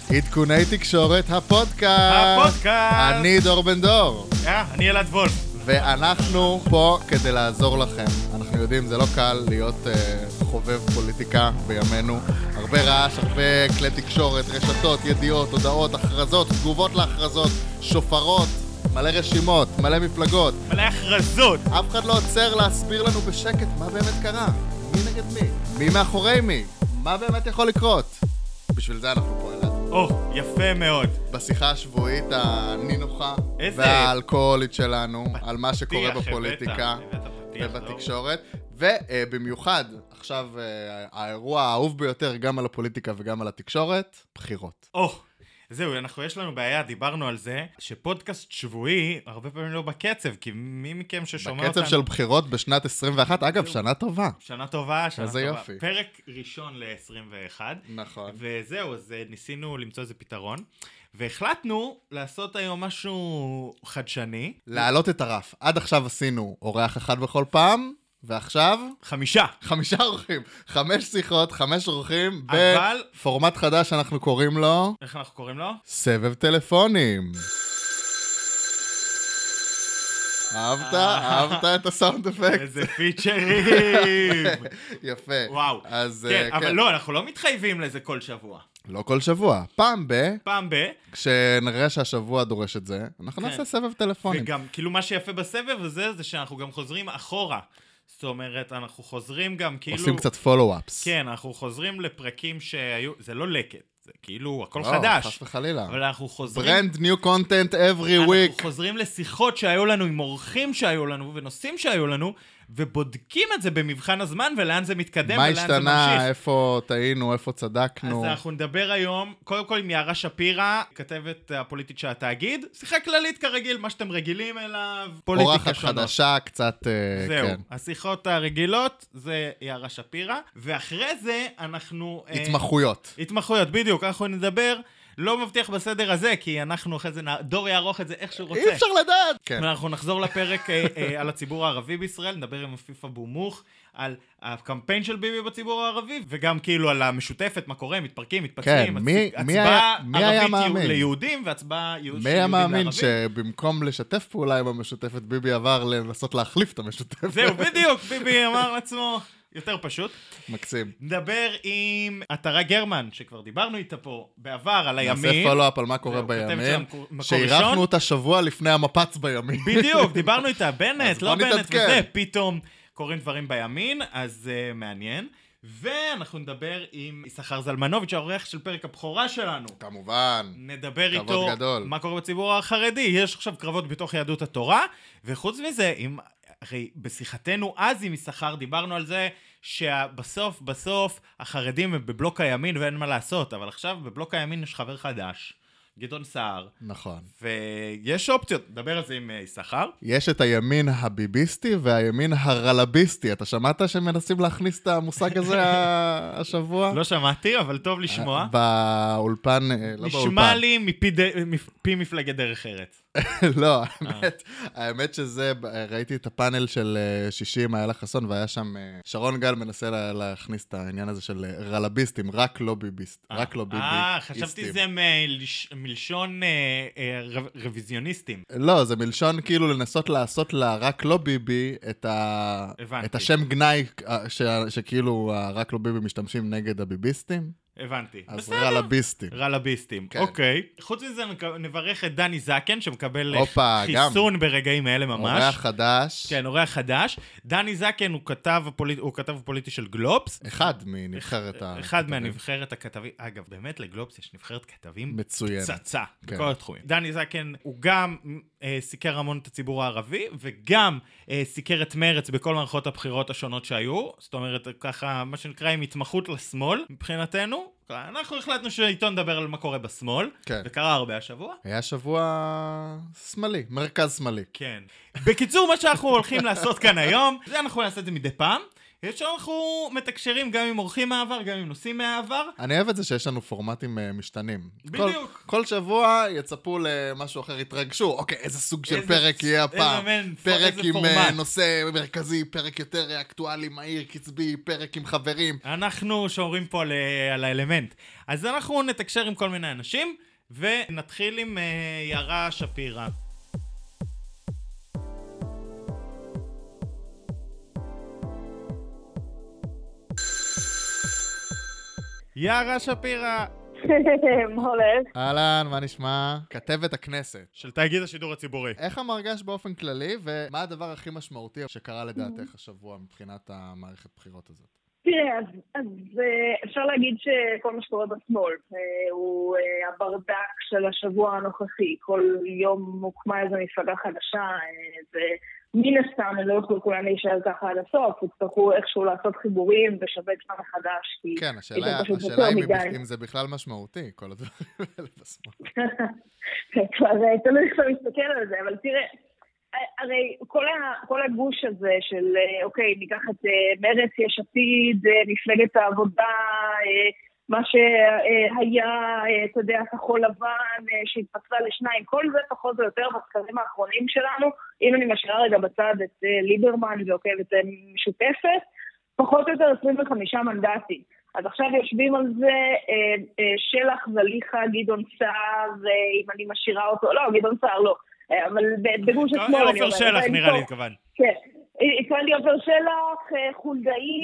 עדכוני תקשורת הפודקאסט. אני דור בן דור. אני אלעד וולף. ואנחנו פה כדי לעזור לכם. אנחנו יודעים, זה לא קל להיות חובב פוליטיקה בימינו. הרבה רעש, הרבה כלי תקשורת, רשתות, ידיעות, הודעות, הכרזות, תגובות להכרזות, שופרות, מלא רשימות, מלא מפלגות. מלא הכרזות. אף אחד לא עוצר להסביר לנו בשקט מה באמת קרה. מי נגד מי? מי מאחורי מי? מה באמת יכול לקרות? בשביל זה אנחנו פה, אלעד. יפה מאוד. בשיחה השבועית הנינוחה והאלכוהולית שלנו, על מה שקורה בפוליטיקה ובתקשורת, ובמיוחד עכשיו האירוע האהוב ביותר גם על הפוליטיקה וגם על התקשורת, בחירות. זהו, יש לנו בעיה, דיברנו על זה, שפודקאסט שבועי הרבה פעמים לא בקצב, כי מי מכם ששומע אותנו... בקצב של בחירות בשנת 21, אגב, שנה טובה. שנה טובה. איזה יופי. פרק ראשון ל-21. נכון. וזהו, אז ניסינו למצוא איזה פתרון, והחלטנו לעשות היום משהו חדשני. להעלות את הרף. עד עכשיו עשינו אורח אחד בכל פעם, ועכשיו? 5 אורחים. 5 שיחות, 5 אורחים, בפורמט חדש אנחנו קוראים לו... איך אנחנו קוראים לו? סבב טלפונים. אהבת את הסאונד אפקט? איזה פיצ'רים. יפה. וואו. כן, אבל לא, אנחנו לא מתחייבים לזה כל שבוע. לא כל שבוע. פעם ב... כשנראה שהשבוע דורש את זה, אנחנו נעשה סבב טלפונים. וגם, כאילו מה שיפה בסבב הזה, זה שאנחנו גם חוזרים אחורה. זאת אומרת, אנחנו חוזרים גם כאילו... עושים קצת פולו-אפס. כן, אנחנו חוזרים לפרקים שהיו... זה לא לקט, זה כאילו הכל חדש. לא, חס וחלילה. אבל אנחנו חוזרים... Brand new content every week. אנחנו חוזרים לשיחות שהיו לנו עם אורחים שהיו לנו ונושאים שהיו לנו, ובודקים את זה במבחן הזמן ולאן זה מתקדם ולאן זה ממשיך. מה השתנה, איפה טעינו, איפה צדקנו. אז אנחנו נדבר היום, קודם כל עם יערה שפירא, כתבת הפוליטית של התאגיד, שיחה כללית כרגיל, מה שאתם רגילים אליו, פוליטיקה אורחת שונות. חדשה, קצת, זהו, כן. השיחות הרגילות זה יערה שפירא, ואחרי זה אנחנו... התמחויות, בדיוק, אנחנו נדבר... לא מבטיח בסדר הזה, כי אנחנו אחרי זה, דור יערוך את זה איך שהוא רוצה. אי אפשר לדעת. כן. ואנחנו נחזור לפרק על הציבור הערבי בישראל, נדבר עם עפיף אבו מוך, על הקמפיין של ביבי בציבור הערבי, וגם כאילו על המשותפת, מה קורה, מתפרקים, מתפצלים, כן, הצבעה ערבית ליהודים, והצבעה יהודים לערבים. מי היה מאמין שבמקום לשתף פעולה עם המשותפת, ביבי עבר לנסות להחליף את המשותפת? זהו, בדיוק, ביבי אמר לעצמו... יותר פשוט. מקסים. נדבר עם עטרה גרמן, שכבר דיברנו איתה פה בעבר על הימין. נעשה פולו-אפ על מה קורה בימין. שעירפנו אותה שבוע לפני המפץ בימין. בדיוק, דיברנו איתה, בנט, לא בנט וזה, פתאום קורים דברים בימין, אז זה מעניין. ואנחנו נדבר עם יששכר זלמנוביץ', העורך של פרק הבכורה שלנו. כמובן. נדבר איתו מה קורה בציבור החרדי. יש עכשיו קרבות בתוך יהדות התורה, וחוץ מזה, הרי בשיחתנו אז עם יששכר דיברנו על זה שבסוף החרדים הם בבלוק הימין ואין מה לעשות, אבל עכשיו בבלוק הימין יש חבר חדש, גדעון סער. נכון. ויש אופציות, נדבר על זה עם יששכר. יש את הימין הביביסטי והימין הרלביסטי. אתה שמעת שמנסים להכניס את המושג הזה השבוע? לא שמעתי, אבל טוב לשמוע. באולפן, לא באולפן. נשמע לי מפי מפלגת דרך ארץ. לא, האמת שזה, ראיתי את הפאנל של 60, איילה חסון, והיה שם, שרון גל מנסה להכניס את העניין הזה של רלביסטים, רק לא ביביסט, רק לא ביביסטים. חשבתי זה מלשון רוויזיוניסטים. לא, זה מלשון כאילו לנסות לעשות לה רק לא ביבי את השם גנאי שכאילו רק לא ביבי משתמשים נגד הביביסטים. הבנתי. אז רלביסטים. רלביסטים, אוקיי. חוץ מזה נברך את דני זקן, שמקבל חיסון ברגעים האלה ממש. אורח חדש. כן, אורח חדש. דני זקן הוא כתב הפוליטי של גלובס. אחד מנבחרת הכתבים. אחד מהנבחרת הכתבים. אגב, באמת לגלובס יש נבחרת כתבים מצוין. פצצה, בכל התחומים. דני זקן הוא גם סיקר המון את הציבור הערבי, וגם סיקר את מרץ בכל מערכות הבחירות השונות שהיו. זאת אומרת, ככה, מה שנקרא עם התמחות לשמאל, מבחינתנו. אנחנו החלטנו שאיתו נדבר על מה קורה בשמאל, וקרה הרבה השבוע. היה שבוע שמאלי, מרכז שמאלי. כן. בקיצור, מה שאנחנו הולכים לעשות כאן היום, זה אנחנו נעשה את זה מדי פעם. שאנחנו מתקשרים גם עם אורחים מהעבר, גם עם נושאים מהעבר. אני אוהב את זה שיש לנו פורמטים משתנים. בדיוק. כל שבוע יצפו למשהו אחר, יתרגשו. אוקיי, איזה סוג של פרק יהיה הפעם. פרק עם נושא מרכזי, פרק יותר אקטואלי, מהיר, קצבי, פרק עם חברים. אנחנו שומרים פה על האלמנט. אז אנחנו נתקשר עם כל מיני אנשים, ונתחיל עם יערה שפירא. יערה שפירא. מה הולך? אהלן, מה נשמע? כתבת הכנסת של תאגיד השידור הציבורי. איך המרגש באופן כללי, ומה הדבר הכי משמעותי שקרה לדעתך השבוע מבחינת המערכת בחירות הזאת? תראה, אז אפשר להגיד שכל מה שקורה בשמאל הוא הברדק של השבוע הנוכחי. כל יום מוקמה איזו מפלגה חדשה, ומן הסתם הם לא יוכלו כולם להישאר ככה עד הסוף, יצטרכו איכשהו לעשות חיבורים ושווה את מה מחדש. כן, השאלה אם זה בכלל משמעותי, כל הדברים האלה בשמאל. כבר תלוי איך אתה מסתכל על זה, אבל תראה, הרי כל הגוש הזה של, אוקיי, ניקח את מרץ, יש עתיד, מפלגת העבודה, מה שהיה, אתה יודע, כחול לבן, שהתפצלה לשניים, כל זה פחות או יותר בסקרים האחרונים שלנו, אם אני משאירה רגע בצד את ליברמן ועוקבת משותפת, פחות או יותר 25 מנדטים. אז עכשיו יושבים על זה שלח זליחה, גדעון סער, אם אני משאירה אותו, לא, גדעון סער לא. אבל בגוש השמאל... עופר שלח נראה לי התכוון. כן, התכוונתי עופר שלח, חולדאי,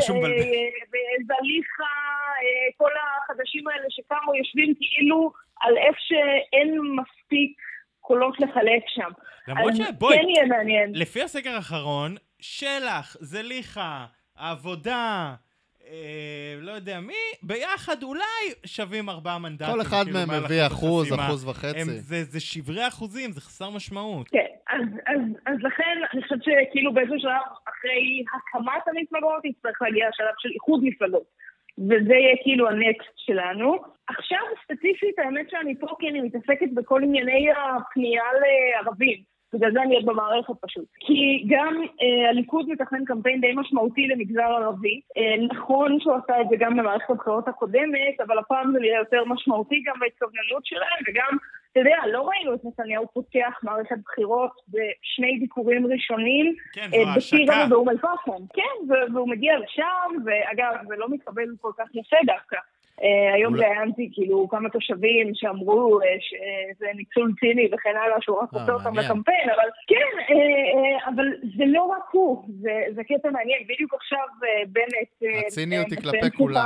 זליחה, כל החדשים האלה שקמו יושבים כאילו על איפה שאין מספיק קולות לחלק שם. למרות שבואי, כן יהיה מעניין. לפי הסקר האחרון, שלח, זליחה, העבודה... לא יודע מי, ביחד אולי שווים 4 מנדטים. כל אחד מהם מביא 1%, 1.5%. זה שברי אחוזים, זה חסר משמעות. כן, אז לכן אני חושבת שכאילו באיזשהו שלב אחרי הקמת המפלגות יצטרך להגיע לשלב של איחוד מפלגות. וזה יהיה כאילו הנקסט שלנו. עכשיו ספציפית האמת שאני פה כי אני מתעסקת בכל ענייני הפנייה לערבים. בגלל זה אני עוד במערכת פשוט. כי גם הליכוד מתכנן קמפיין די משמעותי למגזר ערבי. נכון שהוא עשה את זה גם במערכת הבחירות הקודמת, אבל הפעם זה נראה יותר משמעותי גם בהתכווננות שלהם, וגם, אתה יודע, לא ראינו את נתניהו פותח מערכת בחירות בשני ביקורים ראשונים, כן, בטירה ובאום אל-פחם. כן, והוא מגיע לשם, ואגב, זה לא מתקבל כל כך יפה דווקא. היום ראיינתי כאילו כמה תושבים שאמרו שזה ניצול ציני וכן הלאה שהוא רק רוצה אותם לקמפיין, אבל כן, אבל זה לא רק הוא, זה קטע מעניין, בדיוק עכשיו בנט... הציניות היא כלפי כולם.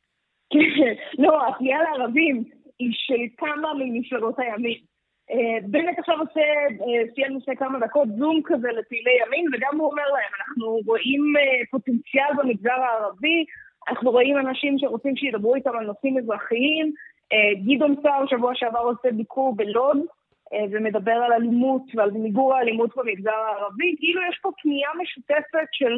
לא, הפנייה לערבים היא של כמה ממפלגות הימין. בנט עכשיו סיים נושא כמה דקות זום כזה לפעילי ימין, וגם הוא אומר להם, אנחנו רואים פוטנציאל במגזר הערבי, אנחנו רואים אנשים שרוצים שידברו איתם על נושאים אזרחיים. גדעון סער שבוע שעבר עושה ביקור בלוד, ומדבר על אלימות ועל מיגור האלימות במגזר הערבי. כאילו יש פה פנייה משותפת של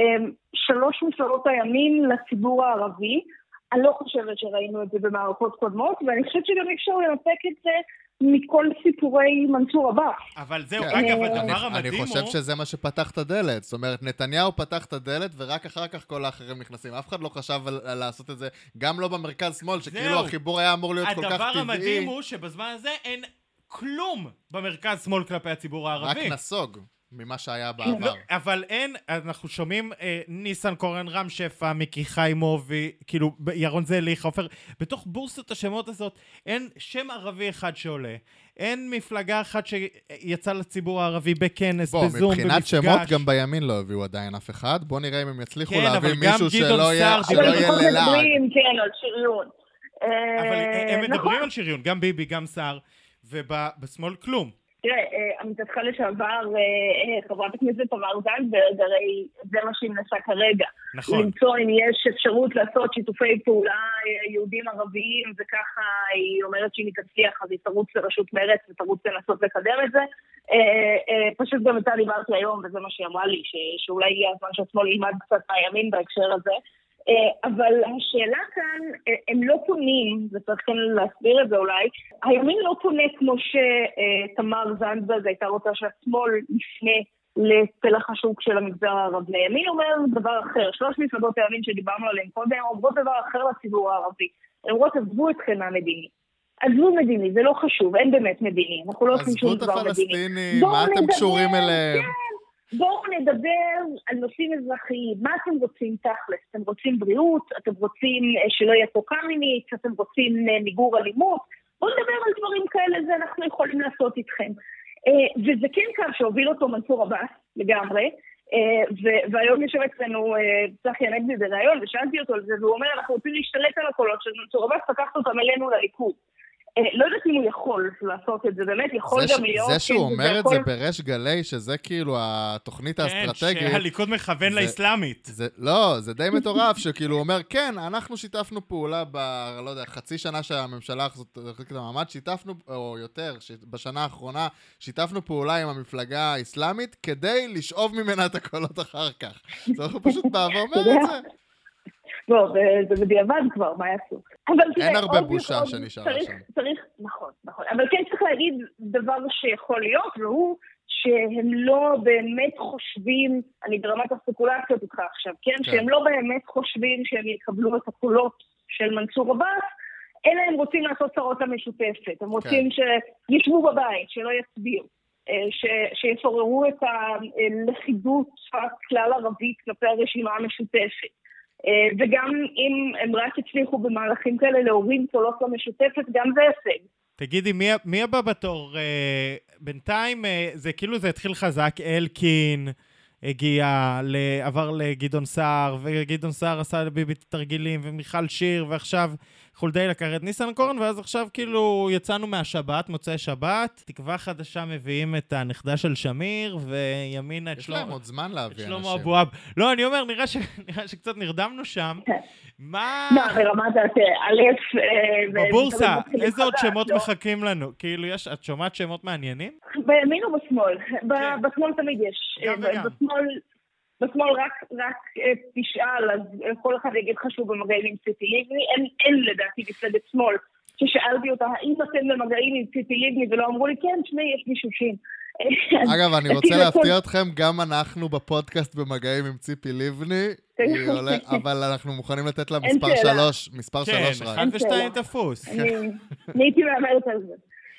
3 מפלגות הימין לציבור הערבי. אני לא חושבת שראינו את זה במערכות קודמות, ואני חושבת שגם אפשר לנתק את זה מכל סיפורי מנסור עבאס. אבל זהו, אגב, הדבר המדהים הוא... אני חושב שזה מה שפתח את הדלת. זאת אומרת, נתניהו פתח את הדלת, ורק אחר כך כל האחרים נכנסים. אף אחד לא חשב לעשות את זה, גם לא במרכז שמאל, שכאילו החיבור היה אמור להיות כל כך טבעי. הדבר המדהים הוא שבזמן הזה אין כלום במרכז שמאל כלפי הציבור הערבי. רק נסוג. ממה שהיה בעבר. אבל אין, אנחנו שומעים ניסן קורן, רם שפע, מיקי חיימובי, כאילו ירון זליך, עופר, בתוך בורסת השמות הזאת אין שם ערבי אחד שעולה. אין מפלגה אחת שיצא לציבור הערבי בכנס, בזום, במפגש. מבחינת שמות גם בימין לא הביאו עדיין אף אחד. בוא נראה אם הם יצליחו להביא מישהו שלא יהיה ללעג. כן, על שריון. אבל הם מדברים על שריון, גם ביבי, גם סער, ובשמאל כלום. תראה, עמיתתך לשעבר, חברת הכנסת תמר זנדברג, הרי זה מה שהיא מנסה כרגע. נכון. למצוא אם יש אפשרות לעשות שיתופי פעולה יהודים ערביים, וככה היא אומרת שהיא מתצליח, אז היא תרוץ לרשות מרץ ותרוץ לנסות לקדם את זה. פשוט גם איתה דיברתי היום, וזה מה שהיא אמרה לי, שאולי יהיה הזמן שהשמאל ילמד קצת מהימין בהקשר הזה. אבל השאלה כאן, הם לא פונים, וצריך כאן להסביר את זה אולי, הימין לא פונה כמו שתמר זנדברג הייתה רוצה שהשמאל יפנה לפלח השוק של המגזר הערבי. הימין אומר דבר אחר, 3 מפלגות הימין שדיברנו עליהן קודם, אומרות דבר אחר לציבור הערבי. הן אומרות, עזבו אתכם מהמדיני. עזבו מדיני, זה לא חשוב, אין באמת מדיני. אנחנו לא עושים שום דבר מדיני. עזבו את הפלסטינים, מה אתם קשורים אליהם? בואו נדבר על נושאים אזרחיים. מה אתם רוצים תכלס? אתם רוצים בריאות? אתם רוצים שלא יהיה פה קמיניץ? אתם רוצים מיגור אלימות? בואו נדבר על דברים כאלה, זה אנחנו יכולים לעשות איתכם. וזה כן קו שהוביל אותו מנסור עבאס לגמרי, והיום יושב אצלנו צחי הנגבי בראיון, ושאלתי אותו על זה, והוא אומר, אנחנו רוצים להשתלט על הקולות של מנסור עבאס, לקחת אותם אלינו לליכוד. לא יודעת אם הוא יכול לעשות את זה, באמת יכול גם להיות... זה שהוא אומר את זה בריש גלי, שזה כאילו התוכנית האסטרטגית... כן, שהליכוד מכוון לאסלאמית. לא, זה די מטורף, שכאילו הוא אומר, כן, אנחנו שיתפנו פעולה לא יודע, חצי שנה שהממשלה הזאת, המעמד שיתפנו, או יותר, בשנה האחרונה, שיתפנו פעולה עם המפלגה האסלאמית, כדי לשאוב ממנה את הקולות אחר כך. זה פשוט בא ואומר את זה. לא, זה בדיעבד כבר, מה יעשו? אין הרבה בושה שנשארה שם. נכון. אבל כן צריך להגיד דבר שיכול להיות, והוא שהם לא באמת חושבים, אני ברמת הספקולציות איתך עכשיו, כן? שהם לא באמת חושבים שהם יקבלו את הקולות של מנסור עבאס, אלא הם רוצים לעשות צרות המשותפת. הם רוצים שישבו בבית, שלא יצביעו. שיפוררו את הלכידות הכלל ערבית כלפי הרשימה המשותפת. וגם אם הם רק הצליחו במהלכים כאלה להוריד קולות למשותפת, גם זה הישג. תגידי, מי הבא בתור? בינתיים זה כאילו זה התחיל חזק, אלקין עבר לגדעון סער, וגדעון סער עשה לביבי תרגילים, ומיכל שיר, ועכשיו חולדאי לקח את ניסנקורן, ואז עכשיו כאילו יצאנו מהשבת, מוצאי שבת, תקווה חדשה מביאים את הנכדה של שמיר, וימינה את שלמה. יש להם עוד זמן להביא אנשים. שלמה אבואב. לא, אני אומר, נראה שקצת נרדמנו שם. מה... ברמת א', בבורסה, איזה עוד שמות מחכים לנו? כאילו, את שומעת שמות מעניינים? בימין או בשמאל? בשמאל תמיד יש. גם וגם. בשמאל רק תשאל, אז כל אחד יגיד חשוב במגעים עם ציפי לבני. אין לדעתי מפלגת שמאל ששאלתי אותה, האם אתם במגעים עם ציפי לבני, ולא אמרו לי, כן, שמי, יש מישושים. אגב, אני רוצה להפתיע אתכם, גם אנחנו בפודקאסט במגעים עם ציפי לבני, אבל אנחנו מוכנים לתת לה מספר 3, מספר 3 רק. כן, 1 ו2 תפוס. אני הייתי מאמרת על זה.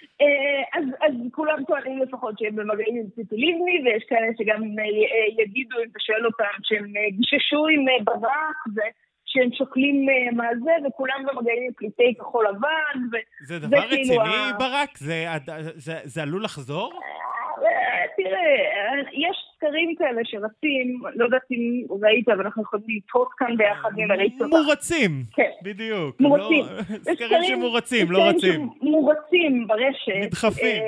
אז כולם טוענים לפחות שהם במגעים עם ציפי לבני, ויש כאלה שגם יגידו, אם תשאל אותם, שהם גיששו עם ברק, שהם שוקלים מה זה, וכולם במגעים עם פליטי כחול לבן. זה דבר רציני, ברק? זה עלול לחזור? תראה, יש סקרים כאלה שרצים, לא יודעת אם ראית, אבל אנחנו יכולים לתהות כאן ביחד ממריץ אותה. מורצים, בדיוק. מורצים. סקרים שמורצים, לא רצים. סקרים שמורצים ברשת. נדחפים.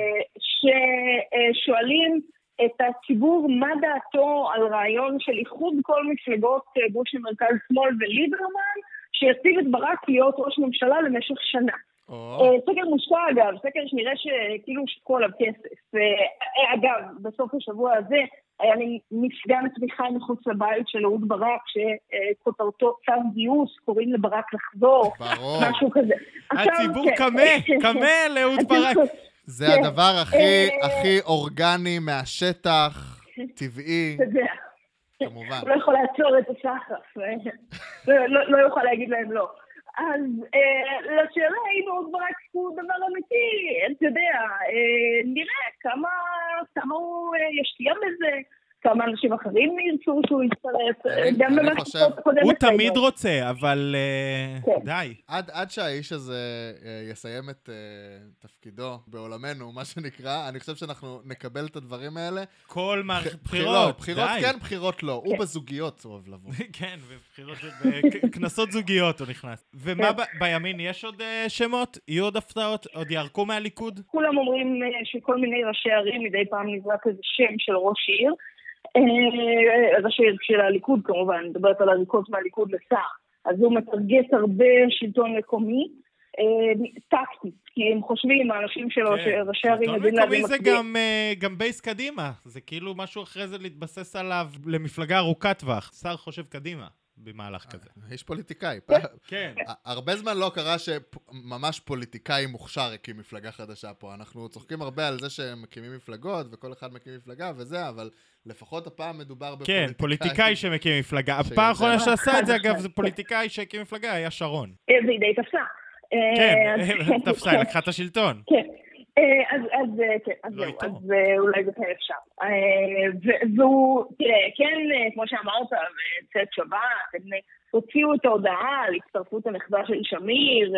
ששואלים את הציבור מה דעתו על רעיון של איחוד כל מפלגות גוש מרכז שמאל וליברמן, שיציב את ברק להיות ראש ממשלה למשך שנה. סקר מושקע אגב, סקר שנראה שכאילו שקו עליו כסף. אגב, בסוף השבוע הזה היה מפגן תמיכה מחוץ לבית של אהוד ברק, שכותרתו צו גיוס, קוראים לברק לחזור, משהו כזה. הציבור קמה לאהוד ברק. זה הדבר הכי אורגני מהשטח, טבעי. כמובן. הוא לא יכול לעצור את השחף, לא יוכל להגיד להם לא. אז לשאלה האם אהוד ברק הוא דבר אמיתי, אתה יודע, נראה כמה הוא ישקיע בזה, כמה אנשים אחרים ירצו שהוא יצטרף, גם במה שקודם. הוא תמיד רוצה, אבל די. עד שהאיש הזה יסיים את תפקידו בעולמנו, מה שנקרא, אני חושב שאנחנו נקבל את הדברים האלה. כל מערכת בחירות. בחירות כן, בחירות לא. הוא בזוגיות אוהב לבוא. כן, בכנסות זוגיות הוא נכנס. ומה בימין, יש עוד שמות? יהיו עוד הפתעות? עוד יערקו מהליכוד? כולם אומרים שכל מיני ראשי ערים מדי פעם נזרק איזה שם של ראש עיר. ראשי עיר של הליכוד כמובן, מדברת על הריקות מהליכוד לשר. אז הוא מטרגט הרבה שלטון מקומי, טקטי, כי הם חושבים, האנשים שלו, שראשי ערים יודעים להביא מקביל. שלטון מקומי זה גם בייס קדימה, זה כאילו משהו אחרי זה להתבסס עליו למפלגה ארוכת טווח, שר חושב קדימה. במהלך כזה. יש פוליטיקאי. כן. הרבה זמן לא קרה שממש פוליטיקאי מוכשר הקים מפלגה חדשה פה. אנחנו צוחקים הרבה על זה שהם מקימים מפלגות, וכל אחד מקים מפלגה וזה, אבל לפחות הפעם מדובר בפוליטיקאי. כן, פוליטיקאי שמקים מפלגה. הפעם האחרונה שעשה את זה, אגב, זה פוליטיקאי שהקים מפלגה, היה שרון. זה די תפסה. כן, תפסה, לקחה את השלטון. כן. אז אולי זה כאן אפשר. והוא, תראה, כן, כמו שאמרת, צאת שבת, הוציאו את ההודעה על הצטרפות הנכדה של שמיר,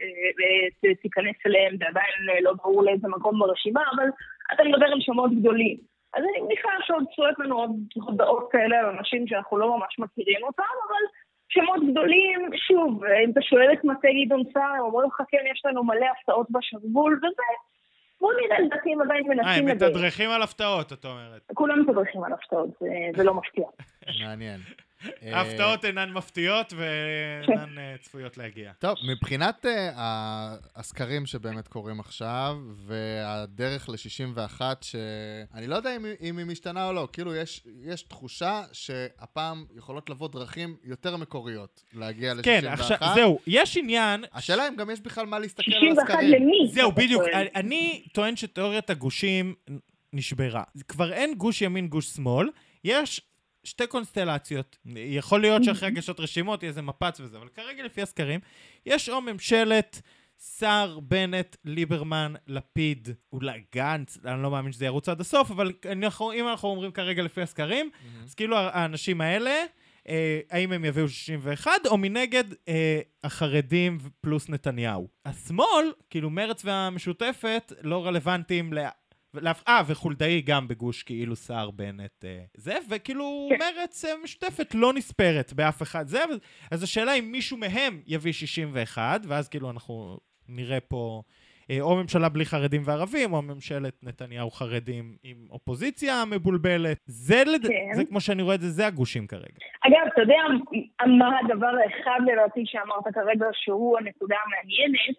שתיכנס אליהם, ועדיין לא ברור לאיזה מקום ברשימה, אבל אתה מדבר על שמות גדולים. אז אני מניחה שעוד צועות לנו עוד הודעות כאלה על אנשים שאנחנו לא ממש מכירים אותם, אבל שמות גדולים, שוב, אם אתה שואל את מטה גדעון סער, אומרים לך, כן, יש לנו מלא הפתעות בשרוול, וזה, בואו נראה, לדעתי הם עדיין מנסים הם מתדרכים על הפתעות, את אומרת. כולם מתדרכים על הפתעות, זה לא מפתיע. מעניין. ההפתעות אינן מפתיעות ואינן צפויות להגיע. טוב, מבחינת הסקרים שבאמת קורים עכשיו, והדרך ל-61, שאני לא יודע אם היא משתנה או לא, כאילו יש תחושה שהפעם יכולות לבוא דרכים יותר מקוריות להגיע ל-61. כן, עכשיו, זהו, יש עניין... השאלה אם גם יש בכלל מה להסתכל על הסקרים. 61 למי? זהו, בדיוק. אני טוען שתיאוריית הגושים נשברה. כבר אין גוש ימין, גוש שמאל, יש... שתי קונסטלציות, יכול להיות שאחרי הגשות רשימות יהיה איזה מפץ וזה, אבל כרגע לפי הסקרים, יש או ממשלת סער, בנט, ליברמן, לפיד, אולי גנץ, אני לא מאמין שזה ירוץ עד הסוף, אבל אם אנחנו אומרים כרגע לפי הסקרים, אז כאילו האנשים האלה, האם הם יביאו 61, או מנגד החרדים פלוס נתניהו. השמאל, כאילו מרץ והמשותפת, לא רלוונטיים וחולדאי גם בגוש כאילו סער בנט זה, וכאילו מרץ משותפת לא נספרת באף אחד זה, אז השאלה אם מישהו מהם יביא 61, ואז כאילו אנחנו נראה פה או ממשלה בלי חרדים וערבים, או ממשלת נתניהו חרדים עם אופוזיציה מבולבלת. זה כמו שאני רואה את זה, זה הגושים כרגע. אגב, אתה יודע מה הדבר האחד לדעתי שאמרת כרגע שהוא הנקודה המעניינת,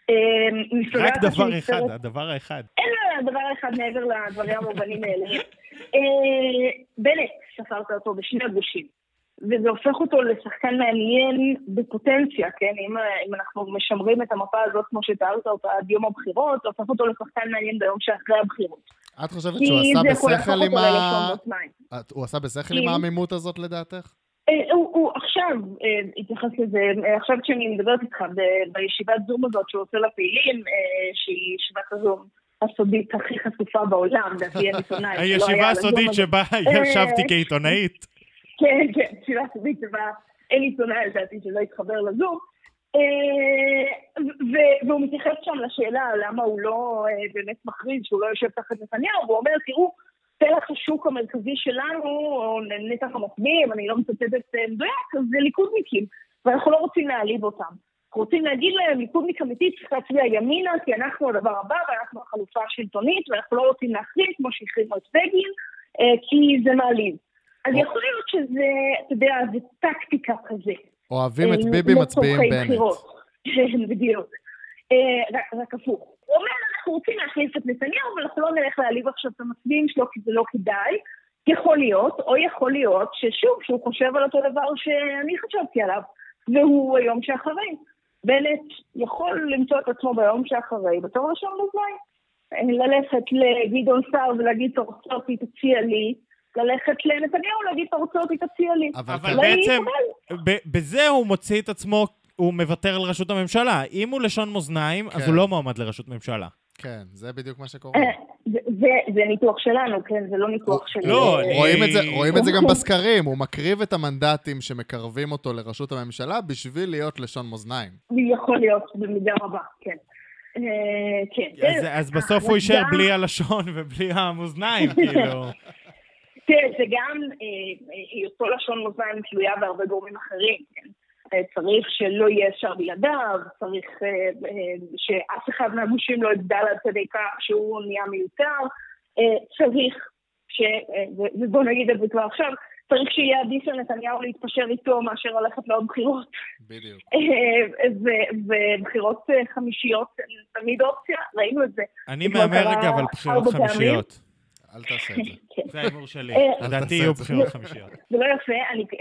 רק דבר אחד, הדבר האחד. אין לה הדבר האחד מעבר לדברים המובנים האלה. בנט, ספרת אותו בשני הגושים, וזה הופך אותו לשחקן מעניין בפוטנציה, כן? אם אנחנו משמרים את המפה הזאת כמו שתיארת אותה עד יום הבחירות, זה הופך אותו לשחקן מעניין ביום שאחרי הבחירות. את חושבת שהוא עשה בשכל עם העמימות הזאת לדעתך? הוא עכשיו התייחס לזה, עכשיו כשאני מדברת איתך בישיבת זום הזאת שהוא עושה לפעילים, שהיא ישיבת הזום הסודית הכי חשופה בעולם, דעתי אין עיתונאית. הישיבה הסודית שבה ישבתי כעיתונאית. כן, כן, ישיבה הסודית שבה אין עיתונאית, דעתי שלא יתחבר לזום. והוא מתייחס שם לשאלה למה הוא לא באמת מכריז שהוא לא יושב תחת נתניהו, והוא אומר, תראו, פלח השוק המרכזי שלנו, או נתח המצביעים, אני לא מצטטת מדויק, אז זה ליכודניקים, ואנחנו לא רוצים להעליב אותם. אנחנו רוצים להגיד להם, ליכודניק אמיתי צריך להצביע ימינה, כי אנחנו הדבר הבא, ואנחנו החלופה השלטונית, ואנחנו לא רוצים להחרים כמו שהחרימו את בגין, כי זה מעליב. אז יכול להיות שזה, אתה יודע, זה טקטיקה כזה. אוהבים את ביבי, מצביעים בנט. בדיוק. רק הפוך. הוא אומר, אנחנו רוצים להחליף את נתניהו, אבל אנחנו לא נלך להעליב עכשיו את המצביעים שלו, כי זה לא כדאי. יכול להיות, או יכול להיות, ששוב, שהוא חושב על אותו דבר שאני חשבתי עליו, והוא היום שאחרי. בנט יכול למצוא את עצמו ביום שאחרי, בתור ראשון בזמן. ללכת לגדעון סער ולהגיד, תורצותי תציע לי, ללכת לנתניהו להגיד, תורצותי תציע לי. אבל בעצם, בזה הוא מוציא את עצמו, הוא מוותר על ראשות הממשלה. אם הוא לשון מאזניים, אז הוא לא מועמד לראשות ממשלה. כן, זה בדיוק מה שקורה. זה ניתוח שלנו, כן, זה לא ניתוח שלי. לא, רואים את זה גם בסקרים, הוא מקריב את המנדטים שמקרבים אותו לראשות הממשלה בשביל להיות לשון מאזניים. יכול להיות במידה רבה, כן. אז בסוף הוא יישאר בלי הלשון ובלי המאזניים, כאילו. כן, זה גם אותו לשון מאזניים תלויה בהרבה גורמים אחרים, כן. צריך שלא יהיה אפשר בלעדיו, צריך שאף אחד מהגושים לא יגדל עד כדי כך שהוא נהיה מיותר, צריך, ובוא נגיד את זה כבר עכשיו, צריך שיהיה עדיף לנתניהו להתפשר איתו מאשר ללכת לעוד בחירות. בדיוק. ובחירות חמישיות תמיד אופציה, ראינו את זה. אני מאמר רגע על בחירות חמישיות. אל תעשה את זה. זה האמור שלי. לדעתי יהיו בחירות חמישיות. זה לא יפה,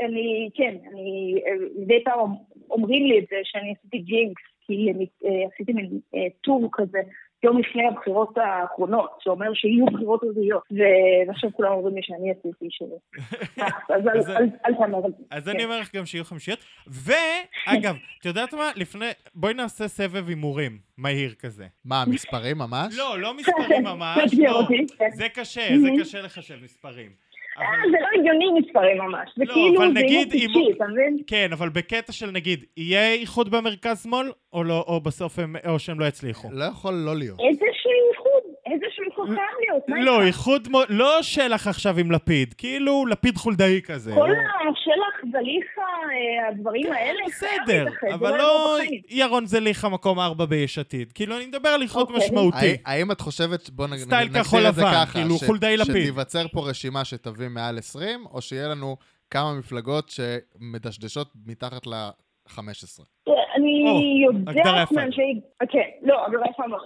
מדי פעם אומרים לי את זה שאני עשיתי ג'ינקס, כי עשיתי מין טור כזה, יום לפני הבחירות האחרונות, שאומר שיהיו בחירות רביעיות, ועכשיו כולם אומרים לי שאני עשיתי שלו. אז אל תאמר על זה. אז אני אומר לך גם שיהיו חמישיות, ואגב, את יודעת מה? בואי נעשה סבב הימורים, מהיר כזה. מה, מספרים ממש? לא מספרים ממש, זה קשה לחשב מספרים. זה לא הגיוני מספרים ממש, זה כאילו זה יהיה טיפשי, אתה מבין? כן, אבל בקטע של נגיד, יהיה איחוד במרכז שמאל, או בסוף שהם לא יצליחו? לא יכול לא להיות. איזשהו איחוד חייב להיות. לא, איחוד, לא שלח עכשיו עם לפיד, כאילו לפיד חולדאי כזה. כל השלח זליכה, הדברים האלה. בסדר, אבל לא ירון זליכה מקום 4 ביש עתיד. כאילו אני מדבר על איחוד משמעותי. האם את חושבת, בוא נגדיר את זה ככה, כאילו חולדאי לפיד. שתיווצר פה רשימה שתביא מעל 20, או שיהיה לנו כמה מפלגות שמדשדשות מתחת ל-15? אני יודעת מאנשי... כן, לא, הגדרה יפה מאוד.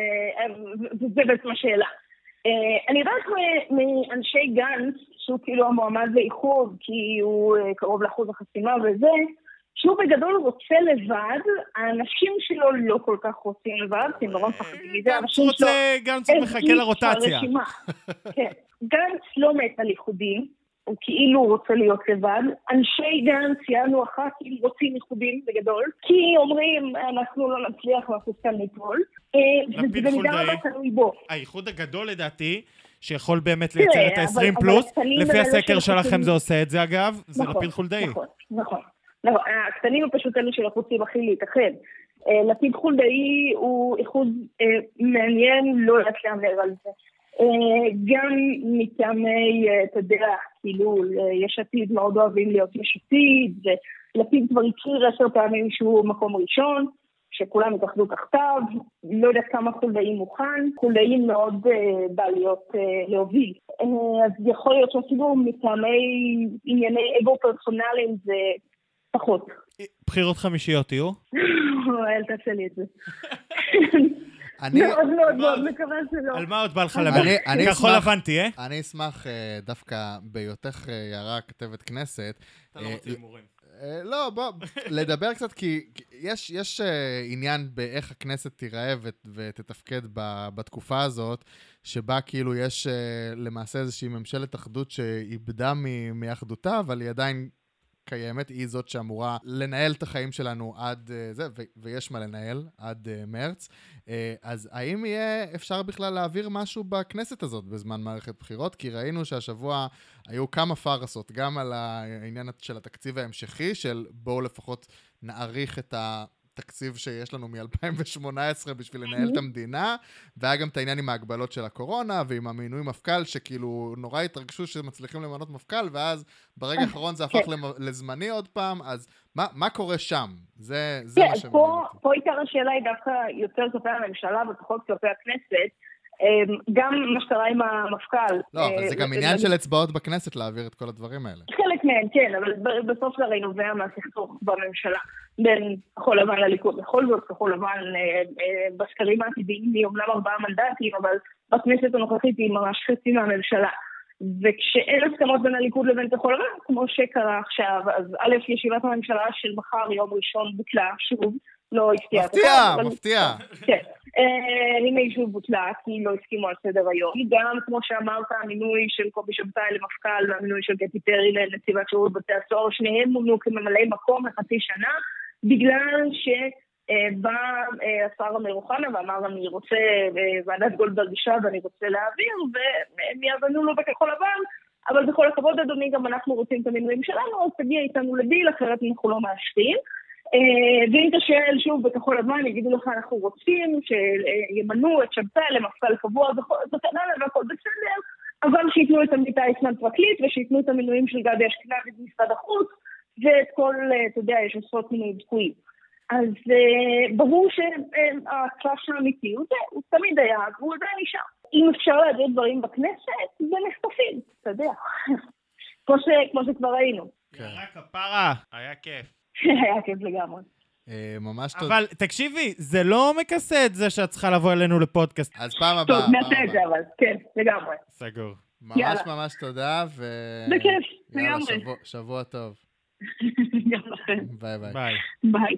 זה בעצם השאלה. אני יודעת מאנשי גנץ, שהוא כאילו המועמד לאיחוד, כי הוא קרוב לאחוז החסימה וזה, שהוא בגדול רוצה לבד, האנשים שלו לא כל כך רוצים לבד, כי נורא מפחדים מזה, גנץ מחכה לרוטציה. כן, גנץ לא מת על איחודים, הוא כאילו רוצה להיות לבד. אנשי גנץ יענו הח"כים רוצים איחודים בגדול, כי אומרים אנחנו לא נצליח ואנחנו כאן ליפול, וזה במידה רבה תלוי בו. האיחוד הגדול לדעתי, שיכול באמת לייצר את ה-20 פלוס, לפי הסקר שלכם זה עושה את זה אגב, זה לפיד חולדאי. נכון. הקטנים הם פשוט אלה שלחוצים הכי להתאחד. לפיד חולדאי הוא איחוד מעניין, לא יודעת להמר על זה. גם מטעמי, אתה יודע, כאילו, יש עתיד מאוד אוהבים להיות יש עתיד, ולפיד כבר הכיר 10 פעמים שהוא מקום ראשון, שכולם התאחדו תחתיו, לא יודעת כמה חולדאי מוכן, חולדאי מאוד בא להיות להוביל. אז יכול להיות שאפילו מטעמי ענייני אגו פרסונליים זה פחות. בחירות חמישיות יהיו? אל תעשה לי את זה. מאוד מקווה שלא. על מה עוד בא לך לדבר? כחול לבן תהיה? אני אשמח דווקא בהיותך יערה כתבת כנסת. אתה לא רוצה הימורים. לא, בוא, לדבר קצת, כי יש עניין באיך הכנסת תיראה ותתפקד בתקופה הזאת, שבה כאילו יש למעשה איזושהי ממשלת אחדות שאיבדה מאחדותה, אבל היא עדיין קיימת, היא זאת שאמורה לנהל את החיים שלנו עד זה, ויש מה לנהל עד מרץ. אז האם יהיה אפשר בכלל להעביר משהו בכנסת הזאת בזמן מערכת בחירות? כי ראינו שהשבוע היו כמה פרסות, גם על העניין של התקציב ההמשכי, של בואו לפחות נעריך את התקציב שיש לנו מ-2018 בשביל לנהל את המדינה, והיה גם את העניין עם ההגבלות של הקורונה, ועם המינוי מפכ"ל, שכאילו נורא התרגשו שמצליחים למנות מפכ"ל, ואז ברגע האחרון זה הפך לזמני עוד פעם, אז מה קורה שם? זה מה שמעניין אותי. פה עיקר השאלה היא דווקא יותר כלפי הממשלה ופחות כלפי הכנסת, גם מה שקרה עם המפכ"ל. לא, אבל זה גם עניין של אצבעות בכנסת להעביר את כל הדברים האלה. חלק מהם, כן, אבל בסוף זה הרי נובע מהסכסוך בממשלה, בין כחול לבן לליכוד. בכל זאת, כחול לבן בסקרים העתידיים היא אומנם 4 מנדטים, אבל בכנסת הנוכחית היא ממש חצי מהממשלה. וכשאין הסכמות בין הליכוד לבין כחול לבן, כמו שקרה עכשיו, אז א', ישיבת הממשלה של מחר יום ראשון בוטלה, שוב, לא הפתיע. מפתיע. כן. הנה אישור בוטלה, כי לא הסכימו על סדר היום. גם, כמו שאמרת, המינוי של קובי שבתאי למפכ"ל, והמינוי של קטי פרי לנציבת שירות בתי הסוהר, שניהם מונו כממלאי מקום לחצי שנה, בגלל שבא השר אמיר אוחנה ואמר, אני רוצה ועדת גולדברג אישה ואני רוצה להעביר, והם יעבנו לו בכחול לבן, אבל בכל הכבוד, אדוני, גם אנחנו רוצים את המינויים שלנו, אז תגיע איתנו לדיל, אחרת אנחנו לא מאשרים. ואם תשאל שוב בכחול לבן, יגידו לך, אנחנו רוצים שימנו את שבתאי למפכ"ל קבוע וכן הלאה והכל בסדר, אבל שיתנו את עמית איסמן פרקליט, ושיתנו את המינויים של גבי אשכנזי במשרד החוץ, ואת כל, אתה יודע, יש עשרות מינויים תקועים. אז ברור שהקלאש האמיתי הוא תמיד היה, והוא עדיין נשאר. אם אפשר להגיד דברים בכנסת, זה נחטפים, אתה יודע. כמו שכבר ראינו. רק הפרה, היה כיף. היה כיף לגמרי. ממש טוב. אבל תקשיבי, זה לא מכסה את זה שאת צריכה לבוא אלינו לפודקאסט. אז פעם הבאה. טוב, נעשה את זה אבל, כן, לגמרי. סגור. ממש תודה, בכיף, יאללה, לגמרי. שבוע טוב. גם לכם. ביי ביי. ביי. ביי.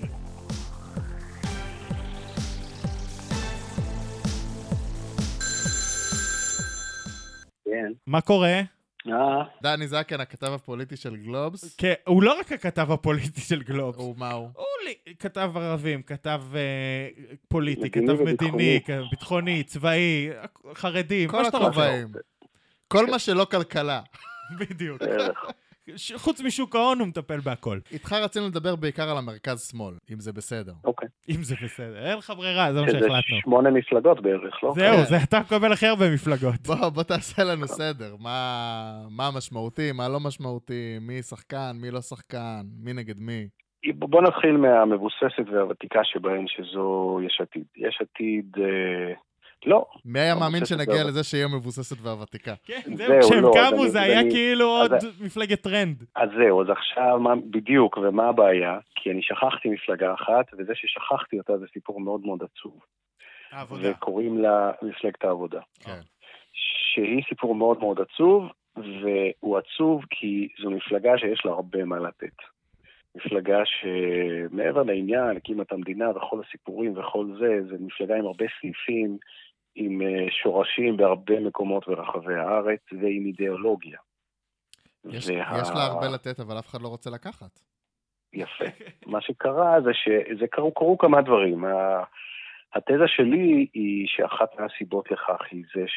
כן. מה קורה? דני זקן, הכתב הפוליטי של גלובס. כן, הוא לא רק הכתב הפוליטי של גלובס. מה הוא? הוא כתב ערבים, כתב פוליטי, מדיני כתב מדיני, וביטחוני. ביטחוני, צבאי, חרדים, כל מה שאתה רוצה. הכובעים. כל מה שלא כלכלה. בדיוק. בערך. חוץ משוק ההון הוא מטפל בהכל. איתך רצינו לדבר בעיקר על המרכז שמאל, אם זה בסדר. אוקיי. אם זה בסדר. אין לך ברירה, זה מה שזה שהחלטנו. 8 מפלגות בערך, לא? זהו, זה אתה מקבל הכי הרבה מפלגות. בוא תעשה לנו סדר. מה משמעותי, מה לא משמעותי, מי שחקן, מי לא שחקן, מי נגד מי. בוא נתחיל מהמבוססת והוותיקה שבהן, שזו יש עתיד. יש עתיד, לא. מי היה מאמין שנגיע לזה שיהיה מבוססת והוותיקה? כן, זהו, זהו, כשהם לא, קמו אז זה אני- היה אני- כאילו עוד אז- מפלגת טרנד. אז זהו, אז עכשיו בדיוק, ומה הבעיה? כי אני שכחתי מפלגה אחת, וזה ששכחתי אותה זה סיפור מאוד מאוד עצוב. העבודה. וקוראים לה מפלגת העבודה. כן. שהיא סיפור מאוד מאוד עצוב, והוא עצוב כי זו מפלגה שיש לה הרבה מה לתת. מפלגה שמעבר לעניין, הקימה את המדינה וכל הסיפורים וכל זה, זה מפלגה עם הרבה סעיפים, עם שורשים בהרבה מקומות ברחבי הארץ, ועם אידיאולוגיה. יש לה הרבה לתת, אבל אף אחד לא רוצה לקחת. יפה. מה שקרה זה קרו כמה דברים. התזה שלי היא שאחת מהסיבות לכך היא זה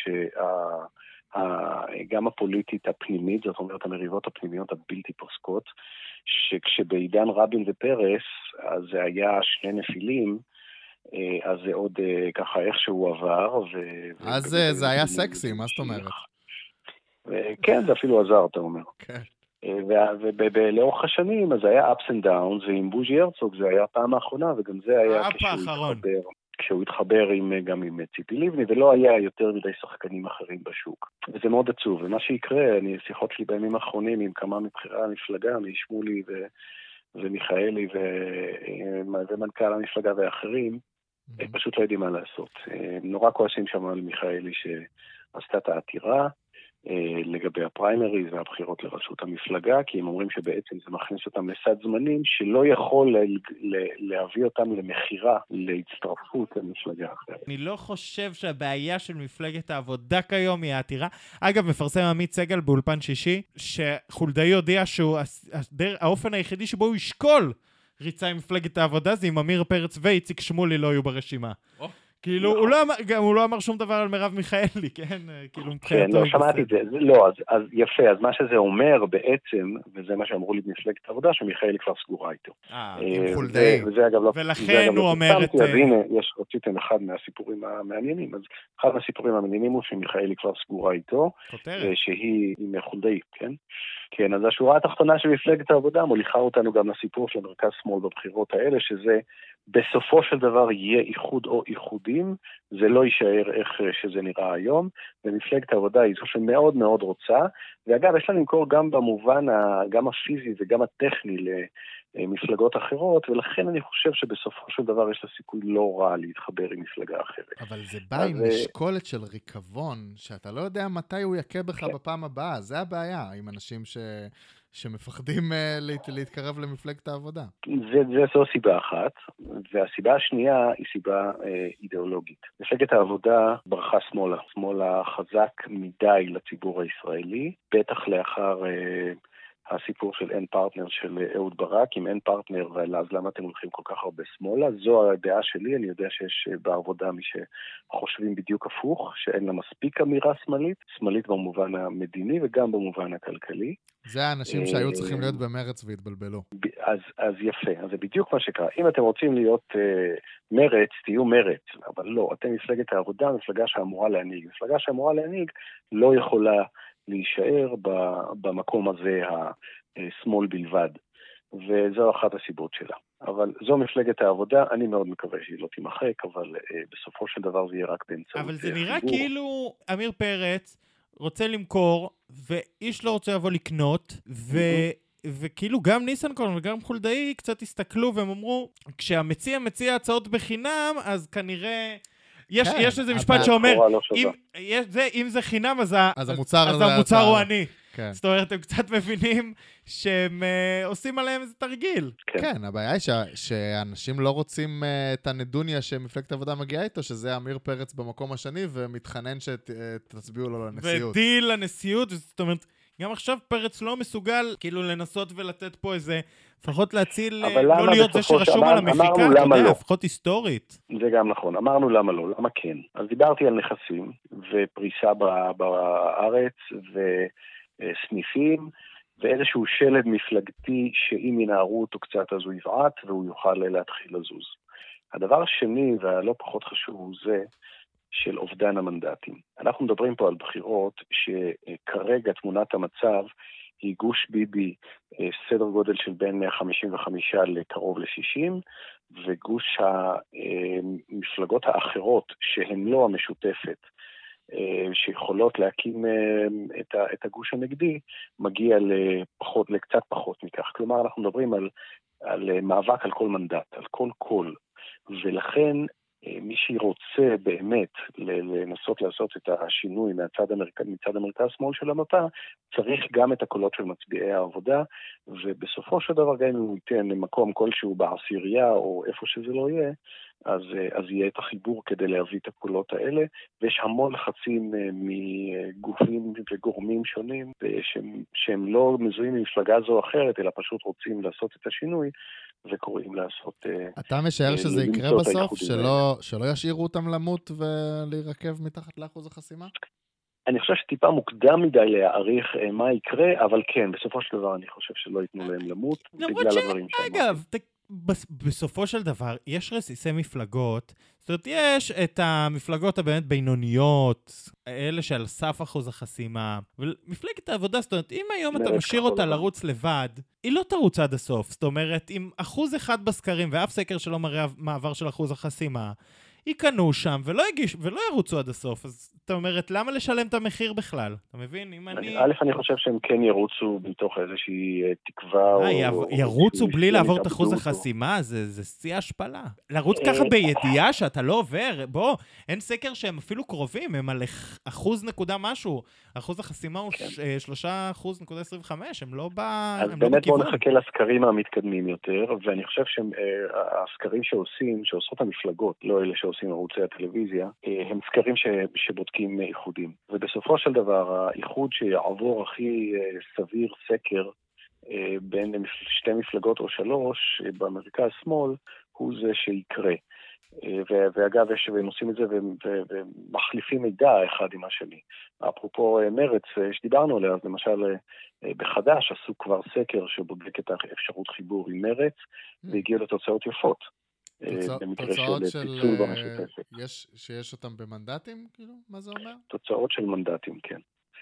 גם הפוליטית הפנימית, זאת אומרת המריבות הפנימיות הבלתי פוסקות, שכשבעידן רבין ופרס, אז זה היה שני נפילים, אז זה עוד ככה איכשהו עבר. אז זה היה סקסי, מה זאת אומרת? כן, זה אפילו עזר, אתה אומר. כן. ולאורך השנים, אז היה ups and downs, ועם בוז'י הרצוג זה היה פעם האחרונה, וגם זה היה כשהוא התחבר גם עם ציפי לבני, ולא היה יותר מדי שחקנים אחרים בשוק. וזה מאוד עצוב, ומה שיקרה, שיחות שלי בימים האחרונים עם כמה מבחירי המפלגה, משמולי ומיכאלי ומנכ"ל המפלגה ואחרים, הם פשוט לא יודעים מה לעשות. נורא כועסים שם על מיכאלי שעשתה את העתירה, לגבי הפריימריז והבחירות לראשות המפלגה, כי הם אומרים שבעצם זה מכניס אותם לסד זמנים שלא יכול להביא אותם למחירה, להצטרפות למפלגה אחרת. אני לא חושב שהבעיה של מפלגת העבודה כיום היא העתירה. אגב, מפרסם עמית סגל באולפן שישי, שחולדאי הודיע שהאופן היחידי שבו הוא ישקול ריצה עם מפלגת העבודה זה אם אמיר פרץ ואיציק שמולי לא יהיו ברשימה. כאילו, הוא לא אמר שום דבר על מרב מיכאלי, כן? כאילו, כן, לא, שמעתי את זה. לא, אז יפה, אז מה שזה אומר בעצם, וזה מה שאמרו לי במפלגת העבודה, שמיכאלי כבר סגורה איתו. עם חולדאי. ולכן הוא אומר את... אז הנה, רציתם אחד מהסיפורים המעניינים, אז אחד מהסיפורים המעניינים הוא שמיכאלי כבר סגורה איתו, שהיא עם חולדאי, כן? כן, אז השורה התחתונה של מפלגת העבודה מוליכה אותנו גם לסיפור של מרכז שמאל בבחירות האלה, שזה בסופו של דבר יהיה איחוד או איחודים, זה לא יישאר איך שזה נראה היום, ומפלגת העבודה היא זו שמאוד מאוד רוצה, ואגב, יש לה למכור גם במובן, גם הפיזי וגם הטכני למפלגות אחרות, ולכן אני חושב שבסופו של דבר יש לה סיכוי לא רע להתחבר עם מפלגה אחרת. אבל זה בא עם משקולת של ריקבון, שאתה לא יודע מתי הוא יקה בך בפעם הבאה, זה הבעיה עם אנשים שמפחדים להתקרב למפלגת העבודה. זו סיבה אחת, והסיבה השנייה היא סיבה אידיאולוגית. מפלגת העבודה ברחה שמאלה, שמאלה חזק מדי לציבור הישראלי, בטח לאחר הסיפור של אין פרטנר של אהוד ברק, אם אין פרטנר, אז למה אתם הולכים כל כך הרבה שמאלה? זו הדעה שלי, אני יודע שיש בעבודה מי שחושבים בדיוק הפוך, שאין לה מספיק אמירה שמאלית, שמאלית במובן המדיני וגם במובן הכלכלי. זה האנשים שהיו צריכים להיות במרץ והתבלבלו. אז יפה, אז זה בדיוק מה שקרה. אם אתם רוצים להיות מרץ, תהיו מרץ, אבל לא, אתם מפלגת העבודה, מפלגה שאמורה להנהיג. מפלגה שאמורה להנהיג לא יכולה להישאר במקום הזה השמאל בלבד, וזו אחת הסיבות שלה. אבל זו מפלגת העבודה, אני מאוד מקווה שהיא לא תימחק, אבל בסופו של דבר זה יהיה רק באמצעות. אבל זה נראה כאילו אמיר פרץ רוצה למכור, ואיש לא רוצה לבוא לקנות, וכאילו גם ניסנקורן וגם חולדאי קצת הסתכלו והם אמרו, כשהמציע מציע הצעות בחינם, אז כנראה... יש איזה משפט שאומר, אם זה חינם, אז המוצר הוא אני. זאת אומרת, הם קצת מבינים שהם עושים עליהם איזה תרגיל. כן, הבעיה היא שאנשים לא רוצים את הנדוניה שמפלגת העבודה מגיעה איתו, שזה אמיר פרץ במקום השני, ומתחנן שתצביעו לו לנשיאות. ודיל לנשיאות, זאת אומרת, גם עכשיו פרץ לא מסוגל כאילו לנסות ולתת פה איזה, לפחות להציל, לא להיות זה שרשום על המפיקה, אתה יודע, לפחות היסטורית. זה גם נכון, אמרנו למה לא, למה כן. אז דיברתי על נכסים ופריסה בארץ וסניפים, ואיזשהו שלד מפלגתי שאם ינערו אותו קצת אז הוא יבעט והוא יוכל להתחיל לזוז. הדבר השני והלא פחות חשוב הוא זה, של אובדן המנדטים. אנחנו מדברים פה על בחירות שכרגע תמונת המצב היא גוש ביבי סדר גודל של בין 155 לקרוב ל-60, וגוש המפלגות האחרות שהן לא המשותפת, שיכולות להקים את הגוש הנגדי, מגיע לקצת פחות מכך. כלומר, אנחנו מדברים על מאבק על כל מנדט, על כל קול, ולכן מי שרוצה באמת לנסות לעשות את השינוי מצד המרכז-שמאל של המפה, צריך גם את הקולות של מצביעי העבודה, ובסופו של דבר גם אם הוא ייתן למקום כלשהו בעשירייה או איפה שזה לא יהיה, אז יהיה את החיבור כדי להביא את הקולות האלה, ויש המון לחצים מגופים וגורמים שונים, שהם לא מזוהים ממפלגה זו או אחרת, אלא פשוט רוצים לעשות את השינוי, וקוראים לעשות... אתה משער שזה יקרה בסוף? שלא ישאירו אותם למות ולהירקב מתחת לאחוז החסימה? אני חושב שטיפה מוקדם מדי להעריך מה יקרה, אבל כן, בסופו של דבר אני חושב שלא ייתנו להם למות, בגלל הדברים שאמרתי. אגב, בסופו של דבר, יש רסיסי מפלגות, זאת אומרת, יש את המפלגות הבאמת בינוניות, אלה שעל סף אחוז החסימה, ומפלגת העבודה, זאת אומרת, אם היום אתה משאיר אותה לרוץ לבד, היא לא תרוץ עד הסוף, זאת אומרת, עם 1% בסקרים, ואף סקר שלא מראה מעבר של אחוז החסימה, יקנו שם ולא ירוצו עד הסוף, אז אתה אומרת, למה לשלם את המחיר בכלל? אתה מבין? אני חושב שהם כן ירוצו בתוך איזושהי תקווה. ירוצו בלי לעבור את אחוז החסימה? זה שיא השפלה. לרוץ ככה בידיעה שאתה לא עובר, בוא, אין סקר שהם אפילו קרובים, הם על אחוז נקודה משהו. אחוז החסימה הוא 3.25%, הם לא בכיוון. אז באמת בואו נחכה לסקרים המתקדמים יותר, ואני חושב שהסקרים שעושות המפלגות, לא אלה שעושים ערוצי הטלוויזיה, הם סקרים שבודקים איחודים. ובסופו של דבר, האיחוד שיעבור הכי סביר סקר בין שתי מפלגות או שלוש במרכז שמאל, הוא זה שיקרה. ואגב, הם עושים את זה ומחליפים מידע אחד עם השני. אפרופו מרץ, שדיברנו עליה, אז למשל בחדש עשו כבר סקר שבודק את האפשרות חיבור עם מרץ, והגיע לתוצאות יפות. תוצאות שיש אותם במנדטים, כאילו? מה זה אומר? תוצאות של מנדטים, כן.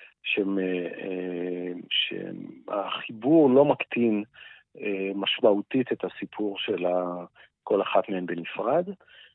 שהחיבור לא מקטין משמעותית את הסיפור של כל אחת מהן בנפרד,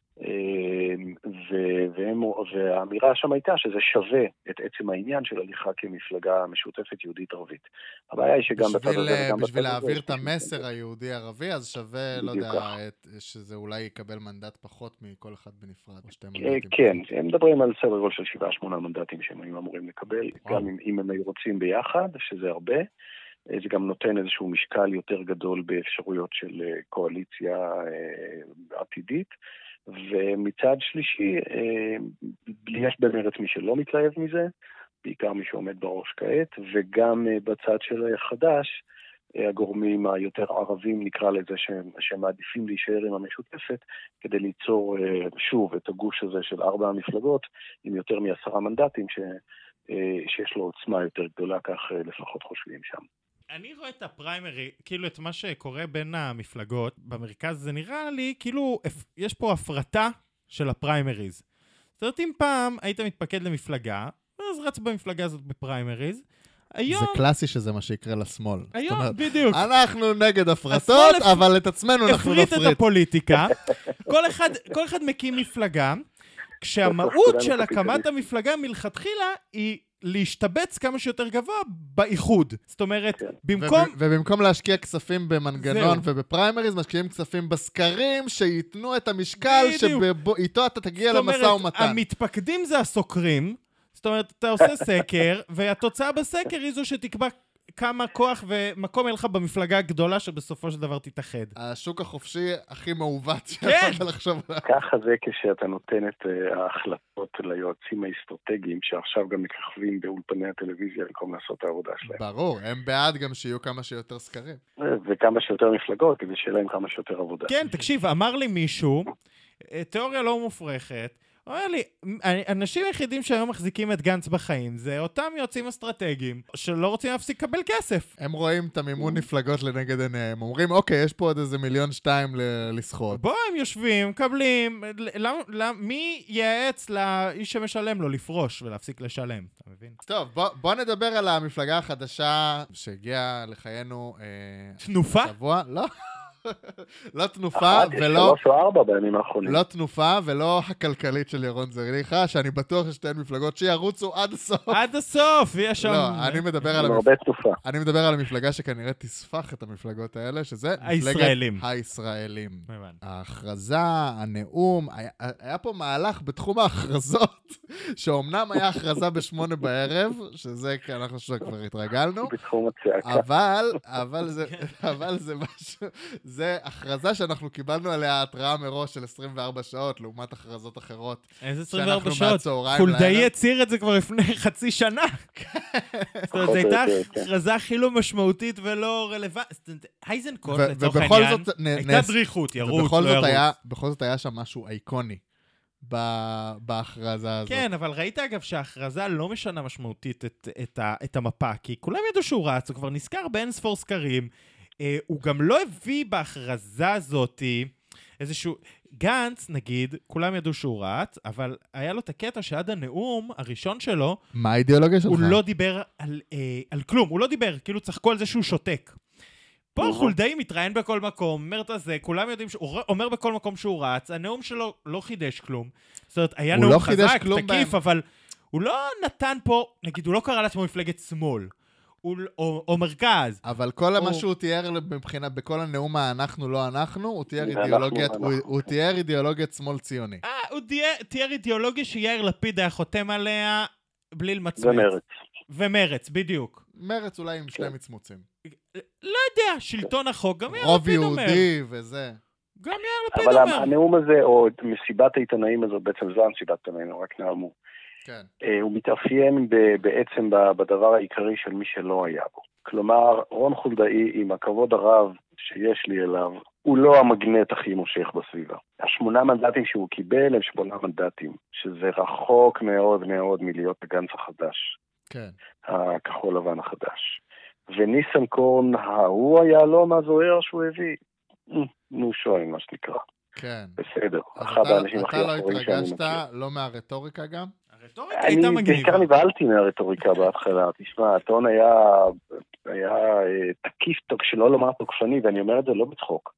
והאמירה שם הייתה שזה שווה את עצם העניין של הליכה כמפלגה משותפת יהודית-ערבית. הבעיה היא שגם בצד הזה וגם בצד הזה... בשביל להעביר את המסר היהודי-ערבי, אז שווה, לא יודע, שזה אולי יקבל מנדט פחות מכל אחד בנפרד, או שתי מנדטים. כן, הם מדברים על סדר גודל של 7-8 מנדטים שהם היו אמורים לקבל, גם אם הם היו רוצים ביחד, שזה הרבה. זה גם נותן איזשהו משקל יותר גדול באפשרויות של קואליציה עתידית. ומצד שלישי, יש במרץ מי שלא מתלהב מזה, בעיקר מי שעומד בראש כעת, וגם בצד של החדש, הגורמים היותר ערבים, נקרא לזה, שמעדיפים להישאר עם המשותפת, כדי ליצור שוב את הגוש הזה של 4 המפלגות, עם יותר מ10 מנדטים, שיש לו עוצמה יותר גדולה, כך לפחות חושבים שם. אני רואה את הפריימרי, כאילו את מה שקורה בין המפלגות במרכז, זה נראה לי כאילו יש פה הפרטה של הפריימריז. זאת אומרת, אם פעם היית מתפקד למפלגה, אז רץ במפלגה הזאת בפריימריז. היום... זה קלאסי שזה מה שיקרה לשמאל. היום, בדיוק. אנחנו נגד הפרטות, אבל את עצמנו אנחנו נפריט. הפריט את הפוליטיקה. כל אחד מקים מפלגה, כשהמהות של הקמת המפלגה מלכתחילה היא להשתבץ כמה שיותר גבוה באיחוד. זאת אומרת, במקום... ובמקום להשקיע כספים במנגנון ובפריימריז, משקיעים כספים בסקרים שייתנו את המשקל שאיתו אתה תגיע למשא ומתן. זאת אומרת, המתפקדים זה הסוקרים, זאת אומרת, אתה עושה סקר, והתוצאה בסקר היא זו שתקבע כמה כוח ומקום יהיה לך במפלגה הגדולה שבסופו של דבר תתאחד. השוק החופשי הכי מעוות שיכולת לחשוב עליו. ככה זה כשאתה נותן את ההחלטות ליועצים האסטרטגיים, שעכשיו גם מככבים באולפני הטלוויזיה במקום לעשות את העבודה שלהם. ברור, הם בעד גם שיהיו כמה שיותר סקרים. וכמה שיותר מפלגות, כדי שיהיה להם כמה שיותר עבודה. כן, תקשיב, אמר לי מישהו, תיאוריה לא מופרכת, אומר לי, אנשים היחידים שהיום מחזיקים את גנץ בחיים, זה אותם יועצים אסטרטגיים שלא רוצים להפסיק לקבל כסף. הם רואים את המימון מפלגות לנגד עיניהם, אומרים, אוקיי, יש פה עוד איזה 1.2 מיליון לסחוט. בוא, הם יושבים, מקבלים, מי ייעץ לאיש שמשלם לו לפרוש ולהפסיק לשלם, אתה מבין? טוב, בוא נדבר על המפלגה החדשה שהגיעה לחיינו תנופה? שבוע, לא. לא תנופה ולא... 3 או 4 בימים האחרונים. לא תנופה ולא הכלכלית של ירון זרליכה, שאני בטוח ששתיהן מפלגות שירוצו עד הסוף. עד הסוף, יש שם... לא, אני מדבר על המפלגה שכנראה תספח את המפלגות האלה, שזה הישראלים. הישראלים. ההכרזה, הנאום, היה פה מהלך בתחום ההכרזות, שאומנם היה הכרזה ב8 בערב, שזה כי אנחנו כבר התרגלנו, בתחום הצעקה. אבל זה משהו... זה הכרזה שאנחנו קיבלנו עליה התראה מראש של 24 שעות, לעומת הכרזות אחרות. איזה 24 שעות? חולדאי הצהיר את זה כבר לפני חצי שנה. זאת אומרת, זו הייתה הכרזה הכי לא משמעותית ולא רלוונטית. הייזנקוט, לצורך העניין, הייתה דריכות, ירוץ, לא ירוץ. בכל זאת היה שם משהו אייקוני בהכרזה הזאת. כן, אבל ראית אגב שההכרזה לא משנה משמעותית את המפה, כי כולם ידעו שהוא רץ, הוא כבר נזכר באין ספור סקרים, הוא גם לא הביא בהכרזה הזאת איזשהו... גנץ, נגיד, כולם ידעו שהוא רץ, אבל היה לו את הקטע שעד הנאום הראשון שלו... מה האידיאולוגיה שלך? הוא לא דיבר על כלום, הוא לא דיבר, כאילו צחקו על זה שהוא שותק. פה חולדאי מתראיין בכל מקום, אומר את הזה, כולם יודעים שהוא אומר בכל מקום שהוא רץ, הנאום שלו לא חידש כלום. זאת אומרת, היה נאום חזק, תקיף, אבל הוא לא נתן פה, נגיד, הוא לא קרא לעצמו מפלגת שמאל. או מרכז. אבל כל מה שהוא תיאר מבחינה, בכל הנאום אנחנו לא אנחנו, הוא תיאר אידיאולוגיית שמאל ציוני. הוא תיאר אידיאולוגיה שיאיר לפיד היה חותם עליה בלי למצמץ. ומרץ, בדיוק. מרץ אולי עם שני מצמוצים. לא יודע, שלטון החוק, גם יאיר רוב לפיד אומר. רוב יהודי וזה. גם יאיר לפיד אומר. אבל הנאום הזה, או מסיבת העיתונאים הזו, בעצם זו מסיבת העיתונאים, רק נעלמו. כן. הוא מתאפיין בעצם בדבר העיקרי של מי שלא היה בו. כלומר, רון חולדאי, עם הכבוד הרב שיש לי אליו, הוא לא המגנט הכי מושך בסביבה. 8 מנדטים שהוא קיבל הם 8 מנדטים, שזה רחוק מאוד מאוד מלהיות הגנץ החדש. כן. הכחול לבן החדש. וניסנקורן, הוא היה לא מה זוהר שהוא הביא. נו שוי, מה שנקרא. כן. בסדר. אתה לא התרגשת, לא מהרטוריקה גם? הרטוריקה הייתה מגניבה. אני בעיקר נבהלתי מהרטוריקה בהתחלה. תשמע, הטון היה תקיף, שלא לומר תוקפני, ואני אומר את זה לא בצחוק.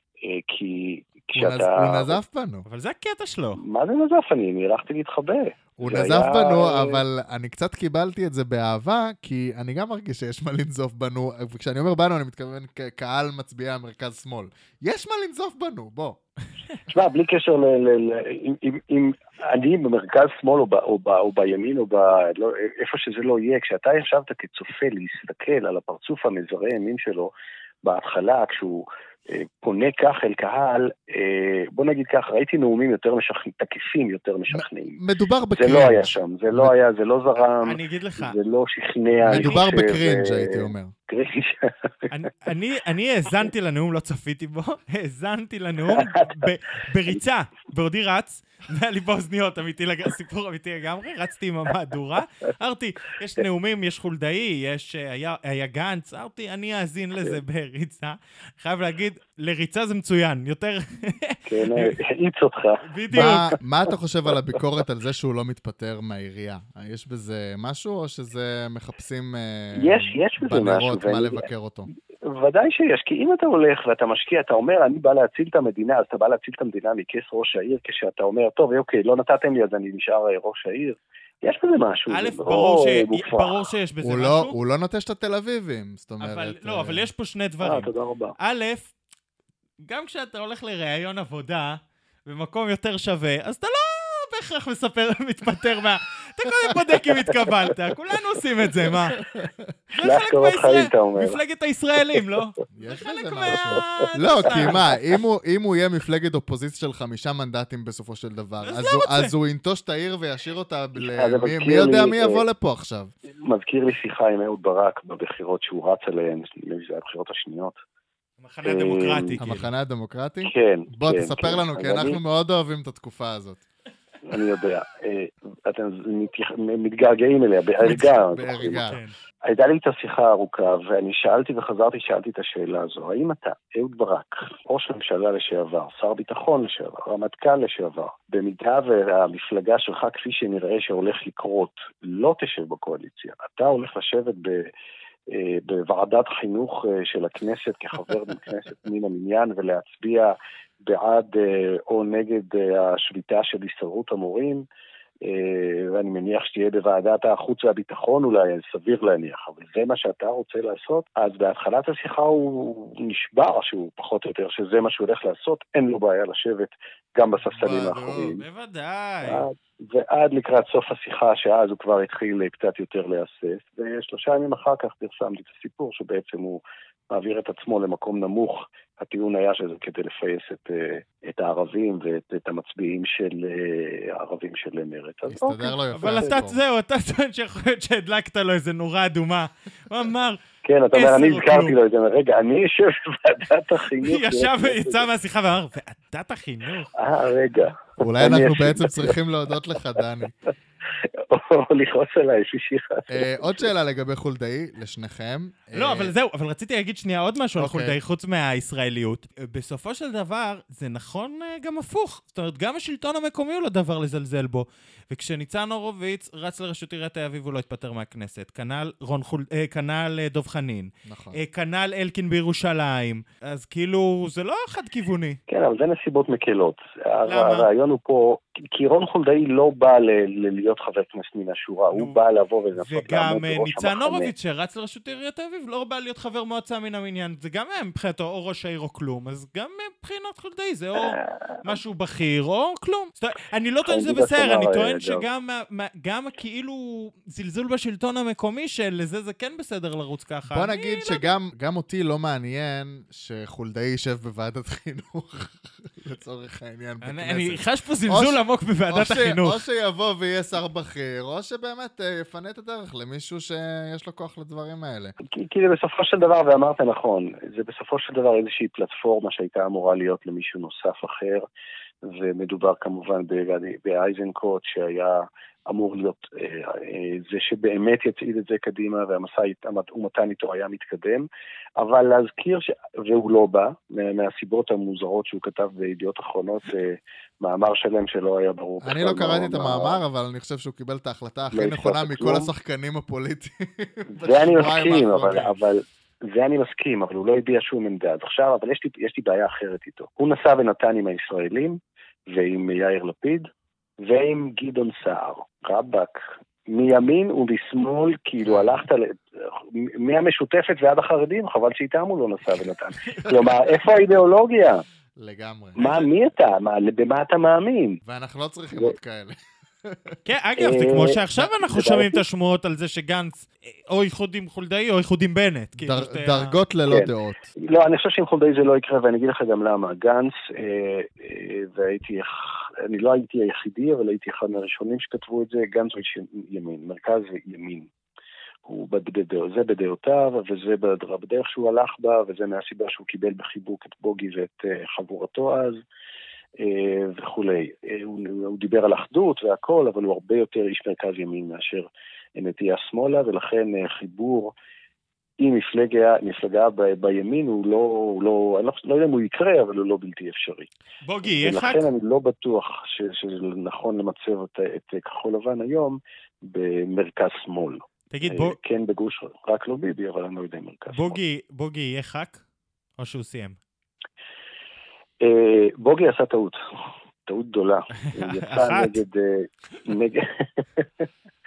כי כשאתה... הוא נזף בנו. אבל זה הקטע שלו. מה זה נזף? אני הלכתי להתחבא. הוא נזף בנו, אבל אני קצת קיבלתי את זה באהבה, כי אני גם מרגיש שיש מה לנזוף בנו, וכשאני אומר בנו, אני מתכוון קהל מצביעי המרכז שמאל. יש מה לנזוף בנו, בוא. תשמע, בלי קשר אם אני במרכז שמאל או בימין או איפה שזה לא יהיה, כשאתה ישבת כצופה להסתכל על הפרצוף המזרה ימין שלו בהתחלה, כשהוא פונה כך אל קהל, בוא נגיד כך, ראיתי נאומים יותר משכנעים, תקיפים יותר משכנעים. מדובר בקרינג'. זה לא היה שם, זה לא היה, זה לא זרם. אני אגיד לך. זה לא שכנע. מדובר בקרינג' הייתי אומר. אני האזנתי לנאום, לא צפיתי בו, האזנתי לנאום בריצה, בעודי רץ, היה לי באוזניות, סיפור אמיתי לגמרי, רצתי עם המהדורה, אמרתי, יש נאומים, יש חולדאי, היה גנץ, אמרתי, אני אאזין לזה בריצה, חייב להגיד, לריצה זה מצוין, יותר... כן, העיץ אותך. בדיוק. מה אתה חושב על הביקורת על זה שהוא לא מתפטר מהעירייה? יש בזה משהו, או שזה מחפשים בנרות מה לבקר אותו? ודאי שיש, כי אם אתה הולך ואתה משקיע, אתה אומר, אני בא להציל את המדינה, אז אתה בא להציל את המדינה מכס ראש העיר, כשאתה אומר, טוב, אוקיי, לא נתתם לי, אז אני נשאר ראש העיר, יש בזה משהו. א', ברור שיש בזה משהו. הוא לא נוטש את התל אביבים, זאת אומרת. לא, אבל יש פה שני דברים. תודה רבה. א', גם כשאתה הולך לראיון עבודה, במקום יותר שווה, אז אתה לא בהכרח מתפטר מה... אתה קודם בודק אם התקבלת, כולנו עושים את זה, מה? זה חלק מפלגת הישראלים, לא? זה חלק לא, כי מה, אם הוא יהיה מפלגת אופוזיציה של 5 מנדטים בסופו של דבר, אז הוא ינטוש את העיר וישאיר אותה, מי יודע מי יבוא לפה עכשיו? מזכיר לי שיחה עם אהוד ברק בבחירות שהוא רץ עליהן, זה הבחירות השניות. המחנה הדמוקרטי. המחנה הדמוקרטי? כן. בוא, תספר לנו, כי אנחנו מאוד אוהבים את התקופה הזאת. אני יודע, אתם מתגעגעים אליה, בערגה. הייתה לי את השיחה הארוכה, ואני שאלתי את השאלה הזו, האם אתה, אהוד ברק, ראש ממשלה לשעבר, שר ביטחון לשעבר, רמטכ"ל לשעבר, במידה והמפלגה שלך כפי שנראה שהולך לקרות, לא תשב בקואליציה, אתה הולך לשבת בוועדת חינוך של הכנסת כחבר בכנסת מן המניין ולהצביע בעד או נגד השביתה של הסתדרות המורים, ואני מניח שתהיה בוועדת החוץ והביטחון אולי, סביר להניח, אבל זה מה שאתה רוצה לעשות, אז בהתחלת השיחה הוא נשבר שהוא פחות או יותר שזה מה שהוא הולך לעשות, אין לו בעיה לשבת גם בספסלים האחוריים. בוודאי. ועד לקראת סוף השיחה, שאז הוא כבר התחיל קצת יותר להסס, ו3 ימים אחר כך פרסמתי את הסיפור שבעצם הוא מעביר את עצמו למקום נמוך. הטיעון היה שזה כדי לפייס את הערבים ואת המצביעים של הערבים של מרצ. הסתדר לו יפה. אבל אתה טוען שיכול להיות שהדלקת לו איזה נורה אדומה. הוא אמר, כן, אתה אומר, אני הזכרתי לו את זה, רגע, אני יושב בוועדת החינוך. ישב ויצא מהשיחה ואמר, ועדת החינוך? רגע. אולי אנחנו בעצם צריכים להודות לך, דני. או לכעוס עליי, שיחה. עוד שאלה לגבי חולדאי, לשניכם. לא, אבל זהו, אבל רציתי להגיד שנייה עוד משהו על חולדאי, חוץ מהישראליות. בסופו של דבר, זה נכון גם הפוך. זאת אומרת, גם השלטון המקומי הוא לא דבר לזלזל בו. וכשניצן הורוביץ רץ לרשות עיריית תל אביב, הוא לא התפטר מהכנסת. כנ"ל דב חנין. כנ"ל אלקין בירושלים. אז כאילו, זה לא חד כיווני. כן, אבל זה נסיבות מקלות. הרעיון הוא פה, כי רון חולדאי לא בא להיות חבר כנסת מן השורה, הוא בא לבוא ולנסות לעמוד בראש המחנה. וגם ניצן הורוביץ שרץ לרשות עיריית תל אביב, לא בא להיות חבר מועצה מן המניין. זה גם מבחינתו או ראש העיר או כלום, אז גם מבחינת חולדאי זה או משהו בכיר או כלום. אני לא טוען שזה בסדר, אני טוען שגם כאילו זלזול בשלטון המקומי שלזה זה כן בסדר לרוץ ככה. בוא נגיד שגם אותי לא מעניין שחולדאי יישב בוועדת חינוך לצורך העניין בכנסת. אני חש פה זלזול עמוק בוועדת החינוך. או שיבוא ויהיה שר בכיר, או שבאמת יפנה את הדרך למישהו שיש לו כוח לדברים האלה. כי זה בסופו של דבר, ואמרת נכון, זה בסופו של דבר איזושהי פלטפורמה שהייתה אמורה להיות למישהו נוסף אחר, ומדובר כמובן באייזנקוט שהיה אמור להיות זה שבאמת יצעיד את זה קדימה, והמסע ומתן איתו היה מתקדם, אבל להזכיר, והוא לא בא, מהסיבות המוזרות שהוא כתב בידיעות אחרונות, מאמר שלם שלא היה ברור. אני לא קראתי את המאמר, אבל אני חושב שהוא קיבל את ההחלטה הכי נכונה מכל השחקנים הפוליטיים. זה אני מסכים, זה אני מסכים, אבל הוא לא הביע שום עמדה. עכשיו, אבל יש לי בעיה אחרת איתו. הוא נסע ונתן עם הישראלים, ועם יאיר לפיד, ועם גדעון סער. רבק, מימין ובשמאל, כאילו הלכת מהמשותפת ועד החרדים, חבל שאיתם הוא לא נסע ונתן. כלומר, איפה האידיאולוגיה? לגמרי. מי אתה? במה אתה מאמין? ואנחנו לא צריכים עוד כאלה. כן, אגב, זה כמו שעכשיו אנחנו שומעים את השמועות על זה שגנץ או איחוד עם חולדאי או איחוד עם בנט. דרגות ללא דעות. לא, אני חושב שעם חולדאי זה לא יקרה, ואני אגיד לך גם למה. גנץ, אני לא הייתי היחידי, אבל הייתי אחד מהראשונים שכתבו את זה, גנץ הוא ימין, מרכז ימין. זה בדעותיו, וזה בדרך שהוא הלך בה, וזה מהסיבה שהוא קיבל בחיבוק את בוגי ואת חבורתו אז. וכולי. הוא דיבר על אחדות והכל, אבל הוא הרבה יותר איש מרכז ימין מאשר נטייה שמאלה, ולכן חיבור עם מפלגה בימין הוא לא, אני לא יודע אם הוא יקרה, אבל הוא לא בלתי אפשרי. בוגי, יחק? ולכן אני לא בטוח שזה נכון למצב את כחול לבן היום במרכז שמאל. תגיד, כן בגוש רק לא ביבי, אבל אני לא יודע מרכז שמאל. בוגי יהיה חק? או שהוא סיים? בוגי עשה טעות גדולה. הוא יצא נגד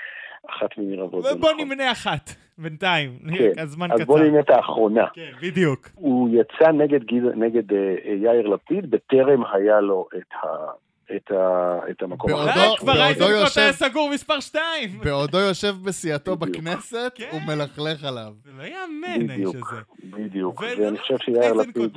אחת מיני רבות. ובוא נמנה אחת, בינתיים. הזמן קצר. אז בוא נמנה את האחרונה. כן, בדיוק. הוא יצא נגד יאיר לפיד, בטרם היה לו את המקום אחר. כבר איזנקוט היה סגור מספר 2. בעודו יושב בסיעתו בכנסת, הוא מלכלך עליו. זה לא יאמן האיש הזה. בדיוק, ואני חושב שיאיר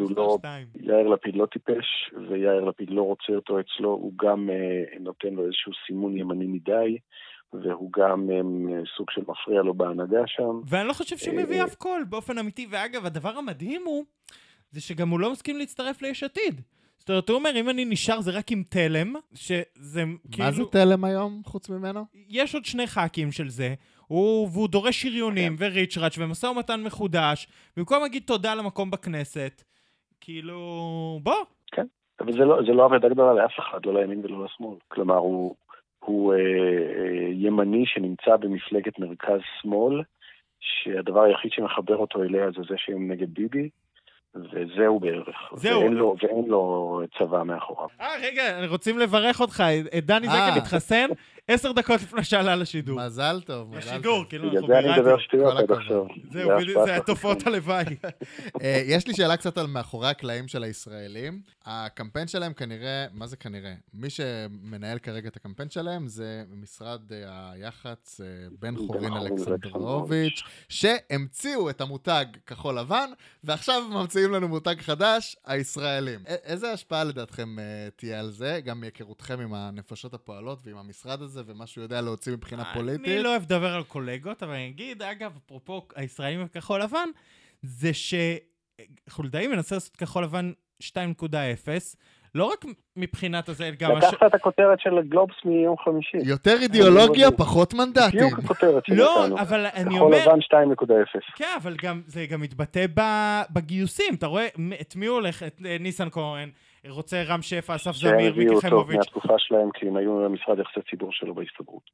לפיד לא טיפש, ויאיר לפיד לא רוצה אותו אצלו, הוא גם נותן לו איזשהו סימון ימני מדי, והוא גם סוג של מפריע לו בהנהגה שם. ואני לא חושב שהוא מביא אף קול באופן אמיתי, ואגב, הדבר המדהים הוא, זה שגם הוא לא מסכים להצטרף ליש עתיד. זאת אומרת, הוא אומר, אם אני נשאר זה רק עם תלם, שזה כאילו... מה זה תלם היום, חוץ ממנו? יש עוד 2 ח"כים של זה, והוא דורש שריונים וריצ'ראץ' ומשא ומתן מחודש, במקום להגיד תודה למקום בכנסת, כאילו, בוא. כן, אבל זה לא עבודה גדולה לאף אחד, לא לימין ולא לשמאל. כלומר, הוא ימני שנמצא במפלגת מרכז שמאל, שהדבר היחיד שמחבר אותו אליה זה זה שהם נגד ביבי, וזהו בערך. ואין לו צבא מאחוריו. רגע, רוצים לברך אותך. דני זקן התחסן 10 דקות לפני שעלה לשידור. מזל טוב. לשידור, כאילו אנחנו בירדיה. אני מדבר שטויות עד עכשיו. זהו, זה התופעות הלוואי. יש לי שאלה קצת על מאחורי הקלעים של הישראלים. הקמפיין שלהם כנראה, מה זה כנראה? מי שמנהל כרגע את הקמפיין שלהם זה משרד היח"צ בן חורין אלכסנדרוביץ', שהמציאו את המותג כחול לבן, ועכשיו ממציאים לנו מותג חדש, הישראלים. איזה השפעה לדעתכם תהיה על זה? גם מהיכרותכם עם הנפשות הפועלות ועם המשרד הזה, ומה שהוא יודע להוציא מבחינה פוליטית? אני לא אוהב לדבר על קולגות, אבל אני אגיד, אגב, אפרופו הישראלים וכחול לבן, זה שחולדאי מנסה לעשות כחול לבן 2.0, לא רק מבחינת הזה, גם... לקחת את הכותרת של הגלובס מיום חמישי. יותר אידיאולוגיה, פחות מנדטים. בדיוק הכותרת שלנו. לא, אבל אני אומר... כחול לבן 2.0. כן, אבל זה גם מתבטא בגיוסים. אתה רואה את מי הולך? את ניסנקורן, רוצה רם שפע, אסף זמיר, מיקי חיימוביץ'. שהם הביאו אותו מהתקופה שלהם, כי הם היו במשרד יחסי ציבור שלו בהסתדרות.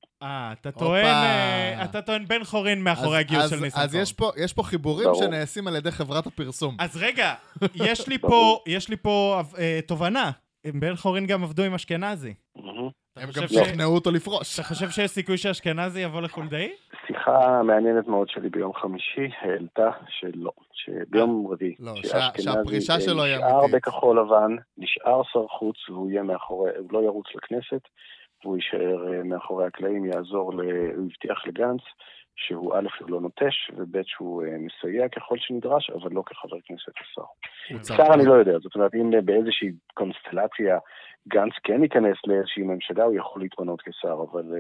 אתה טוען בן חורין מאחורי הגיוס של ניסנקורן. אז יש פה חיבורים שנעשים על ידי חברת הפרסום. אז רגע, יש לי פה תובנה. בן חורין גם עבדו עם אשכנזי. הם גם שכנעו אותו לפרוש. אתה חושב שיש סיכוי שאשכנזי יבוא לחולדאי? שיחה מעניינת מאוד שלי ביום חמישי העלתה שלא, שביום רביעי, שהפרישה שלו היא נשאר בכחול לבן, נשאר שר חוץ, והוא יהיה מאחורי, הוא לא ירוץ לכנסת, והוא יישאר מאחורי הקלעים, הוא הבטיח לגנץ, שהוא א' הוא לא נוטש, וב' שהוא מסייע ככל שנדרש, אבל לא כחבר כנסת השר. שר אני לא יודע, זאת אומרת, אם באיזושהי קונסטלציה גנץ כן ייכנס לאיזושהי ממשלה, הוא יכול להתמנות כשר,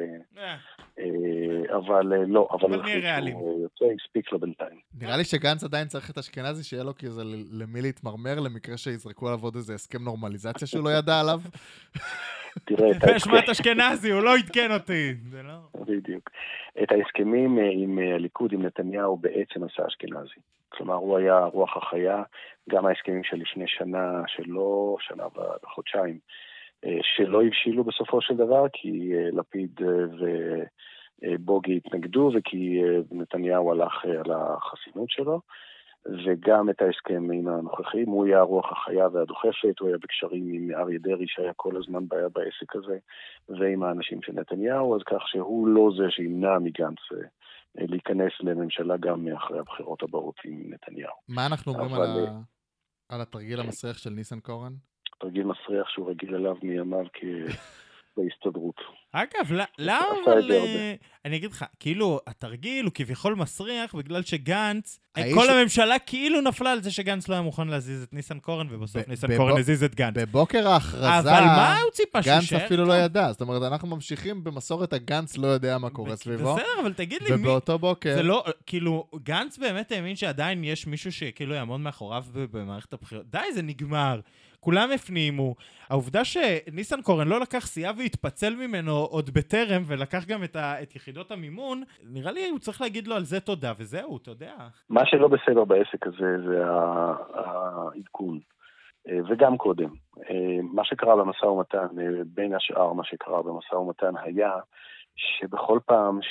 אבל לא, אבל הוא יוצא, הספיק לו בינתיים. נראה לי שגנץ עדיין צריך את אשכנזי, שיהיה לו כזה למי להתמרמר, למקרה שיזרקו עליו עוד איזה הסכם נורמליזציה שהוא לא ידע עליו. שמעת אשכנזי, הוא לא יתקן אותי. בדיוק. את ההסכמים עם הליכוד, עם נתניהו, בעצם עשה אשכנזי. כלומר, הוא היה רוח החיה, גם ההסכמים של לפני שנה, שנה וחודשיים, שלא הבשילו בסופו של דבר, כי לפיד ובוגי התנגדו, וכי נתניהו הלך על החסינות שלו, וגם את ההסכם עם הנוכחים, הוא היה רוח החיה והדוחפת, הוא היה בקשרים עם אריה דרעי שהיה כל הזמן בעיה בעסק הזה, ועם האנשים של נתניהו, אז כך שהוא לא זה שימנע מגנץ להיכנס לממשלה גם אחרי הבחירות הבאות עם נתניהו. מה אנחנו אומרים על התרגיל המסריח של ניסנקורן? תרגיל מסריח שהוא רגיל אליו מימיו בהסתדרות. אגב, למה? אני אגיד לך, כאילו, התרגיל הוא כביכול מסריח בגלל שגנץ, כל הממשלה כאילו נפלה על זה שגנץ לא היה מוכן להזיז את ניסנקורן, ובסוף ניסנקורן הזיז את גנץ. בבוקר ההכרזה, אבל מה הוא ציפה גנץ אפילו לא ידע. זאת אומרת, אנחנו ממשיכים במסורת הגנץ לא יודע מה קורה סביבו. בסדר, אבל תגיד לי, ובאותו בוקר... זה לא, כאילו, גנץ באמת האמין שעדיין יש מישהו שכאילו יעמוד מאחוריו במערכת הבחירות. די, זה נגמר. כולם הפנימו. העובדה שניסנקורן לא לקח סיעה והתפצל ממנו עוד בטרם, ולקח גם את יחידות המימון, נראה לי הוא צריך להגיד לו על זה תודה, וזהו, אתה יודע. מה שלא בסדר בעסק הזה זה העדכון, וגם קודם. מה שקרה במשא ומתן, בין השאר מה שקרה במשא ומתן היה שבכל פעם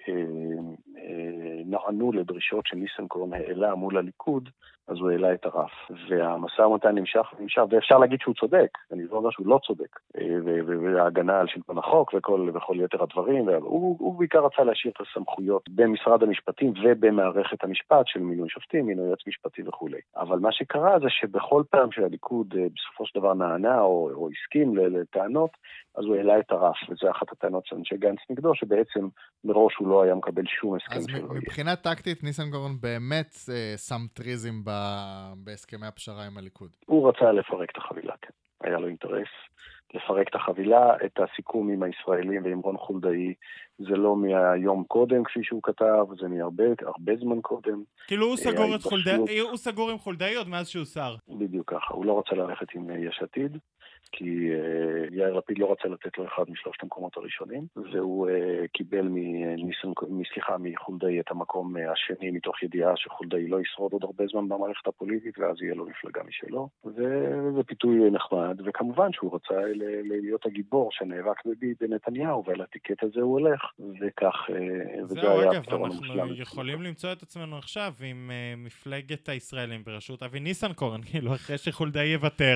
שנענו לדרישות שניסנקורן העלה מול הליכוד, אז הוא העלה את הרף. והמשא ומתן נמשך, ואפשר להגיד שהוא צודק, אני לא אומר שהוא לא צודק, וההגנה על שלטון החוק וכל יתר הדברים, הוא בעיקר רצה להשאיר את הסמכויות במשרד המשפטים ובמערכת המשפט של מינוי שופטים, מינוי יועץ משפטי וכו'. אבל מה שקרה זה שבכל פעם שהליכוד בסופו של דבר נענה או הסכים לטענות, אז הוא העלה את הרף, וזה אחת הטענות של אנשי גנץ נגדו, שבעצם מראש הוא לא היה מקבל שום הסכם שלו. אז מבחינה טקטית, ניסנקורן באמת שם טריזם בהסכמי הפשרה עם הליכוד. הוא רצה לפרק את החבילה, כן. היה לו אינטרס לפרק את החבילה, את הסיכום עם הישראלים ועם רון חולדאי, זה לא מהיום קודם כפי שהוא כתב, זה מהרבה זמן קודם. כאילו הוא סגור עם חולדאי עוד מאז שהוא שר. בדיוק ככה, הוא לא רצה ללכת עם יש עתיד, כי יאיר לפיד לא רצה לתת לו אחד משלושת המקומות הראשונים, והוא קיבל מחולדאי את המקום השני, מתוך ידיעה שחולדאי לא ישרוד עוד הרבה זמן במערכת הפוליטית, ואז יהיה לו מפלגה משלו, וזה פיתוי נחמד, וכמובן שהוא רצה להיות הגיבור שנאבק בנתניהו, ועל הטיקט הזה הוא הולך, וכך, וזה היה הפתרון המושלם. אנחנו יכולים למצוא את עצמנו עכשיו עם מפלגת הישראלים בראשות אבי ניסנקורן, כאילו אחרי שחולדאי יוותר,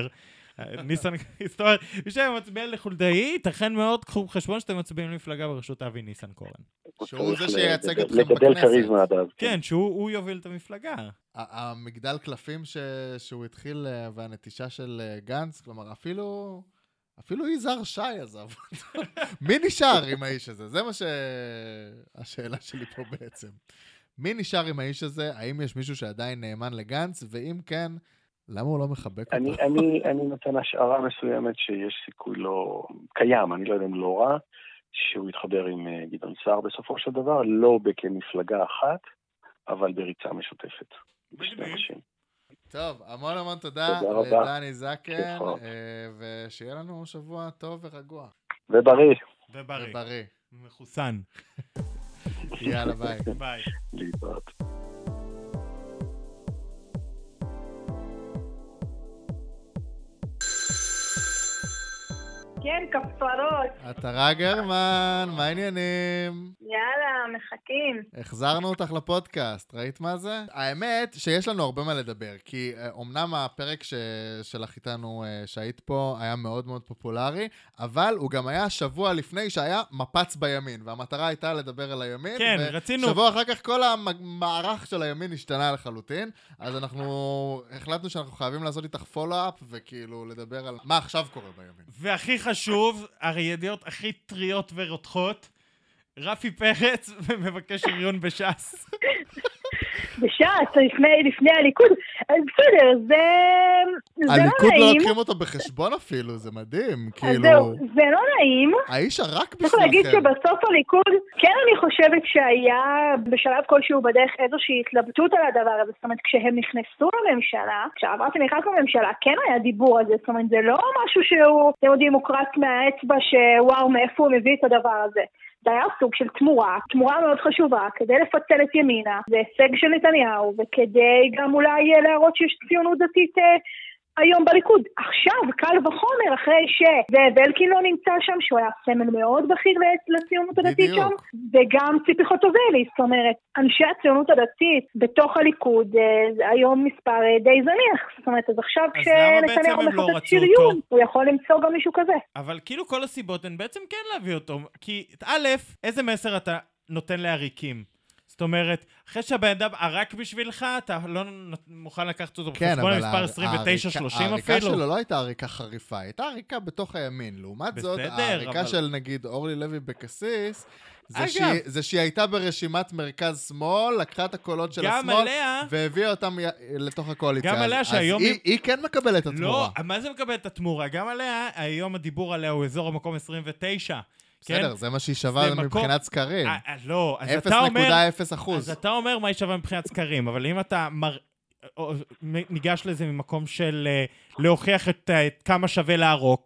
היסטוריה, מי שמצביע לחולדאי, ייתכן מאוד, קחו חשבון שאתם מצביעים למפלגה בראשות אבי ניסנקורן. שהוא זה שייצג אתכם בכנסת. כן, שהוא יוביל את המפלגה. המגדל קלפים שהוא התחיל והנטישה של גנץ, כלומר אפילו יזהר שי עזב. מי נשאר עם האיש הזה? זה מה השאלה שלי פה בעצם. מי נשאר עם האיש הזה? האם יש מישהו שעדיין נאמן לגנץ? ואם כן, למה הוא לא מחבק אותו? אני נותן השערה מסוימת שיש סיכוי לא קיים, אני לא יודע אם לא רע, שהוא יתחבר עם גדעון סער בסופו של דבר, לא כמפלגה אחת, אבל בריצה משותפת. טוב, המון תודה לדני זקן, ושיהיה לנו שבוע טוב ורגוע. ובריא. מחוסן. יאללה, ביי. ביי. להתראות. כן, כפרות. עטרה גרמן, מה העניינים? יאללה, מחכים. החזרנו אותך לפודקאסט, ראית מה זה? האמת שיש לנו הרבה מה לדבר, כי אומנם הפרק שלך איתנו שהיית פה היה מאוד מאוד פופולרי, אבל הוא גם היה שבוע לפני שהיה מפץ בימין, והמטרה הייתה לדבר על הימין. כן, רצינו. שבוע אחר כך כל המערך של הימין השתנה לחלוטין, אז אנחנו החלטנו שאנחנו חייבים לעשות איתך פולו-אפ, וכאילו לדבר על מה עכשיו קורה בימין. והכי חשוב, הרי ידיעות הכי טריות ורותחות, רפי פרץ מבקש שריון בש"ס. בש"ס, לפני הליכוד. אז בסדר, זה לא נעים. הליכוד לא לוקחים אותו בחשבון אפילו, זה מדהים. זה לא נעים. האיש הרק בשבילכם. צריך להגיד שבסוף הליכוד, כן אני חושבת שהיה בשלב כלשהו בדרך איזושהי התלבטות על הדבר הזה. זאת אומרת, כשהם נכנסו לממשלה, כשעברתם נכנס לממשלה, כן היה דיבור על זה. זאת אומרת, זה לא משהו שהוא דמוקרט מהאצבע שוואו, מאיפה הוא מביא את הדבר הזה. זה היה סוג של תמורה מאוד חשובה, כדי לפצל את ימינה, זה הישג של נתניהו, וכדי גם אולי להראות שיש ציונות דתית היום בליכוד. עכשיו, קל וחומר, אחרי שבלקין לא נמצא שם, שהוא היה סמל מאוד בכיר לציונות הדתית שם, וגם ציפי חוטובלי, זאת אומרת, אנשי הציונות הדתית בתוך הליכוד, היום מספר די זניח, זאת אומרת, אז עכשיו כשנתניהו מחפש שריון, הוא יכול למצוא גם מישהו כזה. אבל כאילו כל הסיבות הן בעצם כן להביא אותו, כי א', איזה מסר אתה נותן לעריקים? זאת אומרת, אחרי שהבן אדם ערק בשבילך, אתה לא מוכן לקחת אותו בחשבון מספר 29-30 אפילו. העריקה שלו לא הייתה עריקה חריפה, הייתה עריקה בתוך הימין. לעומת זאת, העריקה של נגיד אורלי לוי בקסיס, זה שהיא הייתה ברשימת מרכז שמאל, לקחה את הקולות של השמאל, והביאה אותם לתוך הקואליציה. גם עליה שהיום... אז היא כן מקבלת את התמורה. לא, מה זה מקבלת את התמורה? גם עליה, היום הדיבור עליה הוא אזור המקום 29. בסדר, זה מה שהיא שווה מבחינת סקרים. לא, 0.0%. אז אתה אומר מה היא שווה מבחינת סקרים, אבל אם אתה ניגש לזה ממקום של להוכיח את כמה שווה לערוק,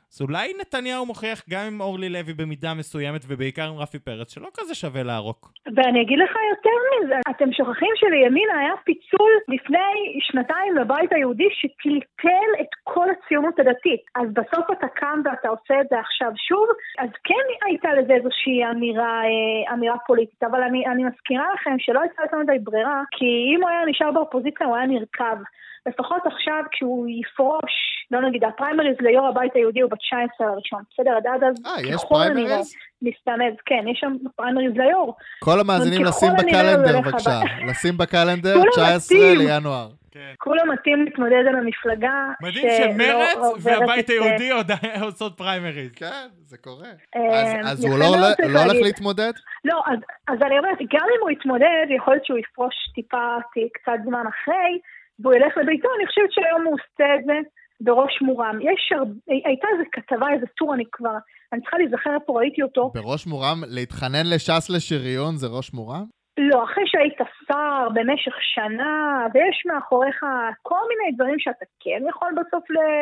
אז אולי נתניהו מוכיח גם עם אורלי לוי במידה מסוימת, ובעיקר עם רפי פרץ, שלא כזה שווה לערוק. ואני אגיד לך יותר מזה, אתם שוכחים שלימינה היה פיצול לפני 2 לבית היהודי שקלקל את כל הציונות הדתית. אז בסוף אתה קם ואתה עושה את זה עכשיו שוב, אז כן הייתה לזה איזושהי אמירה פוליטית, אבל אני מזכירה לכם שלא הייתה לנו די ברירה, כי אם הוא היה נשאר באופוזיציה הוא היה נרכב. לפחות עכשיו כשהוא יפרוש, לא נגיד, הפריימריז ליו"ר הבית היהודי הוא ב-19 הראשון. בסדר, עד אז יש פריימריז? מסתמד, כן, יש שם פריימריז ליו"ר. כל המאזינים לשים בקלנדר, בבקשה. לשים בקלנדר 19 לינואר. כולם מתאים להתמודד על המפלגה. מדהים שמרץ והבית היהודי עוד עושות פריימריז. כן, זה קורה. אז הוא לא הולך להתמודד? לא, אז אני אומרת, גם אם הוא יתמודד, יכול להיות שהוא יפרוש טיפה קצת זמן אחרי, והוא ילך לביתו, אני חושבת שהיום הוא עושה את זה בראש מורם. הייתה איזו כתבה, איזה טור, אני צריכה להיזכר פה, ראיתי אותו. בראש מורם, להתחנן לש"ס לשריון זה ראש מורם? לא, אחרי שהיית שר במשך שנה, ויש מאחוריך כל מיני דברים שאתה כן יכול בסוף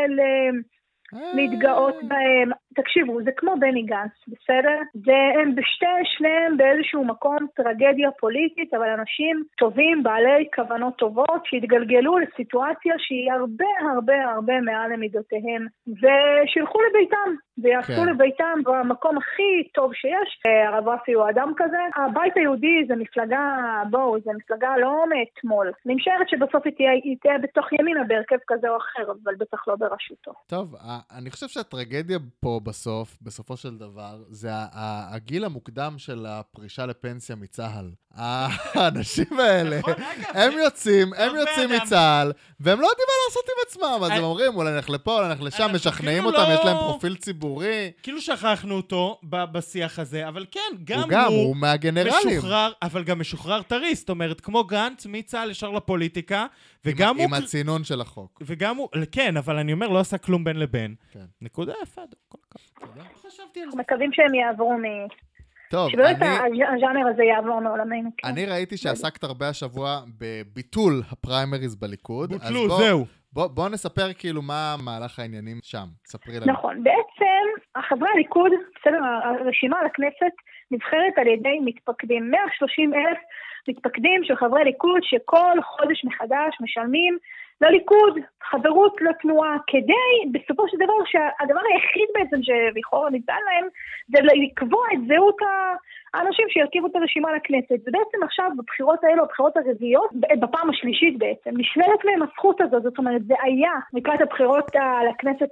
להתגאות בהם. תקשיבו, זה כמו בני גנץ, בסדר? הם שניהם באיזשהו מקום טרגדיה פוליטית, אבל אנשים טובים, בעלי כוונות טובות, שהתגלגלו לסיטואציה שהיא הרבה הרבה הרבה מעל למידותיהם, ושילכו לביתם, ויעשו לביתם במקום הכי טוב שיש. הרב רפי הוא אדם כזה. הבית היהודי זה מפלגה, זה מפלגה לא מאתמול. אני משערת שבסוף היא תהיה בתוך ימינה בהרכב כזה או אחר, אבל בטח לא בראשותו. טוב, אני חושב שהטרגדיה פה בסופו של דבר, זה הגיל המוקדם של הפרישה לפנסיה מצה"ל. האנשים האלה, הם יוצאים מצה"ל, והם לא יודעים מה לעשות עם עצמם, אז הם אומרים, אולי נלך לפה, אולי נלך לשם, משכנעים אותם, יש להם פרופיל ציבורי. כאילו שכחנו אותו בשיח הזה, אבל כן, גם הוא מהגנרלים. אבל גם משוחרר טרי, זאת אומרת, כמו גנץ, מצה"ל ישר לפוליטיקה, וגם הוא... עם הצינון של החוק. וגם הוא, כן, אבל אני אומר, לא עשה כלום בין לבין. נקודה יפה, כל כך. אנחנו מקווים שהם יעברו טוב, שבאמת הז'אנר הזה יעבור מעולמנו. אני ראיתי שעסקת הרבה השבוע בביטול הפריימריז בליכוד. בוטלו, זהו. בוא נספר כאילו מה מהלך העניינים שם. ספרי לנו. נכון, בעצם החברי הליכוד, בסדר, הרשימה לכנסת נבחרת על ידי מתפקדים, 130,000 מתפקדים של חברי ליכוד שכל חודש מחדש משלמים לליכוד, חברות לתנועה, כדי בסופו של דבר שהדבר היחיד בעצם שלכאורה ניתן להם זה לקבוע את זהות האנשים שירכיבו את הרשימה לכנסת. ובעצם עכשיו בבחירות האלו, הבחירות הרביעיות, בפעם השלישית בעצם, נשללת מהם הזכות הזאת, זאת אומרת זה היה לקראת הבחירות לכנסת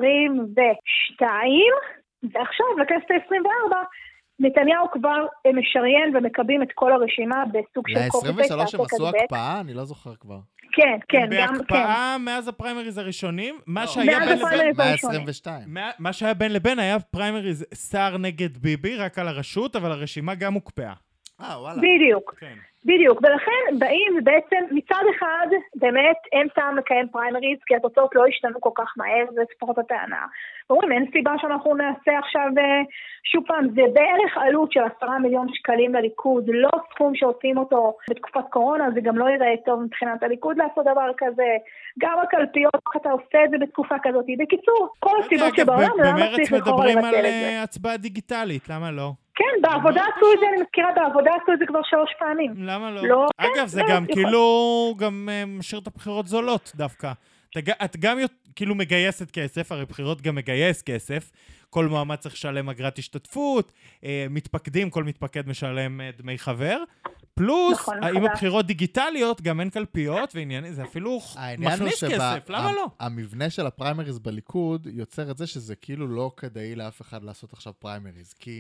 ה-22, ועכשיו לכנסת ה-24, נתניהו כבר משריין ומקבים את כל הרשימה בסוג של קופי-פייסט. ל-23 הם עשו הקפאה? אני לא זוכר כבר. כן, כן. בהקפאה מאז הפריימריז הראשונים, מאז הפריימריז הראשונים. 122. מה שהיה בין לבין היה פריימריז שר נגד ביבי, רק על הרשות, אבל הרשימה גם הוקפאה. וואלה. בדיוק. בדיוק, ולכן באים ובעצם מצד אחד באמת אין טעם לקיים פריימריז כי התוצאות לא השתנו כל כך מהר, זה לפחות הטענה. ואומרים אין סיבה שאנחנו נעשה עכשיו שוב פעם, זה בערך עלות של 10 מיליון שקלים לליכוד, לא סכום שעושים אותו בתקופת קורונה, זה גם לא יראה טוב מבחינת הליכוד לעשות דבר כזה, גם הקלפיות, אתה עושה את זה בתקופה כזאת, בקיצור, כל הסיבות שבעולם, למה צריך לכאורה לבטל את זה? במרץ מדברים על הצבעה דיגיטלית, למה לא? כן, בעבודה עשו את זה, אני מזכירה, בעבודה עשו את זה כבר 3 פעמים. למה לא? אגב, זה גם כאילו, גם משאיר את הבחירות זולות דווקא. את גם כאילו מגייסת כסף, הרי בחירות גם מגייס כסף, כל מועמד צריך לשלם אגרת השתתפות, מתפקדים, כל מתפקד משלם דמי חבר, פלוס, עם הבחירות דיגיטליות, גם אין קלפיות, וענייני, זה אפילו מכניס כסף, למה לא? המבנה של הפריימריז בליכוד יוצר את זה שזה כאילו לא כדאי לאף אחד לעשות עכשיו פריימריז, כי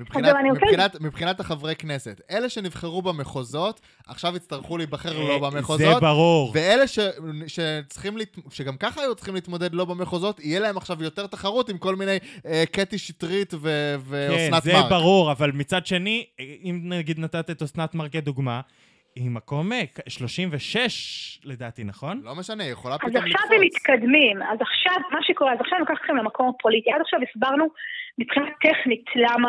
מבחינת החברי כנסת, אלה שנבחרו במחוזות, עכשיו יצטרכו להיבחר לא במחוזות, זה ברור. ואלה שגם ככה היו צריכים להתמודד לא במחוזות, יהיה להם עכשיו יותר תחרות עם כל מיני קטי שטרית ואוסנת מרק. כן, זה ברור, אבל מצד שני, אם נגיד נתת את אוסנת מרק כדוגמה, היא מקום 36 לדעתי, נכון? לא משנה, היא יכולה פתאום לקפוץ. אז עכשיו הם מתקדמים, אז עכשיו, מה שקורה, אז עכשיו אני לוקח לכם למקום הפוליטי, עד עכשיו הסברנו מבחינה טכנית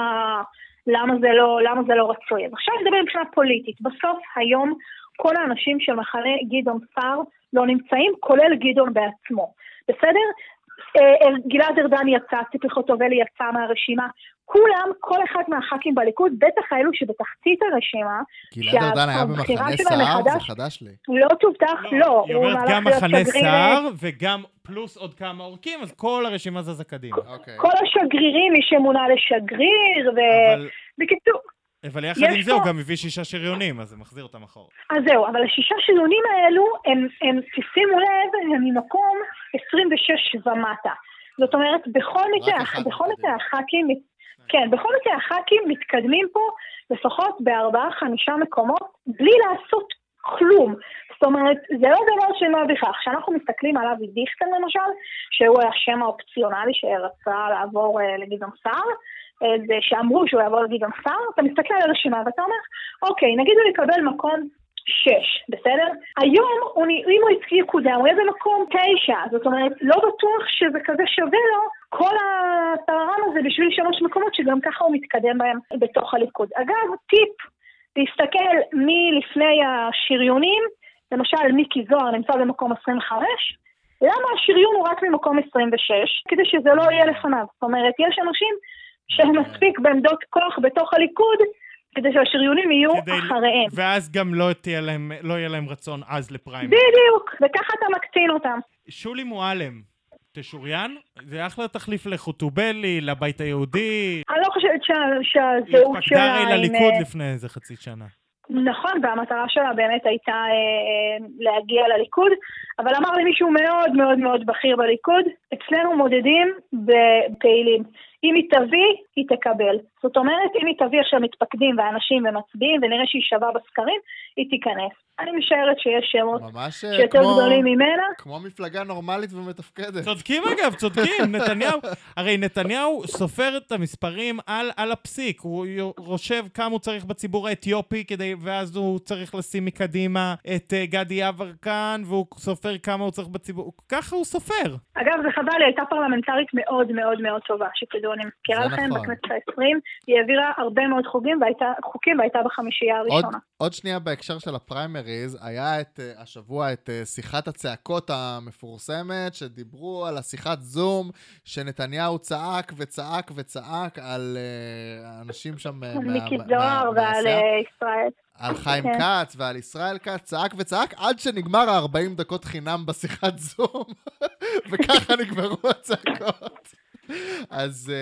למה זה לא רצוי. אז עכשיו נדבר מבחינה פוליטית. בסוף היום כל האנשים של מחנה גדעון סער לא נמצאים, כולל גדעון בעצמו. בסדר? גלעד ארדן יצא, ציפי חוטובלי יצא מהרשימה, כולם, כל אחד מהח"כים בליכוד, בטח האלו שבתחתית הרשימה, גלעד ארדן היה במחנה סער, זה חדש לי. לא תובטח, לא. היא אומרת גם מחנה סער וגם פלוס עוד כמה אורקים, אז כל הרשימה זזה קדימה. כל השגרירים, מי שמונה לשגריר, ובקיצור. אבל יחד עם זה הוא גם מביא 6 שריונים, אז זה מחזיר אותם אחורה. אז זהו, אבל 6 שריונים האלו, הם תשימו לב, הם ממקום 26 ומטה. זאת אומרת, בכל מקרה הח"כים, כן, בכל מקרה הח"כים מתקדמים פה לפחות ב4-5 מקומות, בלי לעשות כלום. זאת אומרת, זה לא דבר שמה בכך. כשאנחנו מסתכלים על אבי דיכטר למשל, שהוא השם האופציונלי שרצה לעבור לגדעון סער, שאמרו שהוא יעבור לגדעון סער, אתה מסתכל על הרשימה ואתה אומר, אוקיי, נגיד הוא יקבל מקום 6, בסדר? היום, אם הוא יקודם, הוא יהיה במקום 9, זאת אומרת, לא בטוח שזה כזה שווה לו, כל הטררם הזה בשביל 3 מקומות שגם ככה הוא מתקדם בהם בתוך הליכוד. אגב, טיפ, להסתכל מלפני השריונים, למשל מיקי זוהר נמצא במקום 25, למה השריון הוא רק ממקום 26? כדי שזה לא יהיה לפניו. זאת אומרת, יש אנשים שהם מספיק בעמדות כוח בתוך הליכוד, כדי שהשריונים יהיו אחריהם. ואז גם לא יהיה להם רצון אז לפריימריז. בדיוק, וככה אתה מקצין אותם. שולי מועלם, תשוריין? זה אחלה תחליף לחוטובלי, לבית היהודי. אני לא חושבת שהזהות שלה... היא התפקדה לליכוד לפני איזה חצי שנה. נכון, והמטרה שלה באמת הייתה להגיע לליכוד, אבל אמר לי מישהו מאוד מאוד מאוד בכיר בליכוד, אצלנו מודדים בפעילים. אם היא תביא, היא תקבל. זאת אומרת, אם היא תביא עכשיו מתפקדים ואנשים ומצביעים, ונראה שהיא שווה בסקרים, היא תיכנס. אני משערת שיש שמות שיותר גדולים ממנה. כמו מפלגה נורמלית ומתפקדת. צודקים אגב, צודקים. הרי נתניהו סופר את המספרים על הפסיק. הוא רושב כמה הוא צריך בציבור האתיופי, ואז הוא צריך לשים מקדימה את גדי יברקן, והוא סופר כמה הוא צריך בציבור. ככה הוא סופר. אגב, זה חבל, היא הייתה פרלמנטרית מאוד מאוד מאוד טובה, שתדעו, אני מכירה לכם בכנסת ה-20, היא העבירה הרבה מאוד חוקים והייתה בחמישייה הראשונה. עוד שנייה בהקשר של הפריימריז, היה השבוע את שיחת הצעקות המפורסמת, שדיברו על השיחת זום, שנתניהו צעק וצעק וצעק על אנשים שם מיקי זוהר ועל ישראל. על חיים כץ ועל ישראל כץ, צעק וצעק, עד שנגמר 40 דקות חינם בשיחת זום, וככה נגמרו הצעקות. אז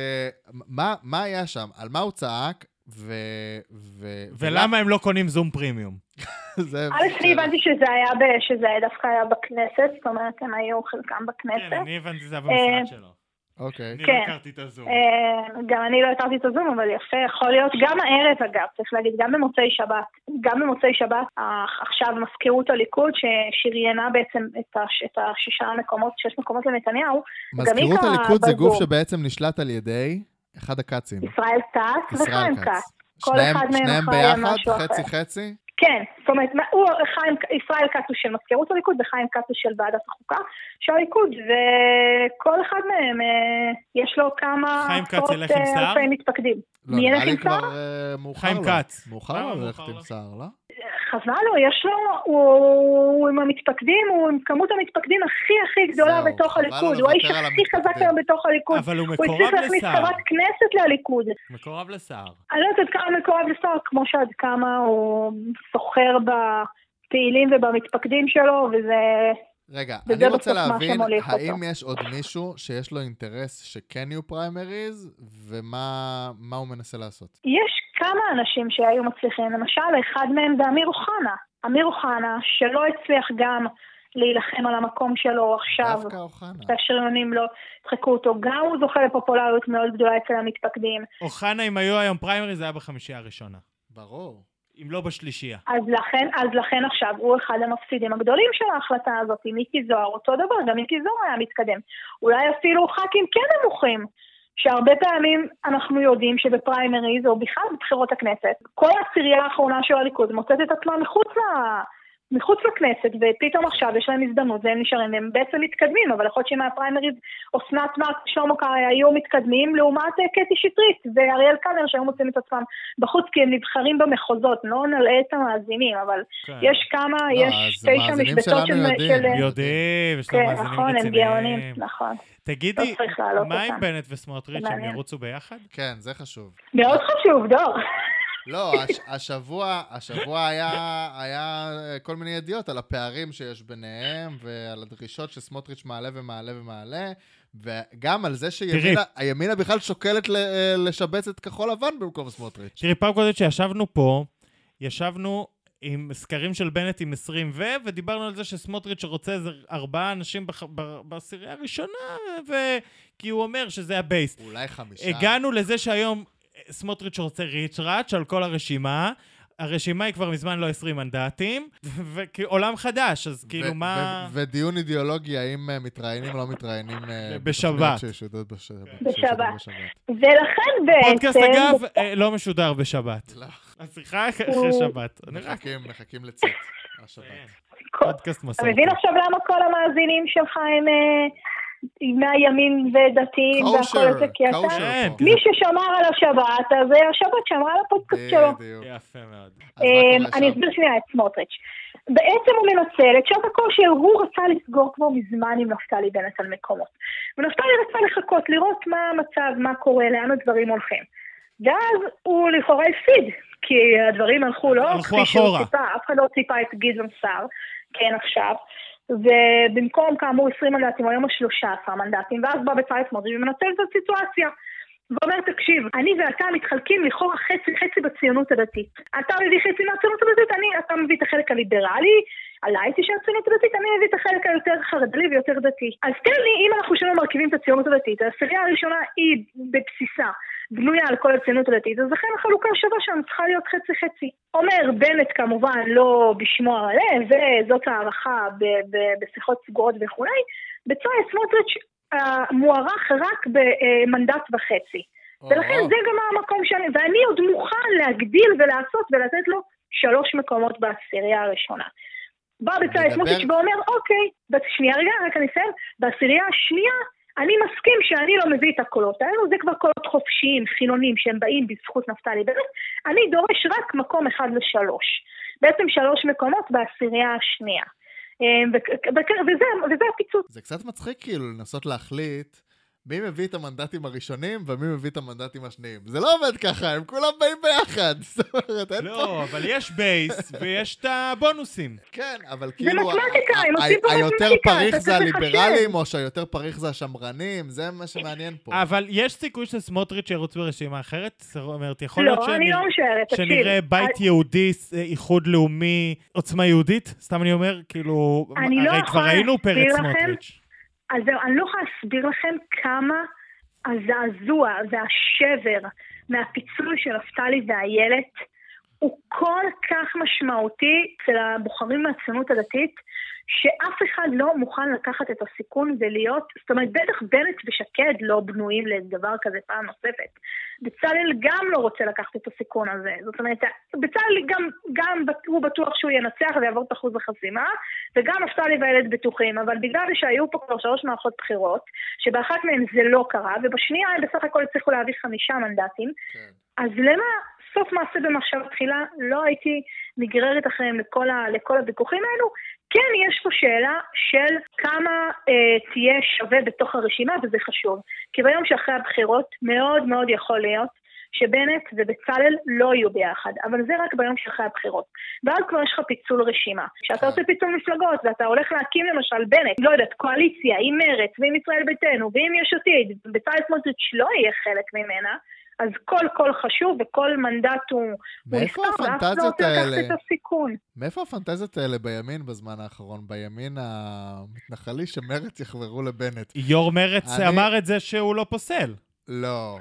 מה היה שם? על מה הוא צעק? ולמה הם לא קונים זום פרימיום? אני הבנתי שזה דווקא היה בכנסת, זאת אומרת, הם היו חלקם בכנסת. כן, אני הבנתי זה היה במשרד שלו. אוקיי. אני לא הכרתי את הזום. גם אני לא הכרתי את הזום, אבל יפה, יכול להיות גם הערב אגב, צריך להגיד, גם במוצאי שבת, עכשיו מזכירות הליכוד ששריינה בעצם את 6 מקומות לנתניהו. מזכירות הליכוד זה גוף שבעצם נשלט על ידי אחד הקצים. ישראל כץ וחיים כץ. שניהם ביחד, חצי חצי? כן, זאת אומרת, ישראל כץ הוא של מזכירות הליכוד וחיים כץ הוא של ועדת החוקה של הליכוד, וכל אחד מהם יש לו כמה אלפי מתפקדים. לא, נראה לי כבר מאוחר חיים כץ. מאוחר לו ללכת עם סער, לא? חזרה לו, יש לו, הוא עם המתפקדים, הוא עם כמות המתפקדים הכי גדולה בתוך הליכוד, הוא האיש הכי חזק היום בתוך הליכוד. אבל הוא מקורב לסער. הוא הצליח להכניס חברת כנסת לליכוד. מקורב לסער. אני לא יודעת כמה מקורב לסער, כמו שעד כמה הוא סוחר בפעילים ובמתפקדים שלו, וזה... רגע, אני רוצה להבין, האם יש עוד מישהו שיש לו אינטרס שכן יהיו פריימריז, ומה הוא מנסה לעשות? יש כמה אנשים שהיו מצליחים, למשל, אחד מהם זה אמיר אוחנה. אמיר אוחנה, שלא הצליח גם להילחם על המקום שלו עכשיו. דווקא אוחנה. והשריונים לא צחקו אותו. גם הוא זוכה לפופולריות מאוד גדולה אצל המתפקדים. אוחנה, אם היו היום פריימריז, זה היה בחמישייה הראשונה. ברור. אם לא בשלישייה. אז לכן עכשיו הוא אחד המפסידים הגדולים של ההחלטה הזאת. מיקי זוהר, אותו דבר, גם מיקי זוהר היה מתקדם. אולי אפילו ח"כים כן נמוכים, שהרבה פעמים אנחנו יודעים שבפריימריז, או בכלל בבחירות הכנסת, כל הצירייה האחרונה של הליכוד מוצאת את עצמה מחוץ מחוץ לכנסת, ופתאום עכשיו יש להם הזדמנות, והם נשארים, הם בעצם מתקדמים, אבל יכול להיות שמהפריימריז אסנת מארק, שלמה קרעי היו מתקדמים, לעומת קטי שטרית ואריאל קלנר, שהיו מוצאים את עצמם בחוץ, כי הם נבחרים במחוזות, לא נלאה את המאזינים, אבל יש כמה, יש 9 משבצות של... יודעים, יש להם מאזינים נכון, הם גאונים, נכון. תגידי, מה עם בנט וסמוטריץ', הם ירוצו ביחד? כן, זה חשוב. מאוד חשוב, דור. לא, השבוע היה כל מיני ידיעות על הפערים שיש ביניהם, ועל הדרישות שסמוטריץ' מעלה ומעלה ומעלה, וגם על זה שהימינה בכלל שוקלת לשבץ את כחול לבן במקום סמוטריץ'. תראי, פעם קודם שישבנו פה, ישבנו עם סקרים של בנט עם 20 ודיברנו על זה שסמוטריץ' רוצה איזה 4 אנשים בעשירייה הראשונה, כי הוא אומר שזה הבייס. אולי 5. הגענו לזה שהיום סמוטריץ' רוצה ריץ' על כל הרשימה, הרשימה היא כבר מזמן לא 20 מנדטים, וכעולם חדש, אז כאילו מה... ודיון אידיאולוגי, האם מתראיינים או לא מתראיינים... בשבת. בשבת. ולכן בעצם... הפודקאסט אגב לא משודר בשבת. לא. השיחה אחרי שבת. מחכים לצאת השבת. פודקאסט מסורתי. אתה מבין עכשיו למה כל המאזינים שלך הם... מהימין ודתיים והכל זה, כי אתה מי ששמר על השבת, אז השבת שמרה על הפודקאסט שלו. יפה מאוד. אני אסביר שנייה את סמוטריץ'. בעצם הוא מנצל את שעת הכושר, הוא רצה לסגור כבר מזמן עם נפתלי בנט על מקומות. ונפתלי רצה לחכות, לראות מה המצב, מה קורה, לאן הדברים הולכים. ואז הוא לכאורה הפסיד, כי הדברים הלכו לא כפי שהוא ציפה, אף אחד לא ציפה את גדעון סער, כן עכשיו. ובמקום כאמור 20 מנדטים, היום 13 מנדטים, ואז בא בצלאל סמוטריץ' ומנצל את הסיטואציה. ואומר, תקשיב, אני ואתה מתחלקים לכאורה חצי בציונות הדתית. אתה מביא חצי מהציונות הדתית, אתה מביא את החלק הליברלי, עליי תשאר הציונות הדתית, אני מביא את החלק היותר חרדלי ויותר דתי. אז תן לי, אם אנחנו שלנו מרכיבים את הציונות הדתית, העשירייה הראשונה היא בבסיסה בנויה על כל הציונות הדתית, אז לכן החלוקה השווה שם צריכה להיות חצי. אומר בנט כמובן לא בשמו הלב, וזאת הערכה בשיחות סגורות וכו'. בצלאל סמוטריץ' מוערך רק במנדט וחצי. ולכן זה גם המקום שאני, ואני עוד מוכן להגדיל ולעשות ולתת לו 3 מקומות בעשירייה הראשונה. בא בצלאל סמוטריץ' ואומר, אוקיי, בשנייה רגע, רק אני אסיים, בעשירייה השנייה, אני מסכים שאני לא מביא את הקולות האלו, זה כבר קולות חופשיים, חילונים, שהם באים בזכות נפתלי בנט, אני דורש רק מקום 1 ל-3. בעצם 3 מקומות בעשירייה השנייה. וזה הפיצוץ. זה קצת מצחיק כאילו לנסות להחליט מי מביא את המנדטים הראשונים ומי מביא את המנדטים השניים. זה לא עובד ככה, הם כולם באים ביחד. לא, אבל יש בייס ויש את הבונוסים. כן, אבל כאילו... זה מתמטיקה, הם עושים פה מתמטיקה. היותר פריך זה הליברלים או שהיותר פריך זה השמרנים, זה מה שמעניין פה. אבל יש סיכוי שסמוטריץ' ירוץ ברשימה אחרת? זאת אומרת, יכול להיות שנראה בית יהודי, איחוד לאומי, עוצמה יהודית? סתם אני אומר, כאילו, הרי כבר ראינו פרץ סמוטריץ'. אז אני לא יכולה להסביר לכם כמה הזעזוע והשבר מהפיצול של נפתלי ואיילת הוא כל כך משמעותי אצל הבוחרים מהציונות הדתית, שאף אחד לא מוכן לקחת את הסיכון ולהיות, זאת אומרת, בטח בנט ושקד לא בנויים לדבר כזה פעם נוספת. בצלאל גם לא רוצה לקחת את הסיכון הזה. זאת אומרת, בצלאל גם הוא בטוח שהוא ינצח ויעבור את אחוז החסימה, וגם נפתלי ואיילת בטוחים, אבל בגלל שהיו פה כבר 3 מערכות בחירות, שבאחת מהן זה לא קרה, ובשנייה הם בסך הכל הצליחו להביא 5 מנדטים, כן. אז למה סוף מעשה במחשבה תחילה לא הייתי נגררת אחריהם לכל הוויכוחים האלו? כן, יש פה שאלה של כמה תהיה שווה בתוך הרשימה, וזה חשוב. כי ביום שאחרי הבחירות מאוד מאוד יכול להיות שבנט ובצלאל לא יהיו ביחד, אבל זה רק ביום שאחרי הבחירות. ואז כבר יש לך פיצול רשימה. כשאתה עושה פיצול מפלגות ואתה הולך להקים למשל בנט, לא יודעת, קואליציה עם מרץ ועם ישראל ביתנו ועם יש עתיד, בצלאל סמוטריץ' לא יהיה חלק ממנה, אז כל חשוב וכל מנדט הוא נפתר, ואף לא רוצה לקחת את הסיכון. מאיפה הפנטזיות האלה בימין בזמן האחרון? בימין המתנחלי שמרץ יחברו לבנט. יור מרץ אמר את זה שהוא לא פוסל. לא.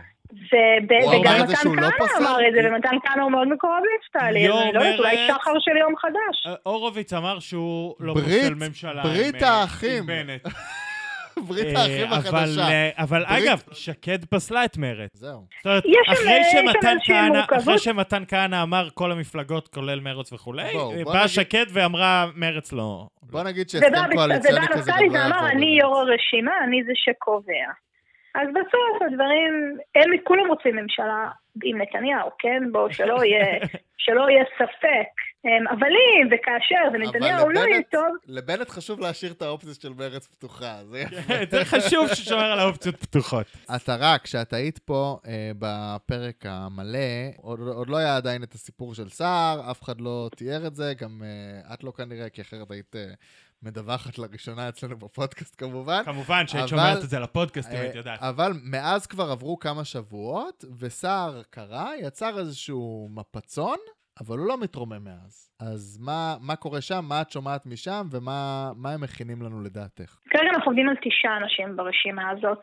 וגם מתן כהנא אמר את זה, ומתן כהנא הוא מאוד מקורב לנפתלי. אני לא יודעת, אולי שחר של יום חדש. הורוביץ אמר שהוא לא פוסל ממשלה ברית האחים. עם בנט. ברית האחים החדשה. אבל אגב, שקד פסלה את מרץ. זהו. זאת אומרת, אחרי שמתן כהנא אמר כל המפלגות, כולל מרץ וכולי, באה שקד ואמרה מרץ לא. בוא נגיד שהסכם קואליציוני כזה גם לא יעבור. ואמר, אני יו"ר הרשימה, אני זה שקובע. אז בסוף הדברים, הם כולם רוצים ממשלה עם נתניהו, כן? בואו שלא יהיה ספק. אבל אם וכאשר ונתניהו לא יהיה טוב... לבנט חשוב להשאיר את האופציה של מרץ פתוחה. זה חשוב ששומר על האופציות פתוחות. אתה רק, כשאת היית פה בפרק המלא, עוד לא היה עדיין את הסיפור של סער, אף אחד לא תיאר את זה, גם את לא כנראה, כי אחרת היית... מדווחת לראשונה אצלנו בפודקאסט כמובן. כמובן שהיית שומעת את זה לפודקאסט, אם היית יודעת. אבל מאז כבר עברו כמה שבועות, וסער קרא, יצר איזשהו מפצון, אבל הוא לא מתרומם מאז. אז מה קורה שם, מה את שומעת משם, ומה הם מכינים לנו לדעתך? כרגע אנחנו עובדים על 9 אנשים ברשימה הזאת,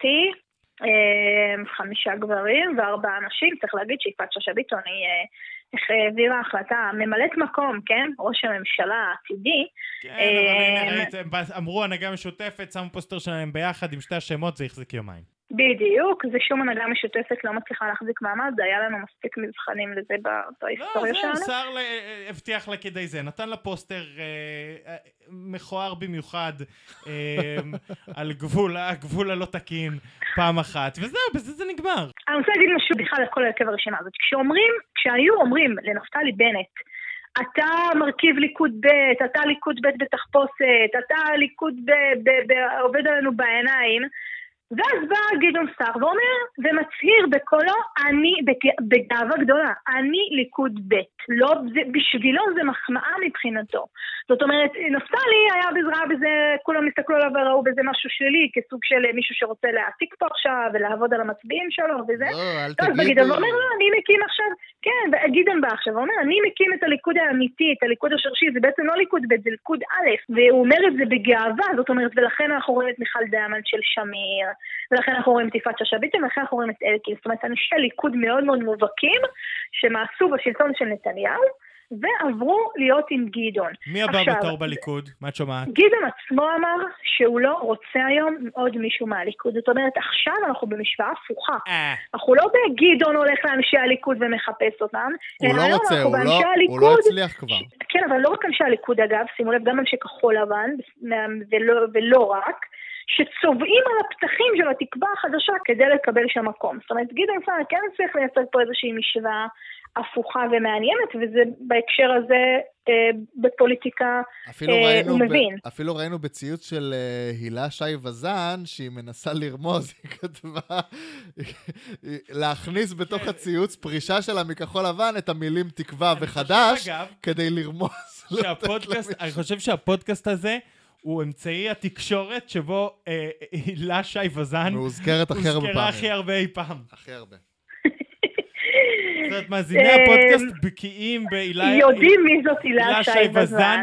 5 גברים ו4 אנשים. צריך להגיד שיפעת שאשא ביטון היא העבירה החלטה, ממלאת מקום, כן? ראש הממשלה העתידי. כן, אבל אמרו הנהגה משותפת, שמו פוסטר שלהם ביחד עם 2 השמות, זה יחזיק יומיים. בדיוק, זה שום הנהגה משותפת לא מצליחה להחזיק מעמד, זה היה לנו מספיק מבחנים לזה בהיסטוריה שלנו. לא, שר הבטיח לה כדי זה, נתן לה פוסטר מכוער במיוחד על הגבול הלא תקין פעם אחת, וזהו, בזה זה נגמר. אני רוצה להגיד משהו בכלל לכל הרכב הרשימה הזאת, כשהיו אומרים לנפתלי בנט, אתה מרכיב ליכוד ב', אתה ליכוד ב' בתחפושת, אתה ליכוד עובד עלינו בעיניים, ואז בא גדעון סער ואומר, ומצהיר בקולו, בגאווה גדולה, אני ליכוד ב', לא, בשבילו זה מחמאה מבחינתו. זאת אומרת, נפתלי היה בזרעה בזה, כולם הסתכלו עליו וראו בזה משהו שלי, כסוג של מישהו שרוצה להעתיק פה עכשיו, ולעבוד על המצביעים שלו, וזה. אז גדעון אומר, לא, אני מקים עכשיו, כן, גדעון בא עכשיו, ואומר, אני מקים את הליכוד האמיתי, את הליכוד השרשי, זה בעצם לא ליכוד ב', זה ליכוד א', והוא אומר את זה בגאווה, זאת אומרת, ולכן אנחנו רואים את מיכל דיאמנט של שמיר, ולכן אנחנו רואים את יפעת שאשא ביטון, ולכן אנחנו רואים את אלקין. זאת אומרת, אנשי הליכוד מאוד מאוד מובהקים, שמעשו בשלטון של נתניהו, ועברו להיות עם גדעון. מי הבא בתור בליכוד? מה את שומעת? גדעון עצמו אמר שהוא לא רוצה היום עוד מישהו מהליכוד. זאת אומרת, עכשיו אנחנו במשוואה הפוכה. אנחנו לא בגדעון הולך לאנשי הליכוד ומחפש אותם. הוא לא רוצה, הוא לא הצליח כבר. כן, אבל לא רק אנשי הליכוד אגב, שימו לב, גם אנשי כחול לבן, ולא רק, שצובעים על הפתחים של התקווה החדשה כדי לקבל שם מקום. זאת אומרת, גדעון סער כן צריך לייצר פה איזושהי משוואה הפוכה ומעניינת, וזה בהקשר הזה בפוליטיקה הוא מבין. אפילו ראינו בציוץ של הילה שי וזן, שהיא מנסה לרמוז, היא כתבה, להכניס בתוך הציוץ פרישה שלה מכחול לבן את המילים תקווה וחדש, כדי לרמוז. אני חושב שהפודקאסט הזה, הוא אמצעי התקשורת שבו הילה שי וזן הוזכרת הכי הרבה אי פעם. הכי הרבה. זאת אומרת, מאזיני הפודקאסט בקיאים יודעים מי זאת הילה שי וזן.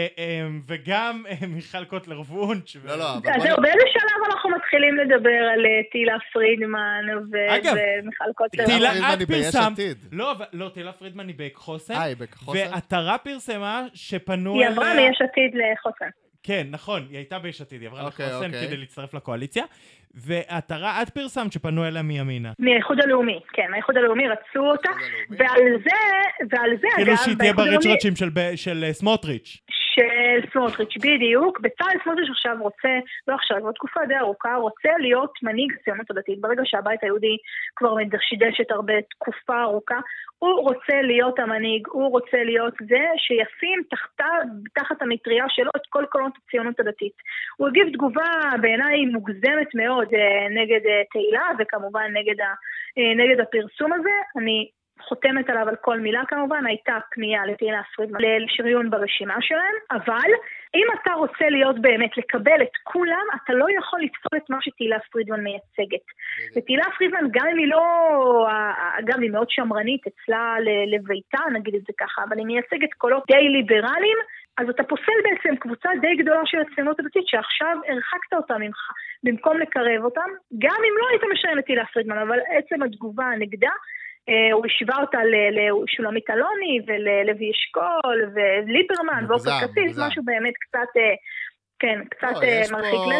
וגם מיכל קוטלר וונש. אז באיזה שלב אנחנו מתחילים לדבר על תהילה פרידמן ומיכל קוטלר וונש? תהילה פרידמן היא ביש עתיד. לא, תהילה פרידמן היא בחוסן. היא בחוסן. ועטרה פרסמה שפנו היא עברה מיש עתיד לחוסן. כן, נכון, היא הייתה ביש עתיד, היא עברה לחוסן כדי להצטרף לקואליציה, והטרה את פרסמת שפנו אליה מימינה. מהאיחוד הלאומי, כן, מהאיחוד הלאומי רצו אותה, ועל זה אגב... כאילו שהיא תהיה ברצ'רצ'ים של סמוטריץ'. של סמוטריץ', בדיוק. בצלאל סמוטריץ' עכשיו רוצה, לא עכשיו, כבר תקופה די ארוכה, רוצה להיות מנהיג הציונות הדתית. ברגע שהבית היהודי כבר מדשדשת הרבה תקופה ארוכה, הוא רוצה להיות המנהיג, הוא רוצה להיות זה שישים תחת המטריה שלו את כל קולות הציונות הדתית. הוא הגיב תגובה בעיניי מוגזמת מאוד נגד תהילה, וכמובן נגד הפרסום הזה. אני חותמת עליו על כל מילה כמובן, הייתה פנייה לתהילה פרידמן לשריון ברשימה שלהם, אבל אם אתה רוצה להיות באמת, לקבל את כולם, אתה לא יכול לפסול את מה שתהילה פרידמן מייצגת. ותהילה פרידמן, גם אם היא לא, אגב, היא מאוד שמרנית אצלה לביתה, נגיד את זה ככה, אבל היא מייצגת קולות די ליברליים, אז אתה פוסל בעצם קבוצה די גדולה של הציונות הדתית, שעכשיו הרחקת אותה ממך, במקום לקרב אותם, גם אם לא היית משריין את תהילה פרידמן, אבל עצם התגובה הנגדה, הוא השווה אותה לשולמית אלוני וללוי אשכול וליברמן ועופר כסיף, משהו באמת קצת מרחיק לכת.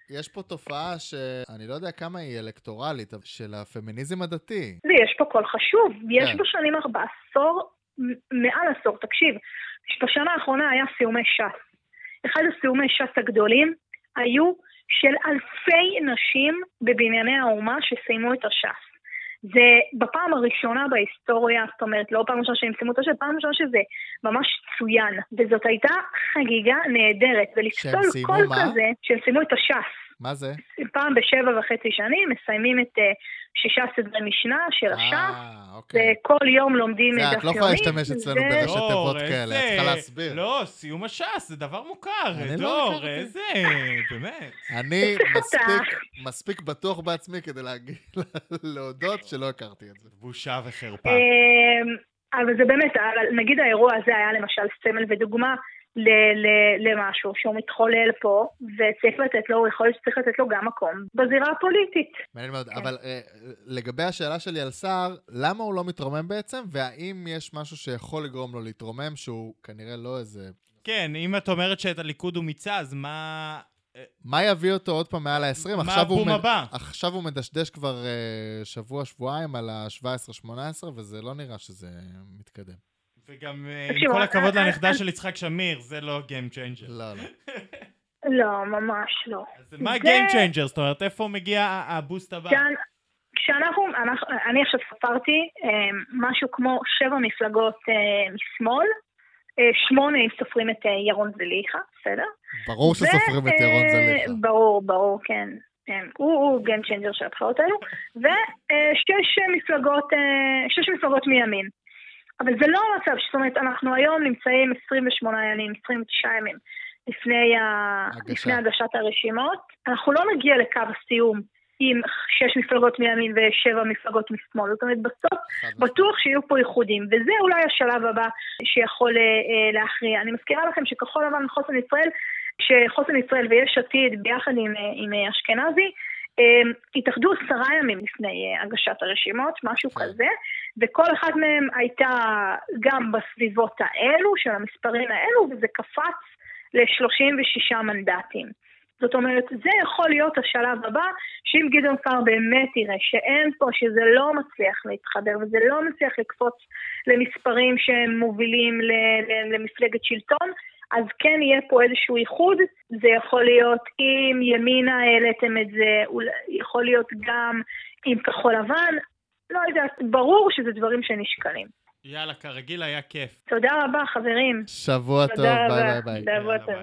יש פה תופעה שאני לא יודע כמה היא אלקטורלית, של הפמיניזם הדתי. יש פה קול חשוב, יש בשנים מעל עשור, תקשיב, בשנה האחרונה היה סיומי ש"ס. אחד הסיומי ש"ס הגדולים היו של אלפי נשים בבנייני האומה שסיימו את הש"ס. זה בפעם הראשונה בהיסטוריה, זאת אומרת, לא פעם ראשונה שהם סיימו את הש"ס, פעם ראשונה שזה ממש צוין, וזאת הייתה חגיגה נהדרת, ולפסול כל כזה שהם סיימו את הש"ס. מה זה? פעם ב7.5 שנים מסיימים את 6 סדרי משנה של הש"ס, וכל יום לומדים דף יומי. את לא יכולה להשתמש אצלנו ברשת תיבות כאלה, את צריכה להסביר. לא, סיום הש"ס זה דבר מוכר, דור, איזה, באמת. אני מספיק בטוח בעצמי כדי להודות שלא הכרתי את זה. בושה וחרפה. אבל זה באמת, נגיד האירוע הזה היה למשל סמל ודוגמה, למשהו שהוא מתחולל פה, וצריך לתת לו, יכול להיות שצריך לתת לו גם מקום בזירה הפוליטית. מעניין מאוד, אבל לגבי השאלה שלי על סער, למה הוא לא מתרומם בעצם, והאם יש משהו שיכול לגרום לו להתרומם, שהוא כנראה לא איזה... כן, אם את אומרת שאת הליכוד הוא מיצה, אז מה יביא אותו עוד פעם מעל ה-20? מה הבום הבא? עכשיו הוא מדשדש כבר שבוע-שבועיים על ה-17-18, וזה לא נראה שזה מתקדם. וגם עם כל הכבוד לנכדה של יצחק שמיר, זה לא Game Changer. לא, לא. לא, ממש לא. אז מה Game Changer? זאת אומרת, איפה מגיע הבוסט הבא? אני עכשיו ספרתי משהו כמו 7 מפלגות משמאל, 8 אם סופרים את ירון זליכה, בסדר? ברור שסופרים את ירון זליכה. ברור, כן. הוא Game Changer של הבחירות האלו, ו6 מפלגות מימין. אבל זה לא המצב, זאת אומרת, אנחנו היום נמצאים 28 ימים, 29 ימים לפני הגשת הרשימות. אנחנו לא נגיע לקו הסיום עם 6 מפלגות מימין ו7 מפלגות משמאל. זאת אומרת, בסוף בטוח שיהיו פה ייחודים, וזה אולי השלב הבא שיכול להכריע. אני מזכירה לכם שכחול לבן חוסן ישראל, שחוסן ישראל ויש עתיד ביחד עם אשכנזי, התאחדו 10 ימים לפני הגשת הרשימות, משהו כזה, וכל אחד מהם הייתה גם בסביבות האלו, של המספרים האלו, וזה קפץ ל36 מנדטים. זאת אומרת, זה יכול להיות השלב הבא, שאם גדעון סער באמת יראה שאין פה, שזה לא מצליח להתחבר, וזה לא מצליח לקפוץ למספרים שהם מובילים למפלגת שלטון, אז כן יהיה פה איזשהו ייחוד, זה יכול להיות אם ימינה העליתם את זה, יכול להיות גם עם כחול לבן, לא יודעת, ברור שזה דברים שנשקלים. יאללה, כרגיל היה כיף. תודה רבה חברים. שבוע טוב, ביי ביי. שבוע טוב.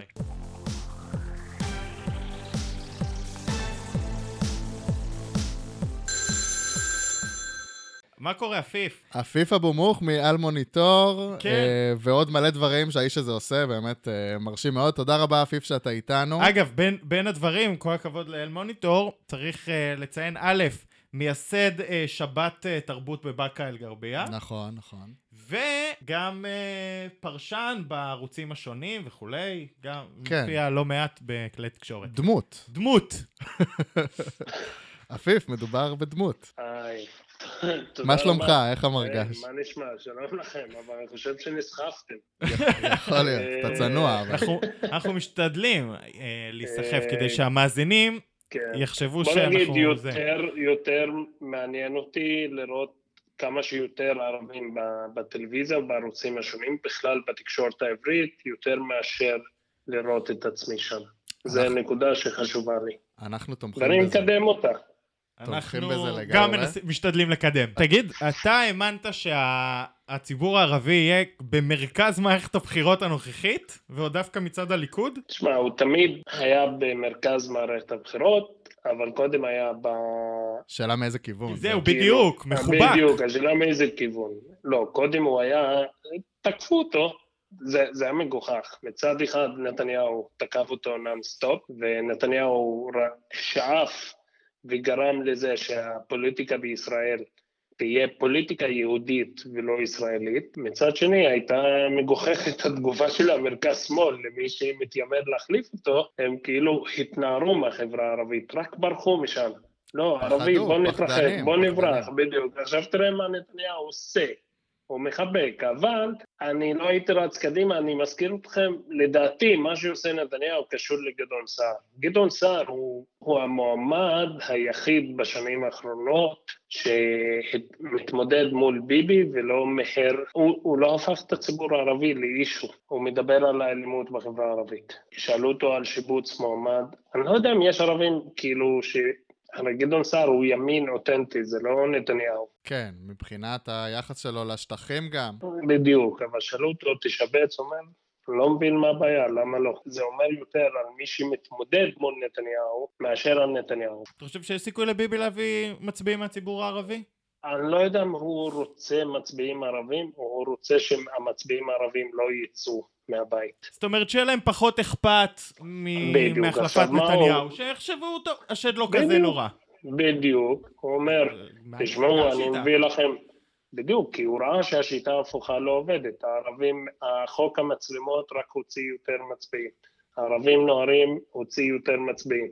מה קורה, אפיף? אפיף אבו מוך מאל מוניטור, ועוד מלא דברים שהאיש הזה עושה, באמת מרשים מאוד. תודה רבה, אפיף, שאתה איתנו. אגב, בין הדברים, כל הכבוד לאל מוניטור, צריך לציין א', מייסד שבת תרבות בבאקה אל גרבייה. נכון, נכון. וגם פרשן בערוצים השונים וכולי, גם מופיע לא מעט בכלי תקשורת. דמות. אפיף, מדובר בדמות. היי. מה שלומך? איך המרגש? מה נשמע? שלום לכם, אבל אני חושב שנסחפתם. יכול להיות, אתה צנוע. אנחנו משתדלים להיסחף כדי שהמאזינים יחשבו שאנחנו... בוא נגיד, יותר מעניין אותי לראות כמה שיותר ערבים בטלוויזיה ובערוצים השונים, בכלל בתקשורת העברית, יותר מאשר לראות את עצמי שם. זו נקודה שחשובה לי. אנחנו תומכים בזה. ואני מקדם אותה. אנחנו גם משתדלים לקדם. תגיד, אתה האמנת שהציבור הערבי יהיה במרכז מערכת הבחירות הנוכחית, ועוד דווקא מצד הליכוד? תשמע, הוא תמיד היה במרכז מערכת הבחירות, אבל קודם היה שאלה מאיזה כיוון. זהו, בדיוק, מחובק. בדיוק, השאלה מאיזה כיוון. לא, קודם הוא היה, תקפו אותו. זה היה מגוחך. מצד אחד נתניהו תקף אותו נאנסטופ, ונתניהו שאף וגרם לזה שהפוליטיקה בישראל תהיה פוליטיקה יהודית ולא ישראלית. מצד שני, הייתה מגוחכת התגובה של המרכז שמאל, למי שמתיימר להחליף אותו, הם כאילו התנערו מהחברה הערבית, רק ברחו משם. לא, ערבי, בוא נתרחק, בוא נברח, בדיוק. עכשיו תראה מה נתניהו עושה. הוא מחבק, אבל אני לא הייתי רץ קדימה, אני מזכיר אתכם, לדעתי, מה שעושה נתניהו קשור לגדעון סער. גדעון סער הוא המועמד היחיד בשנים האחרונות שמתמודד מול ביבי ולא מהר, הוא לא הפך את הציבור הערבי לאישו, הוא מדבר על האלימות בחברה הערבית. שאלו אותו על שיבוץ מועמד, אני לא יודע אם יש ערבים כאילו הרי גדעון סער הוא ימין אותנטי, זה לא נתניהו. כן, מבחינת היחס שלו לשטחים גם. בדיוק, אבל שאלו אותו, תשבץ, אומר, לא מבין מה הבעיה, למה לא? זה אומר יותר על מי שמתמודד מול נתניהו, מאשר על נתניהו. אתה חושב שיש סיכוי לביבי להביא מצביעים מהציבור הערבי? אני לא יודע אם הוא רוצה מצביעים ערבים, או הוא רוצה שהמצביעים הערבים לא ייצאו מהבית. זאת אומרת שיהיה להם פחות אכפת מהחלפת נתניהו, שיחשבו אותו, השד לא כזה נורא. בדיוק, הוא אומר, תשמעו, אני מביא לכם, בדיוק, כי הוא ראה שהשיטה הפוכה לא עובדת, הערבים, החוק המצלמות רק הוציא יותר מצביעים, הערבים נוהרים הוציא יותר מצביעים,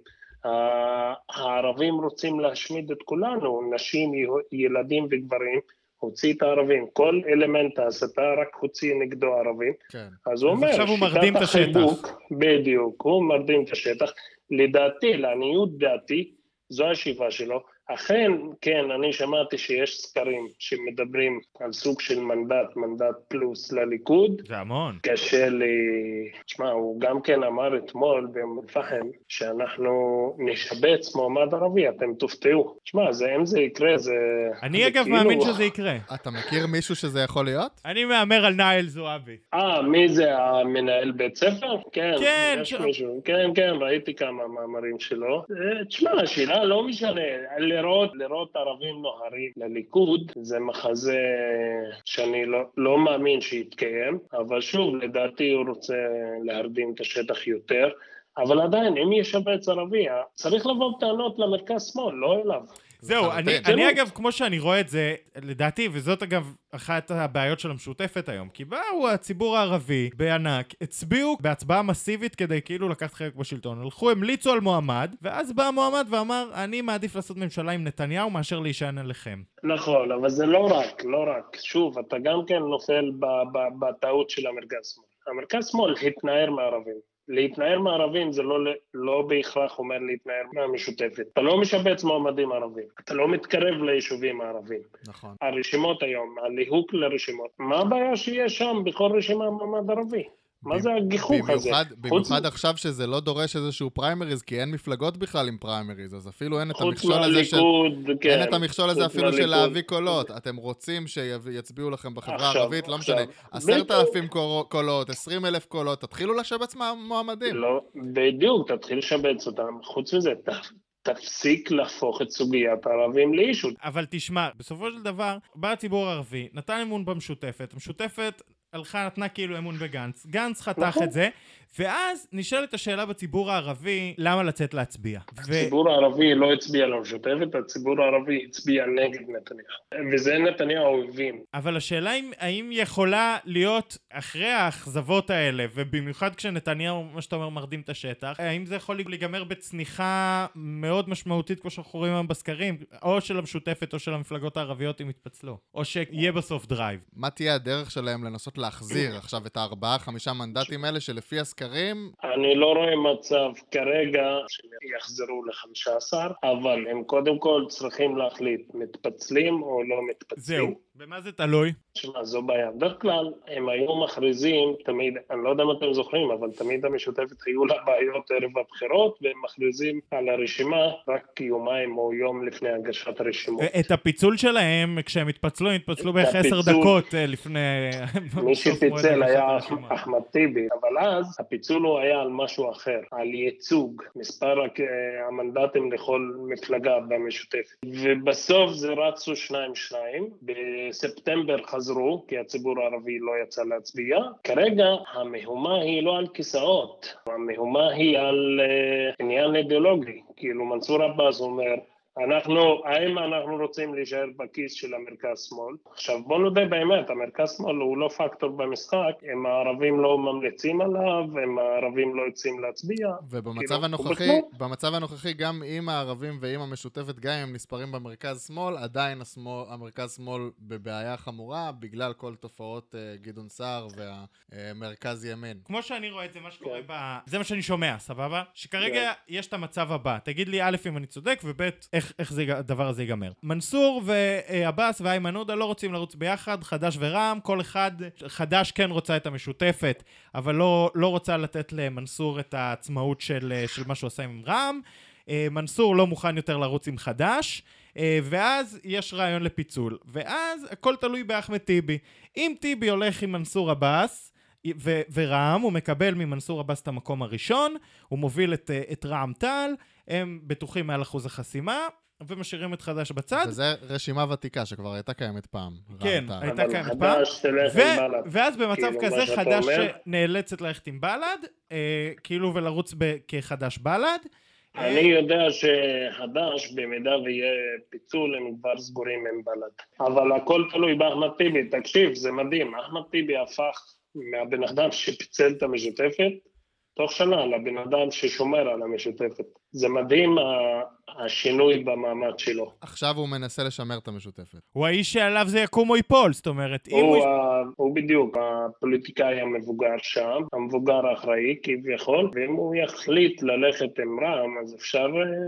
הערבים רוצים להשמיד את כולנו, נשים, ילדים וגברים, הוציא את הערבים, כל אלמנט ההסתה רק הוציא נגדו הערבים, כן. אז הוא אומר, עכשיו הוא מרדים את השטח. בדיוק, הוא מרדים את השטח, לדעתי, לעניות דעתי, זו השיבה שלו, אכן, כן, אני שמעתי שיש סקרים שמדברים על סוג של מנדט פלוס לליכוד. זה המון. קשה לי, תשמע, הוא גם כן אמר אתמול באום אל-פחם, שאנחנו נשבץ מועמד ערבי, אתם תופתעו. תשמע, אם זה יקרה, זה... אני אגב מאמין שזה יקרה. אתה מכיר מישהו שזה יכול להיות? אני מאמר על נאיל זועבי. מי זה, המנהל בית ספר? כן, כן. יש מישהו. כן, ראיתי כמה מאמרים שלו. תשמע, השאלה לא משנה, לראות ערבים נוהרים לליכוד, זה מחזה שאני לא מאמין שיתקיים, אבל שוב, לדעתי הוא רוצה להרדים את השטח יותר, אבל עדיין, אם ישבץ ערבי, צריך לבוא בטענות למרכז שמאל, לא אליו. זהו, אני אגב, כמו שאני רואה את זה, לדעתי, וזאת אגב אחת הבעיות של המשותפת היום, כי באו הציבור הערבי בענק, הצביעו בהצבעה מסיבית כדי כאילו לקחת חלק בשלטון, הלכו, המליצו על מועמד, ואז בא המועמד ואמר, אני מעדיף לעשות ממשלה עם נתניהו מאשר להישען עליכם. נכון, אבל זה לא רק, שוב, אתה גם כן נופל בטעות של המרכז שמאל. המרכז שמאל התנער מערבים. להתנער מערבים זה לא בהכרח אומר להתנער מהמשותפת. אתה לא משבץ מועמדים ערבים, אתה לא מתקרב ליישובים הערבים. נכון. הרשימות היום, הליהוק לרשימות, מה הבעיה שיש שם בכל רשימה מועמד ערבי? מה זה הגיחוך הזה? במיוחד עכשיו שזה לא דורש איזשהו פריימריז, כי אין מפלגות בכלל עם פריימריז, אז אפילו אין את המכשול הזה אין את המכשול הזה אפילו של להביא קולות. אתם רוצים שיצביעו לכם בחברה הערבית, לא משנה, 10,000 קולות, 20,000 קולות, תתחילו לשבץ מועמדים. לא, בדיוק, תתחיל לשבץ אותם. חוץ מזה, תפסיק להפוך את סוגיית הערבים לאישות. אבל תשמע, בסופו של דבר, בא הציבור הערבי, נתן אמון במשותפת, המשותפת נתנה כאילו אמון בגנץ, גנץ חתך את זה, ואז נשאלת השאלה בציבור הערבי, למה לצאת להצביע? הציבור הערבי לא הצביע למשותפת, הציבור הערבי הצביע נגד נתניהו, וזה נתניהו הבין. אבל השאלה האם יכולה להיות אחרי האכזבות האלה, ובמיוחד כשנתניהו, מה שאתה אומר, מרדים את השטח, האם זה יכול להיגמר בצניחה מאוד משמעותית, כמו שאנחנו רואים היום בסקרים, או של המשותפת או של המפלגות הערביות אם יתפצלו, או שיהיה בסוף דרייב? מה תהיה הדרך שלהם לנסות להחזיר עכשיו את 4-5 מנדטים האלה שלפי הסקרים? אני לא רואה מצב כרגע שיחזרו ל-15, אבל הם קודם כל צריכים להחליט, מתפצלים או לא מתפצלים. זהו, במה זה תלוי? שמה, זו בעיה. בדרך כלל הם היו מכריזים, תמיד, אני לא יודע אם אתם זוכרים, אבל תמיד המשותפת היו לה בעיות ערב הבחירות, והם מכריזים על הרשימה רק יומיים או יום לפני הגשת הרשימות. את הפיצול שלהם, כשהם התפצלו, הם התפצלו בערך 10 דקות לפני... מי שפיצל היה אחמד טיבי, אבל אז הפיצול הוא היה על משהו אחר, על ייצוג, מספר המנדטים לכל מפלגה במשותפת. ובסוף זה רצו 2-2, בספטמבר חזרו, כי הציבור הערבי לא יצא להצביע. כרגע המהומה היא לא על כיסאות, המהומה היא על עניין אידיאולוגי. כאילו מנסור עבאס אומר, האם אנחנו רוצים להישאר בכיס של המרכז-שמאל? עכשיו בוא נודה באמת, המרכז-שמאל הוא לא פקטור במשחק, אם הערבים לא ממליצים עליו, אם הערבים לא יוצאים להצביע. ובמצב הנוכחי גם עם הערבים ועם המשותפת, גם אם הם נספרים במרכז-שמאל, עדיין המרכז-שמאל בבעיה חמורה, בגלל כל תופעות גדעון סער והמרכז ימין. כמו שאני רואה את זה, מה שקורה זה מה שאני שומע, סבבה? שכרגע יש את המצב הבא. תגיד לי א' אם אני צודק, וב' איך הדבר הזה ייגמר. מנסור ועבאס ואיימן עודה לא רוצים לרוץ ביחד, חד"ש ורע"מ, כל אחד, חד"ש כן רוצה את המשותפת, אבל לא רוצה לתת למנסור את העצמאות של מה שהוא עושה עם רע"מ. מנסור לא מוכן יותר לרוץ עם חד"ש, ואז יש רעיון לפיצול. ואז הכל תלוי באחמד טיבי. אם טיבי הולך עם מנסור עבאס, ורע"מ, הוא מקבל ממנסור עבאס את המקום הראשון, הוא מוביל את רע"מ תע"ל, הם בטוחים מעל אחוז החסימה, ומשאירים את חד"ש בצד. וזה רשימה ותיקה שכבר הייתה קיימת פעם. כן, הייתה קיימת פעם. ואז במצב כזה חד"ש נאלצת ללכת עם בל"ד, כאילו ולרוץ כחד"ש בל"ד. אני יודע שחד"ש במידה ויהיה פיצול הם כבר סגורים עם בל"ד. אבל הכל תלוי באחמד טיבי. תקשיב, זה מדהים. אחמד טיבי הפך מהבן אדם שפיצל את המשותפת, תוך שנה לבן אדם ששומר על המשותפת. זה מדהים השינוי במעמד שלו. עכשיו הוא מנסה לשמר את המשותפת. הוא האיש שעליו זה יקום או ייפול, זאת אומרת. הוא בדיוק הפוליטיקאי המבוגר שם, המבוגר האחראי כביכול, ואם הוא יחליט ללכת עם רע"מ, אז אפשר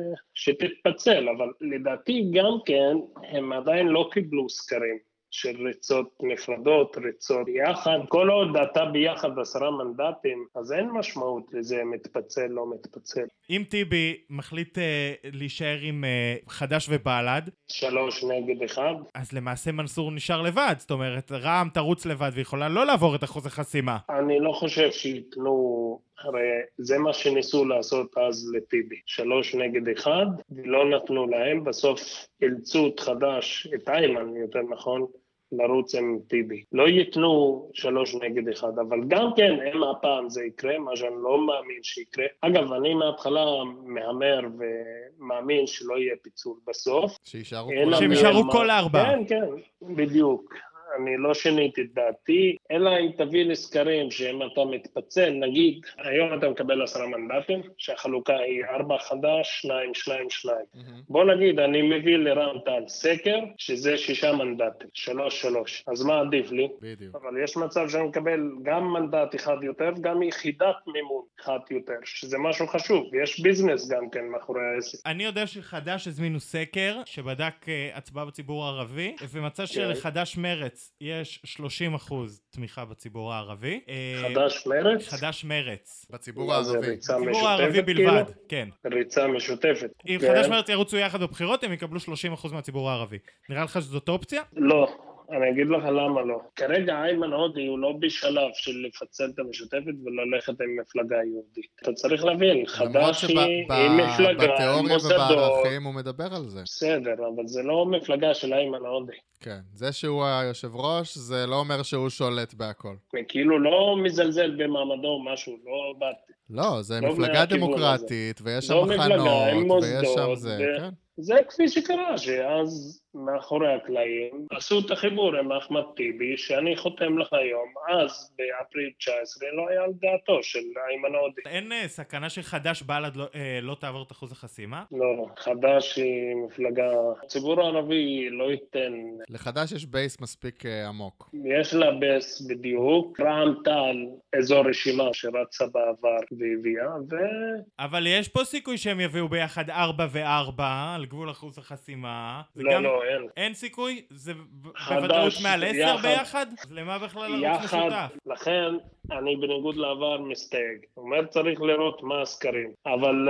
שתתפצל, אבל לדעתי גם כן, הם עדיין לא קיבלו סקרים. של ריצות נפרדות, ריצות יחד. כל עוד אתה ביחד 10 מנדטים, אז אין משמעות לזה מתפצל, לא מתפצל. אם טיבי מחליט להישאר עם חד"ש ובל"ד 3 נגד 1, אז למעשה מנסור נשאר לבד, זאת אומרת רע"מ תרוץ לבד ויכולה לא לעבור את אחוז החסימה. אני לא חושב שיתנו, הרי זה מה שניסו לעשות אז לטיבי, 3 נגד 1, ולא נתנו להם, בסוף אילצו את חד"ש, את איימן יותר נכון, לרוץ עם טיבי. לא ייתנו 3 נגד 1, אבל גם כן, אם הפעם זה יקרה, מה שאני לא מאמין שיקרה. אגב, אני מההתחלה מהמר ומאמין שלא יהיה פיצול בסוף. שישארו כל 4. כן, כן, בדיוק. אני לא שיניתי את דעתי, אלא אם תביא לסקרים שאם אתה מתפצל, נגיד, היום אתה מקבל 10 מנדטים, שהחלוקה היא 4 חד"ש, 2, 2, 2. בוא נגיד, אני מביא לרע"מ תע"ל סקר, שזה 6 מנדטים, 3, 3. אז מה עדיף לי? בדיוק. אבל יש מצב שאני מקבל גם מנדט אחד יותר, גם יחידת מימון אחד יותר, שזה משהו חשוב, ויש ביזנס גם כן מאחורי העסק. אני יודע שחד"ש הזמינו סקר, שבדק הצבעה בציבור הערבי, ומצא שלחד"ש מרץ יש 30% תמיכה בציבור הערבי. חד"ש מרץ? חד"ש מרץ. בציבור הערבי. בציבור הערבי בלבד, כן. ריצה משותפת. אם חד"ש מרץ ירוצו יחד בבחירות, הם יקבלו 30% מהציבור הערבי. נראה לך שזאת אופציה? לא. אני אגיד לך למה לא. כרגע איימן עודה הוא לא בשלב של לפצל את המשותפת וללכת עם מפלגה יהודית. אתה צריך להבין, חד"ש היא מפלגה, בתיאוריה ובערכים הוא מדבר על זה. בסדר, אבל זה לא מפלגה של איימן עודה. כן, זה שהוא היושב ראש, זה לא אומר שהוא שולט בהכל. וכאילו לא מזלזל במעמדו או משהו, לא באתי. לא, זה מפלגה דמוקרטית, ויש שם מחנות, ויש שם זה, כן. זה כפי שקרה, שאז מאחורי הקלעים עשו את החיבור עם אחמד טיבי, שאני חותם לך היום, אז באפריל 19 לא היה על דעתו של איימן עודה. אין סכנה שחד"ש בל"ד לא תעבור את אחוז החסימה? לא, חד"ש היא מפלגה, הציבור הערבי לא ייתן. לחד"ש יש בייס מספיק עמוק. יש לה בייס בדיוק, רע"מ תע"ל אזור רשימה שרצה בעבר והביאה, אבל יש פה סיכוי שהם יביאו ביחד 4 ו4 על גבול אחוז החסימה. לא, אין סיכוי? זה בוודאות מעל 10 ביחד? למה בכלל לרוץ משותף? לכן אני בניגוד לעבר מסתייג. אומר צריך לראות מה הסקרים. אבל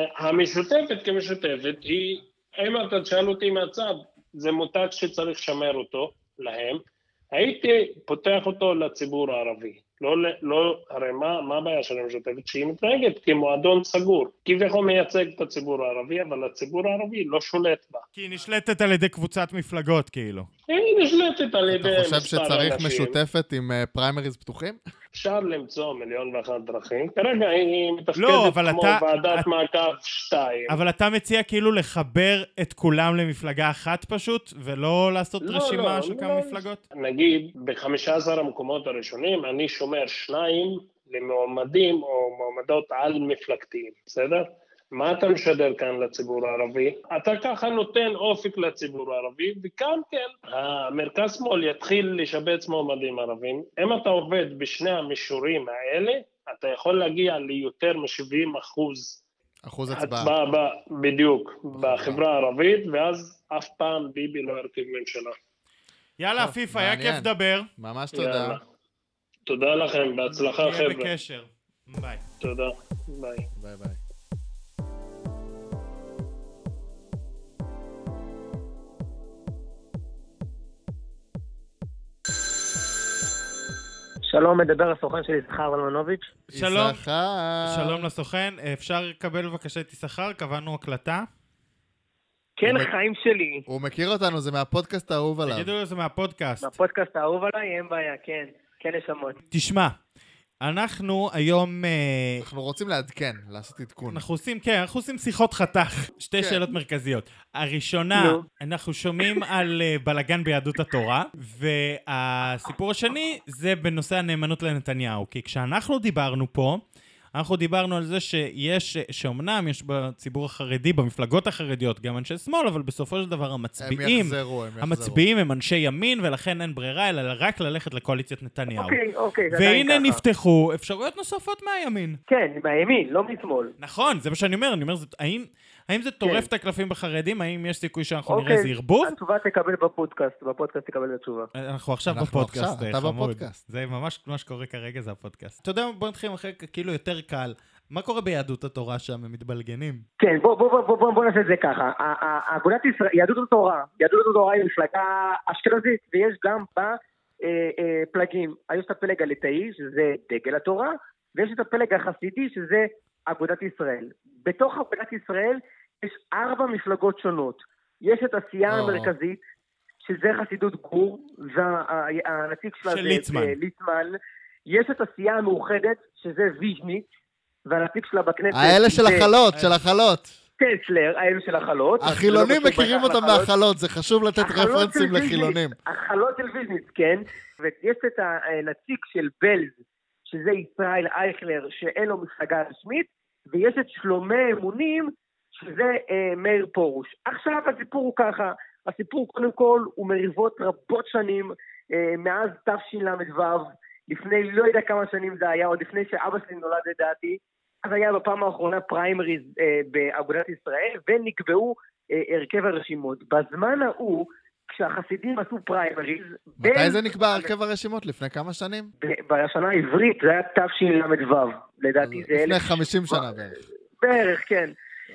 המשותפת כמשותפת היא, אם אתה תשאל אותי מהצד, זה מותג שצריך לשמר אותו להם. הייתי פותח אותו לציבור הערבי. לא, הרי מה הבעיה של המשותפת? שהיא מתנהגת כמועדון סגור. כביכול מייצג את הציבור הערבי, אבל הציבור הערבי לא שולט בה. כי היא נשלטת על ידי קבוצת מפלגות, כאילו. היא נשלטת על ידי אתה חושב שצריך משותפת עם פריימריז פתוחים? אפשר למצוא 1,000,001 דרכים. כרגע היא מתפקדת כמו ועדת מעקב 2. אבל אתה מציע כאילו לחבר את כולם למפלגה אחת פשוט, ולא לעשות רשימה של כמה מפלגות? נגיד, ב-15 המקומות הראשונים, אני שומר 2 למועמדים או מועמדות על מפלגתיים, בסדר? מה אתה משדר כאן לציבור הערבי? אתה ככה נותן אופק לציבור הערבי, וכאן כן, המרכז שמאל יתחיל לשבץ מועמדים ערבים. אם אתה עובד בשני המישורים האלה, אתה יכול להגיע ליותר אחוז הצבעה בדיוק, בחברה הערבית, ואז אף פעם ביבי לא ירכיב ממשלה. יאללה, פיפה, היה כיף לדבר. ממש תודה. תודה לכם, בהצלחה חבר'ה. נהיה בקשר. ביי. תודה, ביי. ביי ביי. שלום, מדבר הסוכן של יששכר ולמנוביץ'. שלום לסוכן, אפשר לקבל בבקשה את יששכר? קבענו הקלטה. כן, חיים שלי. הוא מכיר אותנו, זה מהפודקאסט האהוב עליו. תגידו לו, זה מהפודקאסט. מהפודקאסט האהוב עליי, אין בעיה, כן. כן, יש המון. תשמע, אנחנו היום... אנחנו רוצים לעדכן, לעשות עדכון. אנחנו עושים שיחות חתך, שתי שאלות מרכזיות. הראשונה, אנחנו שומעים על בלגן ביהדות התורה, והסיפור השני זה בנושא הנאמנות לנתניהו. כי כשאנחנו דיברנו פה, אנחנו דיברנו על זה שאומנם יש בציבור החרדי, במפלגות החרדיות, גם אנשי שמאל, אבל בסופו של דבר המצביעים הם אנשי ימין, ולכן אין ברירה, אלא רק ללכת לקואליציית נתניהו. אוקיי, והנה נפתחו אפשרויות נוספות מהימין. כן, מהימין, לא משמאל. נכון, זה מה שאני אומר. אני אומר, האם זה טורף את הקלפים בחרדים? האם יש סיכוי שאנחנו נראה איזה ערבוב? התשובה תקבל בפודקאסט תקבל את התשובה. אנחנו עכשיו בפודקאסט, חמוד. זה ממש מה שקורה כרגע, זה הפודקאסט. אתה יודע, בוא נתחיל אחרי כאילו יותר קל. מה קורה ביהדות התורה שם? הם מתבלגנים? כן, בוא נעשה את זה ככה. יהדות התורה היא מפלגה אשכנזית, ויש גם בה פלגים. יש את הפלג הליטאי, שזה דגל התורה, ויש את הפלג החסידי, שזה אגודת ישראל. בתוך אגודת ישראל יש 4 מפלגות שונות. יש את הסיעה המרכזית, שזה חסידות גור, והנציג שלה זה ליצמן. יש את הסיעה המאוחדת, שזה ויז'ניץ, והנציג שלה בכנסת... האלה של החלות. טסלר, האלה של החלות. החילונים מכירים אותם מהחלות, זה חשוב לתת רפרנסים לחילונים. החלות של ויז'ניץ, כן. ויש את הנציג של בלז, שזה ישראל אייכלר, שאין לו מפלגה רשמית, ויש את שלומי אמונים, שזה מאיר פרוש. עכשיו הסיפור הוא ככה, הסיפור קודם כל הוא מריבות רבות שנים, מאז תשל"ו, לפני לא יודע כמה שנים זה היה, עוד לפני שאבא שלי נולד לדעתי, אז היה בפעם האחרונה פריימריז באגודת ישראל, ונקבעו הרכב הרשימות. בזמן ההוא, כשהחסידים עשו פריימריז... מתי זה נקבע הרכב הרשימות? לפני כמה שנים? בשנה העברית זה היה תשל"ו, לדעתי זה... לפני 50 שנה בערך. בערך, כן.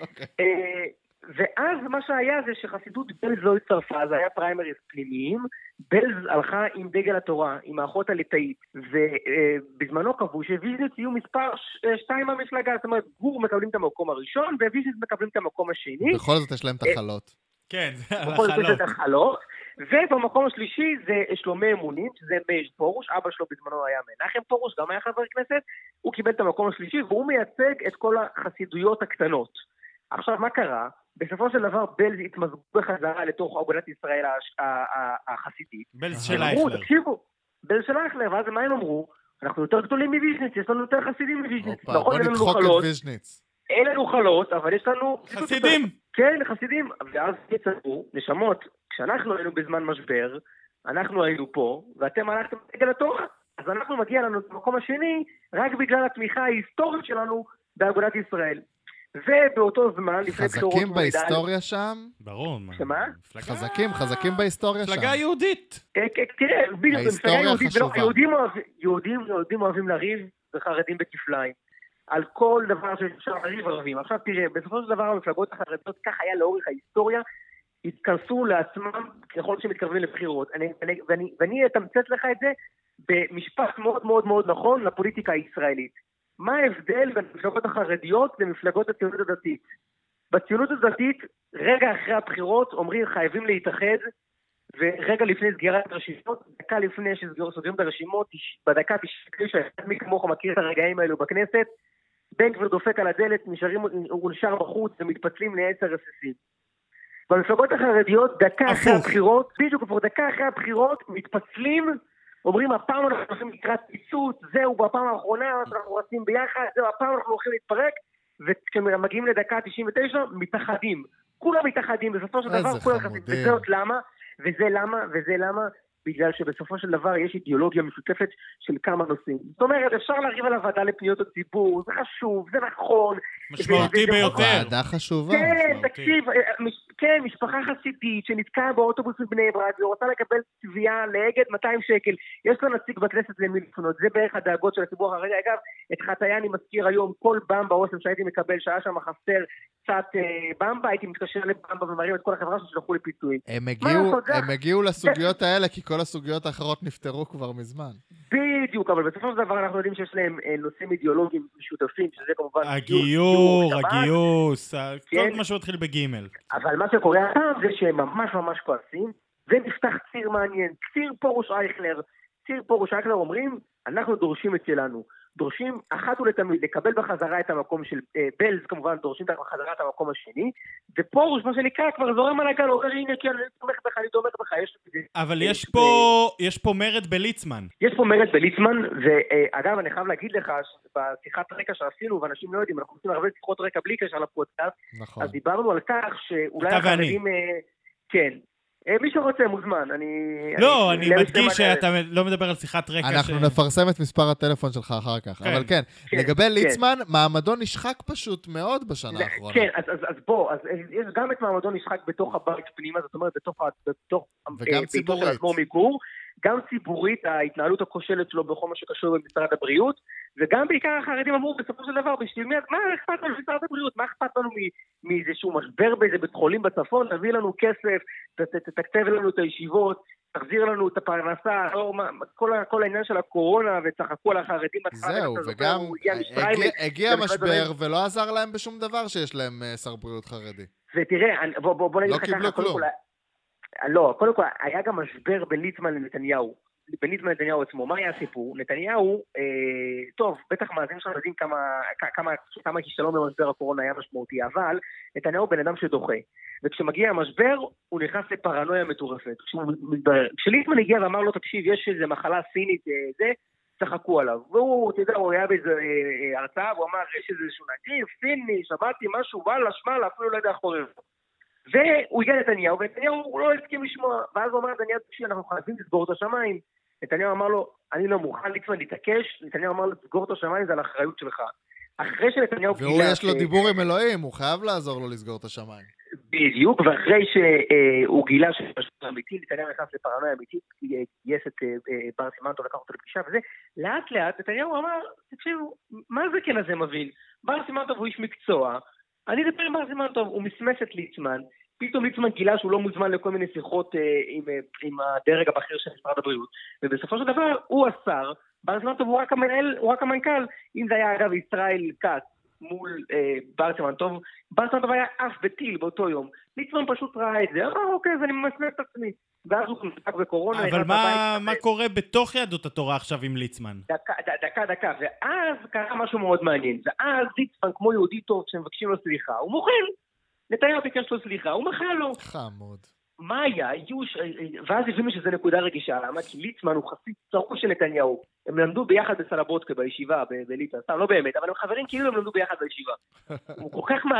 ואז מה שהיה זה שחסידות בלז לא הצטרפה, זה היה פריימריז פנימיים, בלז הלכה עם דגל התורה, עם האחות הליטאית, ובזמנו קבעו שוויז'ניץ יהיו מספר 2 מהמפלגה, זאת אומרת, גור מקבלים את המקום הראשון, וויז'ניץ מקבלים את המקום השני. בכל זאת יש להם את החלות. כן, זה על בכל זאת יש את החלות. ובמקום השלישי זה שלומי אמונים, שזה מאיר פרוש, אבא שלו בזמנו היה מנחם פרוש, גם היה חבר כנסת, הוא קיבל את המקום השלישי, והוא מייצג את כל החסידויות הקטנות. עכשיו, מה קרה? בסופו של דבר בלז התמזגו בחזרה לתוך אגודת ישראל החסידית. בלז של אייכלר. תקשיבו, בלז של אייכלר, ואז מה הם אמרו? אנחנו יותר גדולים מוויז'ניץ, יש לנו יותר חסידים מוויז'ניץ. בוא נדחוק את ויז'ניץ. אין לנו חלות, אבל יש לנו... חסידים! כן, חסידים. ואז יצאו, נשמות, כשאנחנו היינו בזמן משבר, אנחנו היינו פה, ואתם הלכתם דגל התורה, אז אנחנו מגיע לנו למקום השני, רק בגלל התמיכה ההיסטורית שלנו באגודת ישראל. ובאותו זמן, לפני בחירות... חזקים בהיסטוריה שם? ברור. שמה? חזקים בהיסטוריה שם. מפלגה יהודית. תראה, בדיוק, ההיסטוריה חשובה. יהודים אוהבים לריב וחרדים בכפליים. על כל דבר שאפשר לריב ערבים. עכשיו תראה, בסופו של דבר המפלגות החרדיות, כך היה לאורך ההיסטוריה, התכנסו לעצמם ככל שמתקרבים לבחירות. ואני אתמצת לך את זה במשפט מאוד מאוד מאוד נכון לפוליטיקה הישראלית. מה ההבדל בין המפלגות החרדיות למפלגות הציונות הדתית? בציונות הדתית, רגע אחרי הבחירות, אומרים חייבים להתאחד ורגע לפני סגירת הרשימות, דקה לפני שסוגרים את הרשימות, בדקה 99, מי כמוך מכיר את הרגעים האלו בכנסת, בן גביר דופק על הדלת, הוא נשאר בחוץ ומתפצלים לעץ הרסיסים. במפלגות החרדיות, דקה אחרי הבחירות, בדיוק דקה אחרי הבחירות, מתפצלים, אומרים, הפעם אנחנו הולכים לקראת פיצוץ, זהו, בפעם האחרונה אנחנו רצים ביחד, זהו, הפעם אנחנו הולכים להתפרק, וכשמגיעים לדקה 99, מתאחדים. כולם מתאחדים, בסופו של דבר, כולם מתאחדים. וזה למה? בגלל שבסופו של דבר יש אידיאולוגיה משותפת של כמה נושאים. זאת אומרת, אפשר להריב על הוועדה לפניות הציבור, זה חשוב, זה נכון. משמעותי ביותר. ועדה חשובה. כן, תקשיב, כן, משפחה חסידית שנתקעה באוטובוס מבני ברק, ורוצה לקבל תביעה לאגד 200 שקל. יש לה נציג בכנסת למי לפנות, זה בערך הדאגות של הציבור החרדי. אגב, את חטאיה אני מזכיר היום, כל במבה אוסם שהייתי מקבל, שהיה שם חסר קצת במבה, הייתי מתקשר לבמבה ומראים את כל החברה ששלחו לי פיצויים. הם הגיעו לסוגיות האלה, כי כל הסוגיות האחרות נפטרו כבר מזמן. בדיוק, אבל בסופו של דבר אנחנו יודעים שיש להם נושאים אידיאולוגיים משותפים, שזה כמובן... הגיוס, כל מה שמתחיל בגימל. אבל מה שקורה עכשיו זה שהם ממש ממש כועסים, ונפתח ציר מעניין, ציר פורוש אייכלר אומרים, אנחנו דורשים את שלנו. דורשים אחת ולתמיד לקבל בחזרה את המקום של בלז, כמובן דורשים בחזרה את המקום השני, ופורוש, מה שנקרא, כבר זורם על הגל, אומר, הנה, כי אני תומך בך, אבל יש פה מרד בליצמן. יש פה מרד בליצמן, ואגב, אני חייב להגיד לך, בשיחת רקע שעשינו, ואנשים לא יודעים, אנחנו עושים הרבה שיחות רקע בלי קשר לפודקאסט, אז דיברנו על כך שאולי החרדים... כן. מי שרוצה מוזמן, אני מדגיש שאתה לא מדבר על שיחת רקע. אנחנו נפרסם את מספר הטלפון שלך אחר כך, אבל כן, לגבי ליצמן, מעמדו נשחק פשוט מאוד בשנה האחרונה. כן, אז בוא, יש גם את מעמדו נשחק בתוך הבית פנימה, זאת אומרת, בתוך ביתו של אדמו"ר מגור, גם ציבורית, ההתנהלות הכושלת שלו בכל מה שקשור במשרד הבריאות, וגם בעיקר החרדים אמרו בסופו של דבר, בשביל מי, מה אכפת לנו משרד הבריאות? מה אכפת לנו מאיזשהו משבר באיזה בית חולים בצפון? תביא לנו כסף, תתקצב לנו את הישיבות, תחזיר לנו את הפרנסה, כל העניין של הקורונה, וצחקו על החרדים. זהו, וגם הגיע משבר ולא עזר להם בשום דבר שיש להם שר בריאות חרדי. ותראה, בוא נגיד לך ככה, לא, קודם כל, היה גם משבר בין ליצמן לנתניהו. בין ליצמן לנתניהו עצמו. מה היה הסיפור? נתניהו, טוב, בטח מאזין שם יודעים כמה כישלון במשבר הקורונה היה משמעותי, אבל נתניהו בן אדם שדוחה. וכשמגיע המשבר, הוא נכנס לפרנויה מטורפת. כשליצמן הגיע ואמר לו, תקשיב, יש איזו מחלה סינית, צחקו עליו. והוא, אתה יודע, הוא היה באיזו הרצאה, והוא אמר, יש איזשהו נגיף, סיני, שמעתי משהו, וואלה, שמע, אפילו לא יודע חורר. והוא הגיע לנתניהו, ונתניהו הוא לא הסכים לשמוע, ואז הוא אמר, נתניהו, אנחנו חייבים לסגור את השמיים. נתניהו אמר לו, אני לא מוכן, ליצמן להתעקש, נתניהו אמר לו, לסגור את השמיים, זה על האחריות שלך. אחרי שנתניהו גילה... והוא יש לו דיבור עם אלוהים, הוא חייב לעזור לו לסגור את השמיים. בדיוק, ואחרי שהוא גילה שזה משהו אמיתי, נתניהו נכנס לפרנויה אמיתית, גייס את בר סימן טוב, לקח אותו לפגישה וזה, לאט לאט נתניהו אמר, תקשיבו, מה זה כן הזה מבין? בר סימן טוב הוא איש מקצוע, אני אדבר עם בר סימן טוב, הוא מסמס את ליצמן, פתאום ליצמן גילה שהוא לא מוזמן לכל מיני שיחות עם הדרג הבכיר של משרד הבריאות, ובסופו של דבר הוא השר, בר סימן טוב הוא רק המנהל, הוא רק המנכ"ל, אם זה היה אגב ישראל כץ מול בר סימן טוב, בר סימן טוב היה אף בטיל באותו יום, ליצמן פשוט ראה את זה, אוקיי, אז אני ממסמס את עצמי, ואז הוא נפתק בקורונה. אבל מה קורה בתוך יהדות התורה עכשיו עם ליצמן? דקה, ואז קרה משהו מאוד מעניין, ואז ליצמן כמו יהודי טוב כשמבקשים לו סליחה, הוא מוכן, נתניהו ביקש לו סליחה, הוא מחל לו. חמוד. מה היה? ואז הבינו שזה נקודה רגישה, למה? כי ליצמן הוא חסיד צרוף של נתניהו. הם למדו ביחד בסלבודקה בישיבה, בליטא, סתם לא באמת, אבל הם חברים כאילו הם למדו ביחד בישיבה. הוא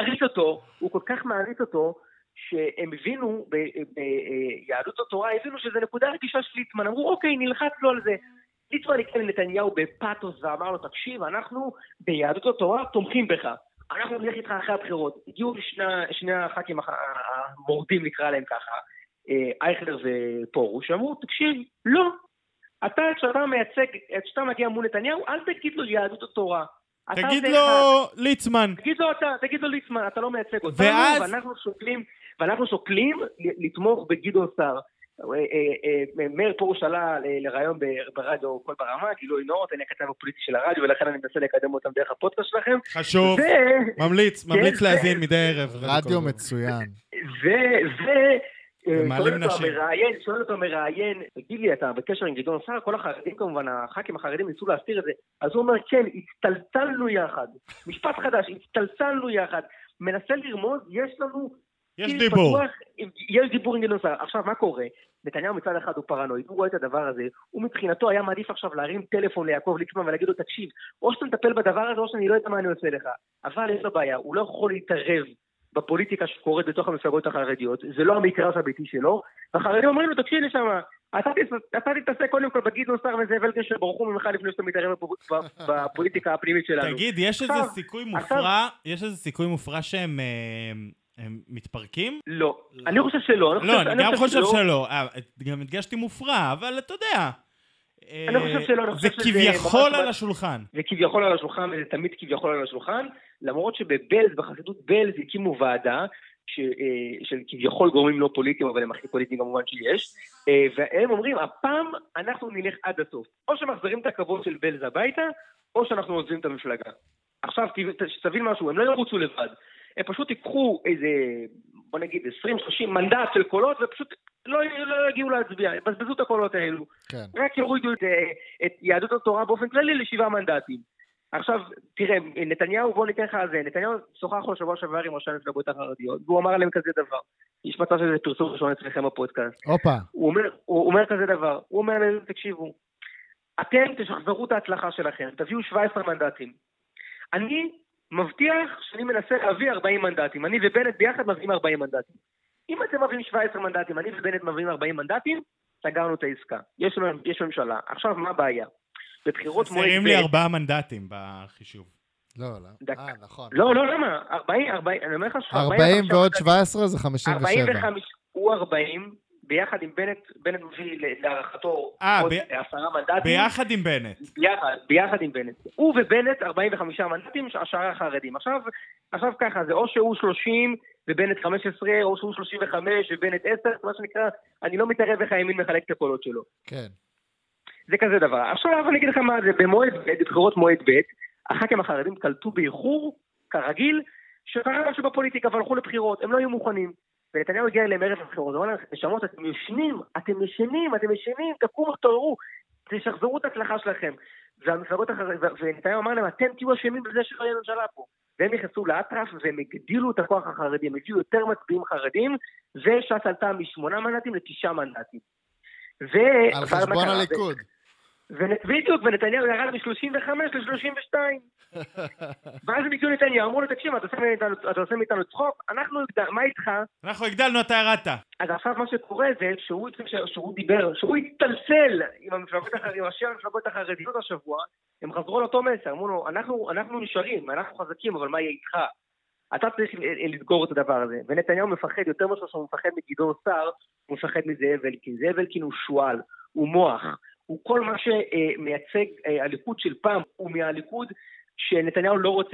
כל כך מעריץ אותו, שהם הבינו, ביהדות התורה, הבינו שזה נקודה רגישה של ליצמן, אמרו, אוקיי, נלחץ לו על זה. ליצמן יקל לנתניהו בפאטוס ואמר לו, תקשיב, אנחנו ביהדות התורה תומכים בך. אנחנו נלך איתך אחרי הבחירות. הגיעו שני הח"כים המורדים, נקרא להם ככה, אייכלר ופורוש, אמרו, תקשיב, לא. אתה, כשאתה מגיע מול נתניהו, אל תגיד לו יהדות התורה. תגיד לו ליצמן. תגיד לו ליצמן, אתה לא מייצג אותנו, ואנחנו שוקלים לתמוך בגדעון סער. מאיר פרוש עלה לרעיון ברדיו כל ברמה, גילוי נאות, אני הכתב הפוליטי של הרדיו, ולכן אני מנסה לקדם אותם דרך הפודקאסט שלכם. חשוב, ממליץ להזין מדי ערב. רדיו מצוין. שואל אותו מראיין, תגיד לי, אתה בקשר עם גדעון סער, כל החרדים כמובן, הח"כים החרדים ניסו להסתיר את זה, אז הוא אומר, כן, הצטלצלנו יחד, משפט חדש, הצטלצלנו יחד, מנסה לרמוז, יש דיבור. יש דיבור עם גדעון סער. עכשיו, מה קורה? נתניהו מצד אחד הוא פרנואיד, הוא רואה את הדבר הזה, הוא מבחינתו היה מעדיף עכשיו להרים טלפון ליעקב ליצמן ולהגיד לו, תקשיב, או שאתה מטפל בדבר הזה, או שאני לא יודע מה אני עושה לך. אבל יש לו בעיה, הוא לא יכול להתערב בפוליטיקה שקורית בתוך המפלגות החרדיות, זה לא המקרא הביתי שלו, והחרדים אומרים לו, תקשיב לי שמה, אתה תתעסק קודם כל בגדעון סער וזאב אלקין שברחו ממך לפני שאתה מתערב בפוליטיקה הפנימית שלנו. תגיד, יש איזה סיכוי מופרע שהם מתפרקים? לא, אני חושב שלא. לא, אני גם חושב שלא. גם הדגשתי מופרע, אבל אתה יודע. אני חושב שלא. זה כביכול על השולחן. זה כביכול על השולחן, וזה תמיד כביכול על השולחן, למרות שבבלז, בחסידות בלז, הקימו ועדה, של כביכול גורמים לא פוליטיים, אבל הם הכי פוליטיים כמובן שיש, והם אומרים, הפעם אנחנו נלך עד הסוף. או שמחזרים את הכבוד של בלז הביתה, או שאנחנו עוזבים את המפלגה. עכשיו, תבין משהו, הם לא ירוצו לבד. הם פשוט ייקחו איזה, בוא נגיד, 20-30 מנדט של קולות, ופשוט לא יגיעו להצביע, הם בזבזו את הקולות האלו. כן. רק יורידו את יהדות התורה באופן כללי ל7 מנדטים. עכשיו, תראה, נתניהו, בוא ניתן לך על זה, נתניהו שוחח לו שבוע שעבר עם ראשי המפלגות החרדיות, והוא אמר עליהם כזה דבר. יש מצב שזה פרסום ראשון אצלכם בפודקאסט. הוא אומר כזה דבר, הוא אומר להם, תקשיבו, אתם תשחזרו את ההצלחה שלכם, תביאו 17 מנדטים. אני מבטיח שאני מנסה להביא 40 מנדטים. אני ובנט ביחד מביאים 40 מנדטים. אם אתם מביאים 17 מנדטים, אני ובנט מביאים 40 מנדטים, סגרנו את העסקה. יש ממשלה. עכשיו, מה הבעיה? בבחירות מועד ב' חסרים לי 4 מנדטים בחישוב. לא, נכון. לא, למה? 40, אני אומר לך 40 ועוד 17 זה 57. 45 הוא 40, ביחד עם בנט מביא להערכתו עוד 10 מנדטים. ביחד עם בנט. ביחד עם בנט. הוא ובנט 45 מנדטים, השאר החרדים. עכשיו ככה, זה או שהוא 30 ובנט 15, או שהוא 35 ובנט 10, מה שנקרא, אני לא מתערב איך הימין מחלק את הקולות שלו. כן. זה כזה דבר. עכשיו אני אגיד לך מה זה, בבחירות מועד ב', הח"כים החרדים קלטו באיחור, כרגיל, שקרה משהו בפוליטיקה, אבל הלכו לבחירות, הם לא היו מוכנים. ונתניהו הגיע אליהם ערב הבחירות, הוא אמר להם, נשמות, אתם ישנים, תקומו, תתעוררו, תשחזרו את ההצלחה שלכם. ונתניהו אמר להם, אתם תהיו אשמים בזה שלא יהיה ממשלה פה. והם נכנסו לאטרף, והם הגדילו את הכוח החרדי, הם הביאו יותר מצביעים חרדים, וש"ס עלתה מ8 מנדטים ל9 מנדטים. על חשבון הליכוד. בדיוק, ונתניהו ירד מ-35 ל-32. ואז הם הגיעו נתניהו, אמרו לו, תקשיב, אתה עושה מאיתנו צחוק, מה איתך? אנחנו הגדלנו, אתה ירדת. אז עכשיו מה שקורה זה שהוא דיבר, שהוא התטלצל עם ראשי המפלגות החרדיות השבוע, הם חזרו לאותו מסר, אמרו לו, אנחנו נשארים, אנחנו חזקים, אבל מה יהיה איתך? אתה צריך לסגור את הדבר הזה. ונתניהו מפחד יותר משהו שהוא מפחד מגדעון סער, הוא מפחד מזאב אלקין. זאב אלקין הוא שואל, הוא מוח, הוא כל מה שמייצג הליכוד של פעם, הוא מהליכוד שנתניהו לא רוצה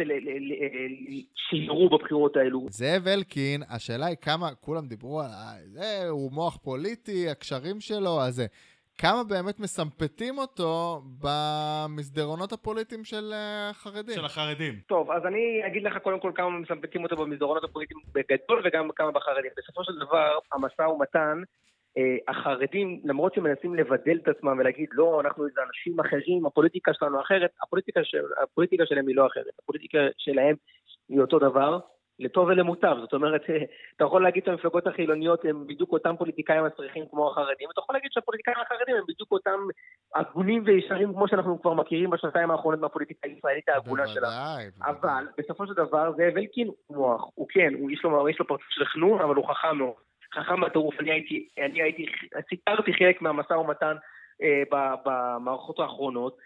שיראו בבחירות האלו. זאב אלקין, השאלה היא כמה, כולם דיברו על זה, הוא מוח פוליטי, הקשרים שלו, אז זה. כמה באמת מסמפטים אותו במסדרונות הפוליטיים של החרדים? של החרדים. טוב, אז אני אגיד לך קודם כל כמה מסמפטים אותו במסדרונות הפוליטיים בגדול וגם כמה בחרדים. בסופו של דבר, המשא ומתן, החרדים, למרות שמנסים לבדל את עצמם ולהגיד, לא, אנחנו איזה אנשים אחרים, הפוליטיקה שלנו אחרת, הפוליטיקה שלהם היא לא אחרת. הפוליטיקה שלהם היא אותו דבר. לטוב ולמוטב, זאת אומרת, אתה יכול להגיד שהמפלגות החילוניות הם בדיוק אותם פוליטיקאים הצריכים כמו החרדים, אתה יכול להגיד שהפוליטיקאים החרדים הם בדיוק אותם הגונים וישרים כמו שאנחנו כבר מכירים בשנתיים האחרונות מהפוליטיקה הישראלית ההגונה שלה. אבל בסופו של דבר, זאב אלקין הוא מוח, הוא כן, יש לו פרצוף של חנון, אבל הוא חכם מאוד. חכם מהטירוף, אני ציטרתי חלק מהמשא ומתן במערכות האחרונות,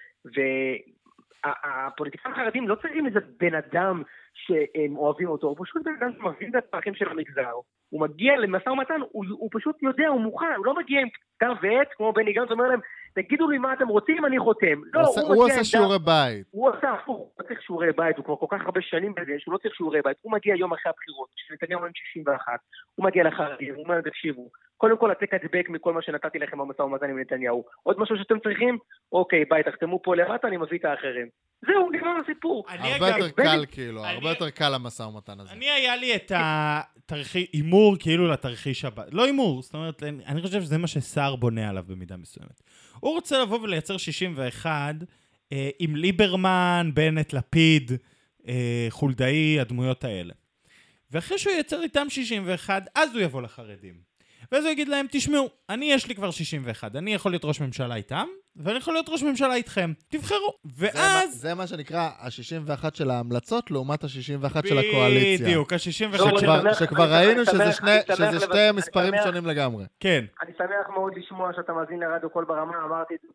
הפוליטיקאים החרדים לא צריכים איזה בן אדם שהם אוהבים אותו, הוא פשוט בן אדם שמבין את הצרכים של המגזר. הוא מגיע למשא ומתן, הוא פשוט יודע, הוא מוכן, הוא לא מגיע עם כתב ועט, כמו בני גנץ, אומר להם, תגידו לי מה אתם רוצים, אני חותם. הוא עושה שיעורי בית. הוא עושה הפוך, הוא לא צריך שיעורי בית, הוא כבר כל כך הרבה שנים בזה, שהוא לא צריך שיעורי בית. הוא מגיע יום אחרי הבחירות, כשנתניהו עם 61, הוא מגיע לחרדים, הוא אומר, תקשיבו, קודם כל אתם תדבק מכל מה שנתתי לכם במשא ומתן עם נתניהו. עוד משהו שאתם צריכים? אוקיי, ביי, תחתמו פה למטה, אני מביא את האחרים. זהו, נגמר הסיפור. הרבה יותר קל כאילו, הרבה יותר קל המשא ומתן הזה. היה לי את הימור כאילו לתרחיש הבא. לא הימור, זאת אומרת, אני חושב שזה מה ששר בונה עליו במידה מסוימת. הוא רוצה לבוא ולייצר 61 עם ליברמן, בנט, לפיד, חולדאי, הדמויות האלה. ואחרי שהוא ייצר איתם 61, אז הוא יבוא לחרדים. ואז הוא יגיד להם, תשמעו, יש לי כבר 61, אני יכול להיות ראש ממשלה איתם, ואני יכול להיות ראש ממשלה איתכם, תבחרו. ואז... זה מה שנקרא ה-61 של ההמלצות, לעומת ה-61 של הקואליציה. בדיוק, ה-61 שכבר ראינו שזה שתי מספרים שונים לגמרי. כן. אני שמח מאוד לשמוע שאתה מאזין לרדיו קול ברמה, אמרתי את זה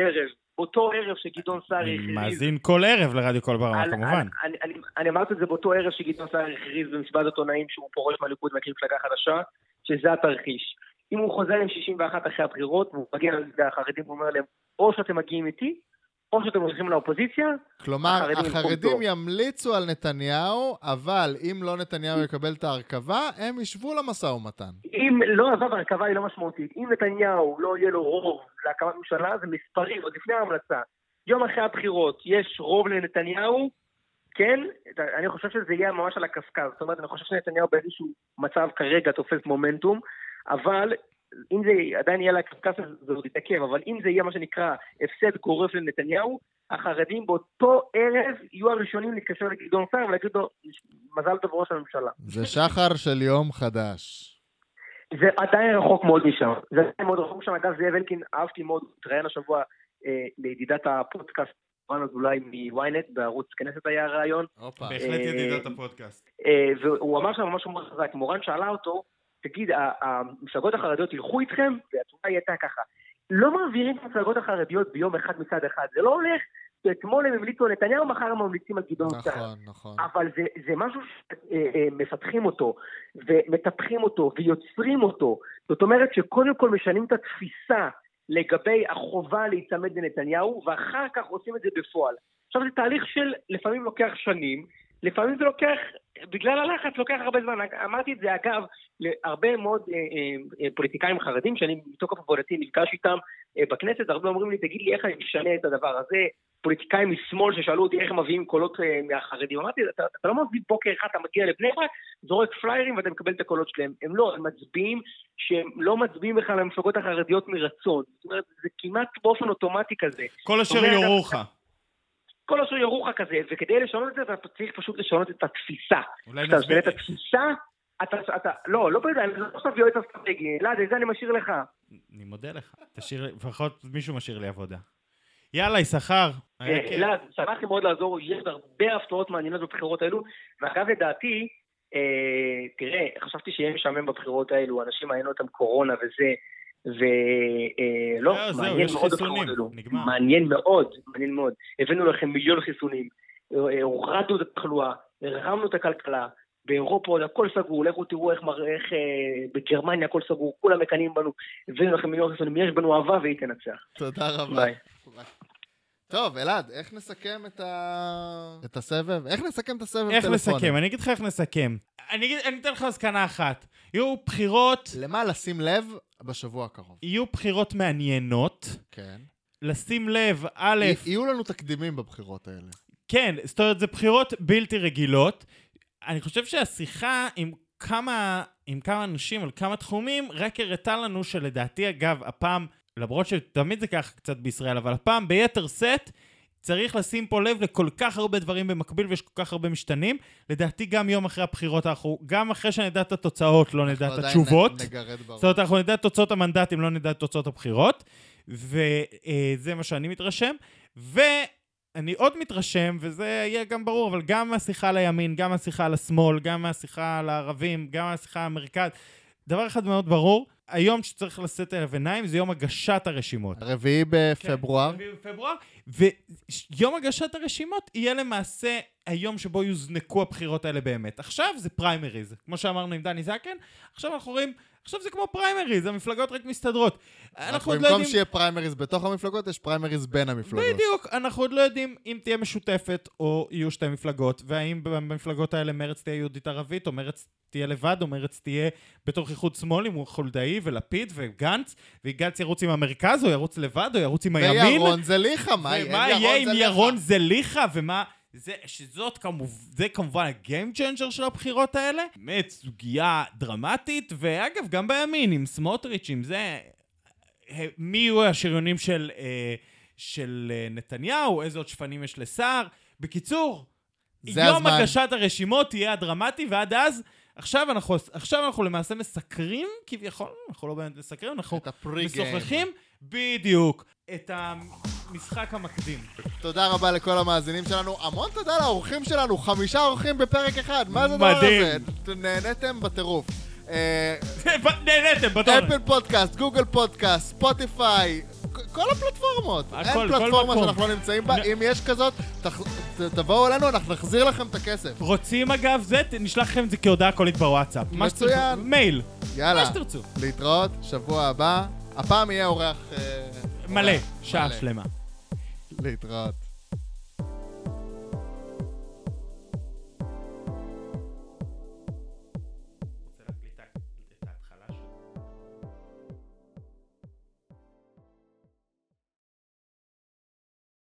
באותו ערב שגדעון סער הכריז. מאזין כל ערב לרדיו קול ברמה, כמובן. אני אמרתי את זה באותו ערב שגדעון סער הכריז במסיבת עיתונאים שהוא פורש מהליכוד והקים מפלגה חדשה, שזה התרחיש. אם הוא חוזר עם 61 אחרי הבחירות, והוא מגיע לחרדים ואומר להם, או שאתם מגיעים איתי, או שאתם הולכים לאופוזיציה. כלומר, החרדים ימליצו על נתניהו, אבל אם לא נתניהו יקבל את ההרכבה, הם ישבו למשא ומתן. אם לא עזב, ההרכבה היא לא משמעותית. אם נתניהו לא יהיה לו רוב להקמת ממשלה, זה מספרים, עוד לפני ההמלצה. יום אחרי הבחירות יש רוב לנתניהו, כן, אני חושב שזה יהיה ממש על הקפקז. זאת אומרת, אני חושב שנתניהו באיזשהו מצב כרגע תופס מומנטום, אבל אם זה עדיין יהיה על הקפקז, זה עוד יתעכב, אבל אם זה יהיה מה שנקרא הפסד גורף לנתניהו, החרדים באותו ערב יהיו הראשונים להתקשר לגדעון סער ולהגיד לו, מזל טוב ראש הממשלה. זה שחר של יום חדש. זה עדיין רחוק מאוד משם. זה עדיין מאוד רחוק משם. אגב, זאב אלקין, אהבתי מאוד, התראיין השבוע לידידת הפודקאסט, אולי מוויינט, בערוץ כנסת היה הרעיון. בהחלט ידידת הפודקאסט. והוא אמר שם משהו מאוד חזק, מורן שאלה אותו, תגיד, המפלגות החרדיות ילכו איתכם? והתשובה הייתה ככה, לא מעבירים את המפלגות החרדיות ביום אחד מצד אחד, זה לא הולך, אתמול הם המליצו נתניהו, מחר הם ממליצים על גדעון סער. נכון. אבל זה משהו שמפתחים אותו, ומטפחים אותו, ויוצרים אותו. זאת אומרת שקודם כל משנים את התפיסה לגבי החובה להיצמד לנתניהו, ואחר כך עושים את זה בפועל. עכשיו זה תהליך של לפעמים לוקח שנים, לפעמים זה לוקח, בגלל הלחץ לוקח הרבה זמן. אמרתי את זה אגב להרבה מאוד פוליטיקאים חרדים, שאני מתוקף עבודתי נפגש איתם בכנסת, הרבה אומרים לי, תגיד לי איך אני משנה את הדבר הזה, פוליטיקאים משמאל ששאלו אותי איך הם מביאים קולות מהחרדים. אמרתי, אתה לא מביא בוקר אחד, אתה מגיע לבני ברק, זורק פליירים ואתה מקבל את הקולות שלהם. הם לא, הם מצביעים שהם לא מצביעים בכלל למפלגות החרדיות מרצון. זאת אומרת, זה כמעט באופן אוטומטי כזה. כל אשר יורוך. כל אשר יורוך כזה, וכדי לשנות את זה, אתה צריך פשוט לשנות את התפיסה. כשאתה משנה את התפיסה, לא בגלל, אני לא עכשיו יועץ אסטרטגי, אלעד, את זה אני משאיר לך. אני מודה לך. לפחות מישהו משאיר לי עבודה. יאללה, יששכר. אלעד, שמחתי מאוד לעזור, יש הרבה הפתעות מעניינות בבחירות האלו, ואגב לדעתי, תראה, חשבתי שיהיה משעמם בבחירות האלו, אנשים מעניין אותם קורונה וזה, ולא, מעניין מאוד בבחירות האלו. מעניין מאוד. הבאנו לכם 1,000,000 חיסונים, הורדנו את התחלואה, הרמנו את הכלכלה, באירופה עוד הכל סגור, לכו תראו איך בגרמניה הכל סגור, כולם מקנים בנו, הבאנו לכם 1,000,000 חיסונים, יש בנו אהבה והיא תנצח. תודה רבה. טוב, אלעד, איך נסכם את הסבב? איך נסכם את הסבב טלפוני? איך נסכם? אני אגיד לך איך נסכם. אני אתן לך מסקנה אחת. יהיו בחירות... למה לשים לב בשבוע הקרוב? יהיו בחירות מעניינות. כן. לשים לב, א'... יהיו לנו תקדימים בבחירות האלה. כן, זאת אומרת, זה בחירות בלתי רגילות. אני חושב שהשיחה עם כמה אנשים על כמה תחומים, רק הראתה לנו שלדעתי, אגב, הפעם... למרות שתמיד זה ככה קצת בישראל, אבל הפעם ביתר סט צריך לשים פה לב לכל כך הרבה דברים במקביל ויש כל כך הרבה משתנים. לדעתי גם יום אחרי הבחירות גם אחרי שנדע את התוצאות לא נדע את התשובות. זאת אומרת, אנחנו נדע את תוצאות המנדטים, לא נדע את תוצאות הבחירות. וזה מה שאני מתרשם. ואני עוד מתרשם, וזה יהיה גם ברור, אבל גם מהשיחה לימין, גם מהשיחה לשמאל, גם מהשיחה לערבים, גם מהשיחה למרכז. דבר אחד מאוד ברור, היום שצריך לשאת אליו עיניים זה יום הגשת הרשימות. 4 בפברואר. כן, 4 בפברואר, ויום הגשת הרשימות יהיה למעשה היום שבו יוזנקו הבחירות האלה באמת. עכשיו זה פריימריז, כמו שאמרנו עם דני זקן, עכשיו אנחנו רואים, עכשיו זה כמו פריימריז, המפלגות רק מסתדרות. אנחנו במקום יודעים... שיהיה פריימריז בתוך המפלגות, יש פריימריז בין המפלגות. בדיוק, אנחנו עוד לא יודעים אם תהיה משותפת או יהיו שתי מפלגות, והאם במפלגות האלה מרץ תהיה יהודית ערבית, או מרץ תהיה לבד, או מרץ תהיה בתוך איחוד שמאל, עם חולדאי ולפיד וגנץ, וגנץ ירוץ עם המרכז, או ירוץ לבד, או ירוץ עם הימין. וירון זליכה, מה יהיה עם ירון זליכה, ומה... זה כמובן הגיים צ'יינג'ר של הבחירות האלה. באמת, סוגיה דרמטית, ואגב, גם בימין, עם סמוטריץ', עם זה, מי יהיו השריונים של נתניהו, איזה עוד שפנים יש לשר. בקיצור, יום הגשת הרשימות תהיה הדרמטי, ועד אז, עכשיו אנחנו למעשה מסקרים, כביכול, אנחנו לא באמת מסקרים, אנחנו משוחחים בדיוק את המשחק המקדים. תודה רבה לכל המאזינים שלנו, המון תודה לאורחים שלנו, 5 אורחים בפרק אחד, מה זה דבר הזה? נהנתם בטירוף. נהנתם בטירוף. אפל פודקאסט, גוגל פודקאסט, ספוטיפיי, כל הפלטפורמות. אין פלטפורמה שאנחנו לא נמצאים בה, אם יש כזאת, תבואו אלינו, אנחנו נחזיר לכם את הכסף. רוצים אגב זה, נשלח לכם את זה כהודעה קולית בוואטסאפ. מצוין. מייל. יאללה. מה שתרצו. להתראות, שבוע הבא. הפעם יהיה אורח... מלא, שעה שלמה. להתראות.